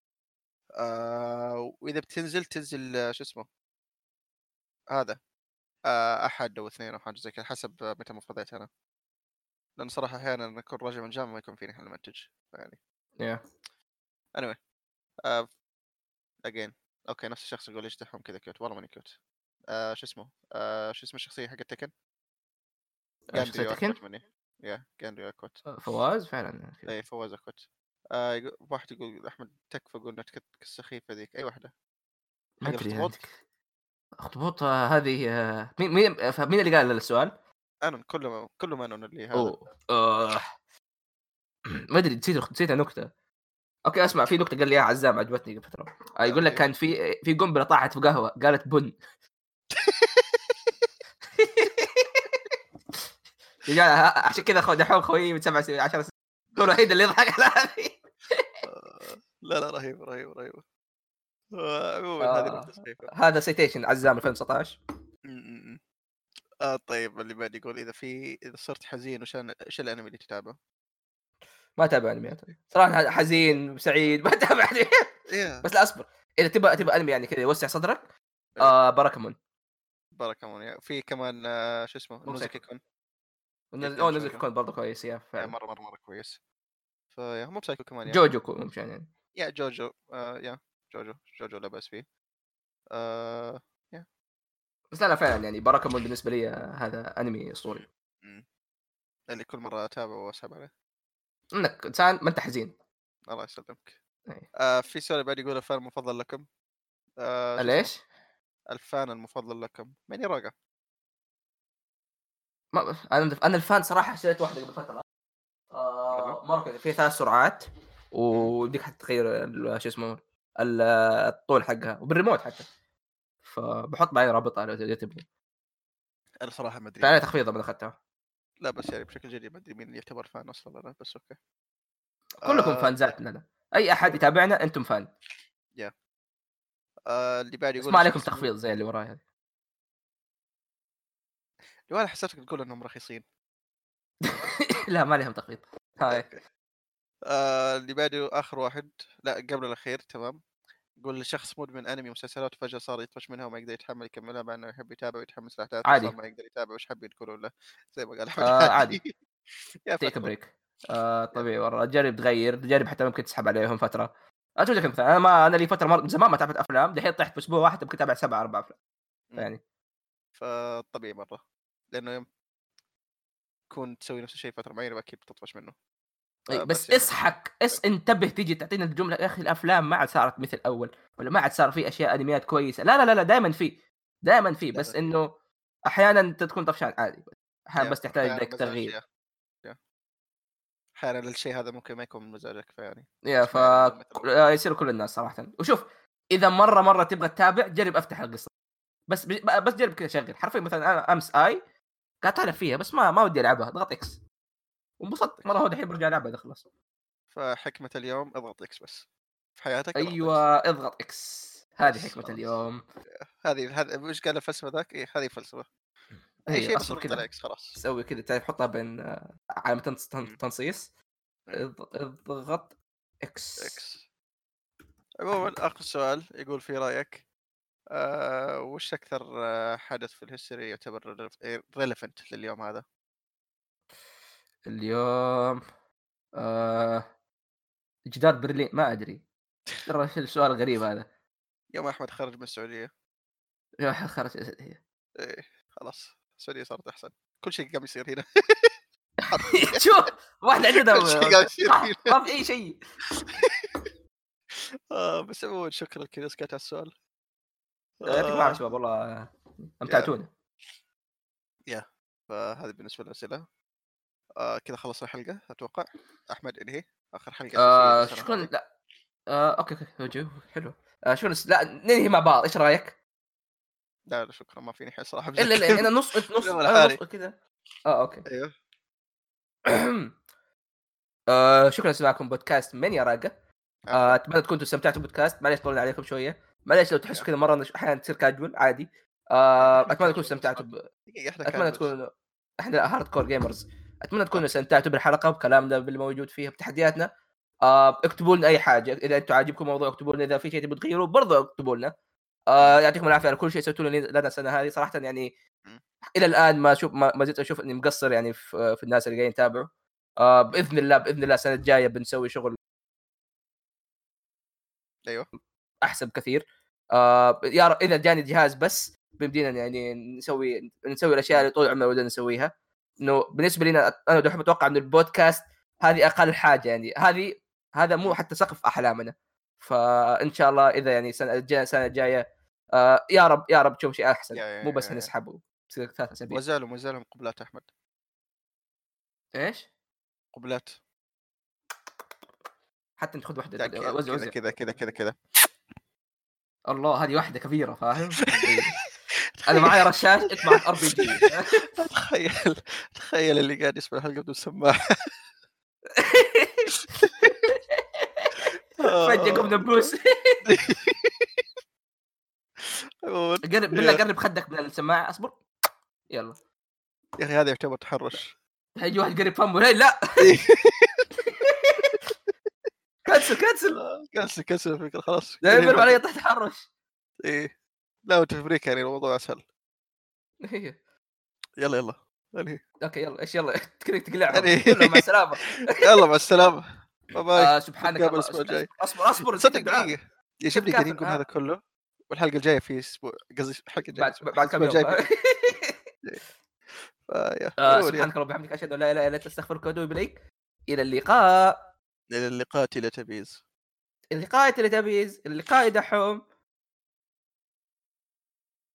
[SPEAKER 2] وإذا بتنزل تنزل شو اسمه هذا أحد أو اثنين أو حاجة زي كذا حسب متى مفردات أنا. لأن صراحة أحيانا أكون راجع من الجامعة ما يكون فيني حل منتج يعني.
[SPEAKER 1] yeah.
[SPEAKER 2] anyway again. أوكي نفس الشخص يقول ليش دحوم كذا كيوت، والله ماني كيوت. شو اسمه شو اسم الشخصية حق تكن؟ جاندريو
[SPEAKER 1] شخصيتك انت
[SPEAKER 2] أكوت مني. جاندريو أكوت.
[SPEAKER 1] فواز فعلا.
[SPEAKER 2] أي فواز أكوت. واحد يقول أحمد تكفى قول نكتك السخيفة ذيك أي واحدة
[SPEAKER 1] ما
[SPEAKER 2] حق
[SPEAKER 1] ادري
[SPEAKER 2] الأخطبوط.
[SPEAKER 1] عندك اخطبوط هذه مين اللي قال السؤال؟
[SPEAKER 2] أنا كل ما أنا اللي هذا.
[SPEAKER 1] اوه ما ادري، نسيت نكته. اوكي اسمع، في نكته قال لي اياها عزام عجبتني قبل فتره. يقول لك
[SPEAKER 2] أوكي.
[SPEAKER 1] كان في قنبله طاحت في قهوه قالت بن. يا جماعه عشان كذا دحوم خويي من 10 سنين هو الوحيد اللي يضحك على هذه.
[SPEAKER 2] لا لا رهيب رهيب رهيب. عموما هذه نقطة سخيفة.
[SPEAKER 1] هذا سيتيشن عزام 2019.
[SPEAKER 2] م- م- م. طيب اللي بعد يقول إذا صرت حزين إيش الأنمي اللي تتابعه؟
[SPEAKER 1] ما اتابع انميات صراحه، حزين سعيد ما اتابع انميات.
[SPEAKER 2] إيه
[SPEAKER 1] بس لا اصبر، اذا تبغى انمي يعني كذا يوسع صدرك.
[SPEAKER 2] إيه
[SPEAKER 1] باراكمون.
[SPEAKER 2] باراكامون. في كمان شو اسمه
[SPEAKER 1] مو
[SPEAKER 2] نوزوكي
[SPEAKER 1] مسكر.
[SPEAKER 2] كون.
[SPEAKER 1] او
[SPEAKER 2] ياباني
[SPEAKER 1] نزل
[SPEAKER 2] شوجو.
[SPEAKER 1] كون برضه كويس يا فعلا.
[SPEAKER 2] مرة كويس. فيا مو بسايكو كمان يا.
[SPEAKER 1] جوجو ممكن يعني.
[SPEAKER 2] يا جوجو يا جوجو لا بأس فيه. يا
[SPEAKER 1] بس لا فعلا يعني باراكامون بالنسبه لي هذا انمي اسطوري.
[SPEAKER 2] اللي كل مرة أتابعه وأسحب عليه.
[SPEAKER 1] انك انسان ما انت حزين.
[SPEAKER 2] الله يسلمك.
[SPEAKER 1] أي.
[SPEAKER 2] في سؤال بعد يقول الفان المفضل لكم. شو اسمه؟
[SPEAKER 1] ليش؟
[SPEAKER 2] الفان المفضل لكم من يراقع؟
[SPEAKER 1] انا الفان صراحه اشتريت واحده قبل فتره مره كذا في 3 سرعات وديك حتى تغير شو اسمه الطول حقها وبالريموت حتى، فبحط معي رابطها لو تبغى.
[SPEAKER 2] أنا صراحة ما أدري
[SPEAKER 1] فعلا
[SPEAKER 2] مين.
[SPEAKER 1] تخفيضه من اخذتها.
[SPEAKER 2] لا بس يعني بشكل جدي ما أدري مين يعتبر فان أصلا أنا، بس أوكي.
[SPEAKER 1] كلكم فانزات لنا، اي احد يتابعنا انتم فان.
[SPEAKER 2] يا اللي بعد
[SPEAKER 1] بس
[SPEAKER 2] يقول
[SPEAKER 1] ما عليكم
[SPEAKER 2] شخص
[SPEAKER 1] تخفيض زي اللي وراي هذه.
[SPEAKER 2] لو أنا حسيتك تقول إنهم رخيصين.
[SPEAKER 1] لا ما عليهم تخفيض. هاي
[SPEAKER 2] اوكي. اللي بعده اخر واحد، لا قبل الاخير، تمام. يقول شخص مدمن انمي ومسلسلات وفجاه صار يطفش منها وما يقدر يتحمل يكملها مع انه يحب يتابع ويتحمس الاحداث،
[SPEAKER 1] عادي.
[SPEAKER 2] وصار ما يقدر يتابع وش حابين تقولوا له؟ زي ما قال احمد عادي.
[SPEAKER 1] عادي
[SPEAKER 2] يا
[SPEAKER 1] تيك
[SPEAKER 2] فتره.
[SPEAKER 1] بريك. طبيعي والله، جرب تغير، جرب حتى ممكن تسحب عليهم فتره. اجل لك مثلا انا لي فتره من زمان ما تابعت افلام، دحين طحت في اسبوع واحد ممكن اتابع 7 4 افلام يعني.
[SPEAKER 2] فطبيعي مره، لانه يوم تكون تسوي نفس الشيء فتره معينه اكيد بتطفش منه.
[SPEAKER 1] بس
[SPEAKER 2] يعني
[SPEAKER 1] اصحك انتبه تيجي تعطينا الجمله يا اخي الافلام ما عاد صارت مثل اول، ولا ما عاد صار في اشياء انميات كويسه. لا دائما في، دائما في،
[SPEAKER 2] دائما
[SPEAKER 1] بس
[SPEAKER 2] في.
[SPEAKER 1] انه احيانا انت تكون طفشان عادي، احيانا بس تحتاج
[SPEAKER 2] احيانا
[SPEAKER 1] لك
[SPEAKER 2] مزاج
[SPEAKER 1] تغيير.
[SPEAKER 2] احيانا الشيء هذا ممكن ما يكون من مزاجك، فيعني
[SPEAKER 1] يا
[SPEAKER 2] بس ما يعني انه مثلا.
[SPEAKER 1] يصير كل الناس صراحه. وشوف، اذا مره تبغى تتابع جرب افتح القصه، بس جرب كذا شغل حرفيا. مثلا انا امس قاعد طالع فيها بس ما ودي العبها، ضغط اكس وانبسطت مره. هو دحين برجع العبها اذا خلص.
[SPEAKER 2] فحكمة اليوم اضغط اكس بس في حياتك، اضغط
[SPEAKER 1] ايوه
[SPEAKER 2] اكس
[SPEAKER 1] اضغط اكس، هذه
[SPEAKER 2] بس
[SPEAKER 1] حكمه
[SPEAKER 2] خلاص.
[SPEAKER 1] اليوم.
[SPEAKER 2] هذه وش قال الفلسفه ذاك؟ إيه هذه فلسفه. اي
[SPEAKER 1] هي
[SPEAKER 2] شيء بس
[SPEAKER 1] اصبر
[SPEAKER 2] اضغط على
[SPEAKER 1] كذا،
[SPEAKER 2] اكس خلاص.
[SPEAKER 1] تسوي كذا تعرف تحطها بين علامه
[SPEAKER 2] مم.
[SPEAKER 1] تنصيص.
[SPEAKER 2] إيه.
[SPEAKER 1] اضغط اكس.
[SPEAKER 2] اكس. عموما اخر سؤال يقول في رايك وش اكثر حدث في الهيستوري يعتبر ريليفنت لليوم هذا؟
[SPEAKER 1] اليوم جدار برلين، ما ادري ترى السؤال الغريب هذا.
[SPEAKER 2] يوم احمد خرج من السعوديه.
[SPEAKER 1] يا أخي خرج
[SPEAKER 2] ايه خلاص السعوديه صارت احسن، كل شيء قام يصير هنا. حرفيا
[SPEAKER 1] شوف واحد
[SPEAKER 2] كل شيء قام
[SPEAKER 1] عندنا
[SPEAKER 2] يصير
[SPEAKER 1] صح،
[SPEAKER 2] هنا.
[SPEAKER 1] ما في اي شيء.
[SPEAKER 2] بس عموما شكرا كذا سكت على السؤال.
[SPEAKER 1] يعطيكم العافيه
[SPEAKER 2] آه
[SPEAKER 1] شباب والله
[SPEAKER 2] يا
[SPEAKER 1] امتعتونا.
[SPEAKER 2] يا فهذه بالنسبه للاسئله. كذا خلص الحلقه اتوقع. احمد انهي اخر حلقه اساسيه للسنه
[SPEAKER 1] شكرا.
[SPEAKER 2] هذه.
[SPEAKER 1] لا اوكي حلو. شكرا لا ننهي مع بعض، ايش رايك؟
[SPEAKER 2] لا شكرا ما فيني حيل صراحه
[SPEAKER 1] الا
[SPEAKER 2] بشكل.
[SPEAKER 1] انا نص انت نص
[SPEAKER 2] اليوم
[SPEAKER 1] انا نص
[SPEAKER 2] لحالي.
[SPEAKER 1] كذا. اوكي.
[SPEAKER 2] ايوه.
[SPEAKER 1] شكرا لسماعكم بودكاست من يا راقه.
[SPEAKER 2] عفوا.
[SPEAKER 1] اتمنى تكونوا استمتعتوا بالبودكاست، معليش طولنا عليكم شويه، معليش لو تحسوا كذا مره احيانا تصير كاجوال عادي.
[SPEAKER 2] احنا
[SPEAKER 1] اتمنى تكونوا
[SPEAKER 2] كاجوال
[SPEAKER 1] استمتعتوا
[SPEAKER 2] دقيقه احنا
[SPEAKER 1] اتمنى
[SPEAKER 2] كاجوالز.
[SPEAKER 1] تكونوا احنا هارد كور جيمرز. اتمنى تكونوا
[SPEAKER 2] اوكي.
[SPEAKER 1] استمتعتوا بالحلقه وكلامنا باللي موجود فيها بتحدياتنا. اكتبوا لنا اي حاجه اذا انتم عاجبكم موضوع، اكتبوا لنا اذا في شيء تبغوا تغيروه برضو اكتبوا لنا. يعطيكم العافيه على كل شيء سويتوا لنا السنه هذه صراحه يعني. الى الان ما زلت اشوف اني مقصر يعني في الناس اللي قاعدين يتابعوا. باذن الله السنه الجايه بنسوي شغل
[SPEAKER 2] ايوه.
[SPEAKER 1] احسن بكثير. اذا جاني جهاز بس بيمدينا يعني نسوي الاشياء اللي طول عمرنا ودنا نسويها. انه بالنسبه لنا انا دحين اتوقع ان البودكاست هذه اقل حاجه يعني، هذا مو حتى سقف احلامنا. فان شاء الله اذا يعني السنه الجايه يا رب تشوف شيء احسن، مو بس
[SPEAKER 2] يا
[SPEAKER 1] نسحبه تصير 3 اسابيع.
[SPEAKER 2] وزالهم قبلات احمد.
[SPEAKER 1] ايش
[SPEAKER 2] قبلات.
[SPEAKER 1] حتى انت خذ واحده
[SPEAKER 2] كذا
[SPEAKER 1] وزع.
[SPEAKER 2] كذا كذا كذا كذا.
[SPEAKER 1] الله هذه واحده كبيره فاهم. انا معي رشاش انت معك ار بي جي.
[SPEAKER 2] تخيل تخيل اللي قاعد يسمع الحلقه بدون سماعه.
[SPEAKER 1] فجأة قمنا بوس. قرب خدك من السماعة اصبر يلا.
[SPEAKER 2] يا اخي هذا يعتبر تحرش.
[SPEAKER 1] هيجي واحد قريب فمه لا.
[SPEAKER 2] كنسل الفكره خلاص.
[SPEAKER 1] لا يقول علي طحت تحرش.
[SPEAKER 2] ايه لا وانت في امريكا يعني الموضوع اسهل. يلا انهي.
[SPEAKER 1] اوكي يلا ايش يلا تقلعهم
[SPEAKER 2] انهي.
[SPEAKER 1] قول لهم مع السلامة.
[SPEAKER 2] يلا مع السلامه. باي باي.
[SPEAKER 1] سبحانك
[SPEAKER 2] نتقابل
[SPEAKER 1] الله
[SPEAKER 2] الاسبوع الجاي.
[SPEAKER 1] اصبر
[SPEAKER 2] صدق
[SPEAKER 1] نسيت الدعاء.
[SPEAKER 2] دقيقه يجيب لي قاعدين نقول هذا كله والحلقه الجايه في اسبوع، قصدي الحلقه الجايه
[SPEAKER 1] بعد كم يوم. سبحانك رب وبحمدك اشهد ان لا اله الا انت استغفرك واتوب اليك. الى اللقاء.
[SPEAKER 2] الى اللقاء تلتبيز.
[SPEAKER 1] اللقاء تلتبيز. اللقاء دحوم.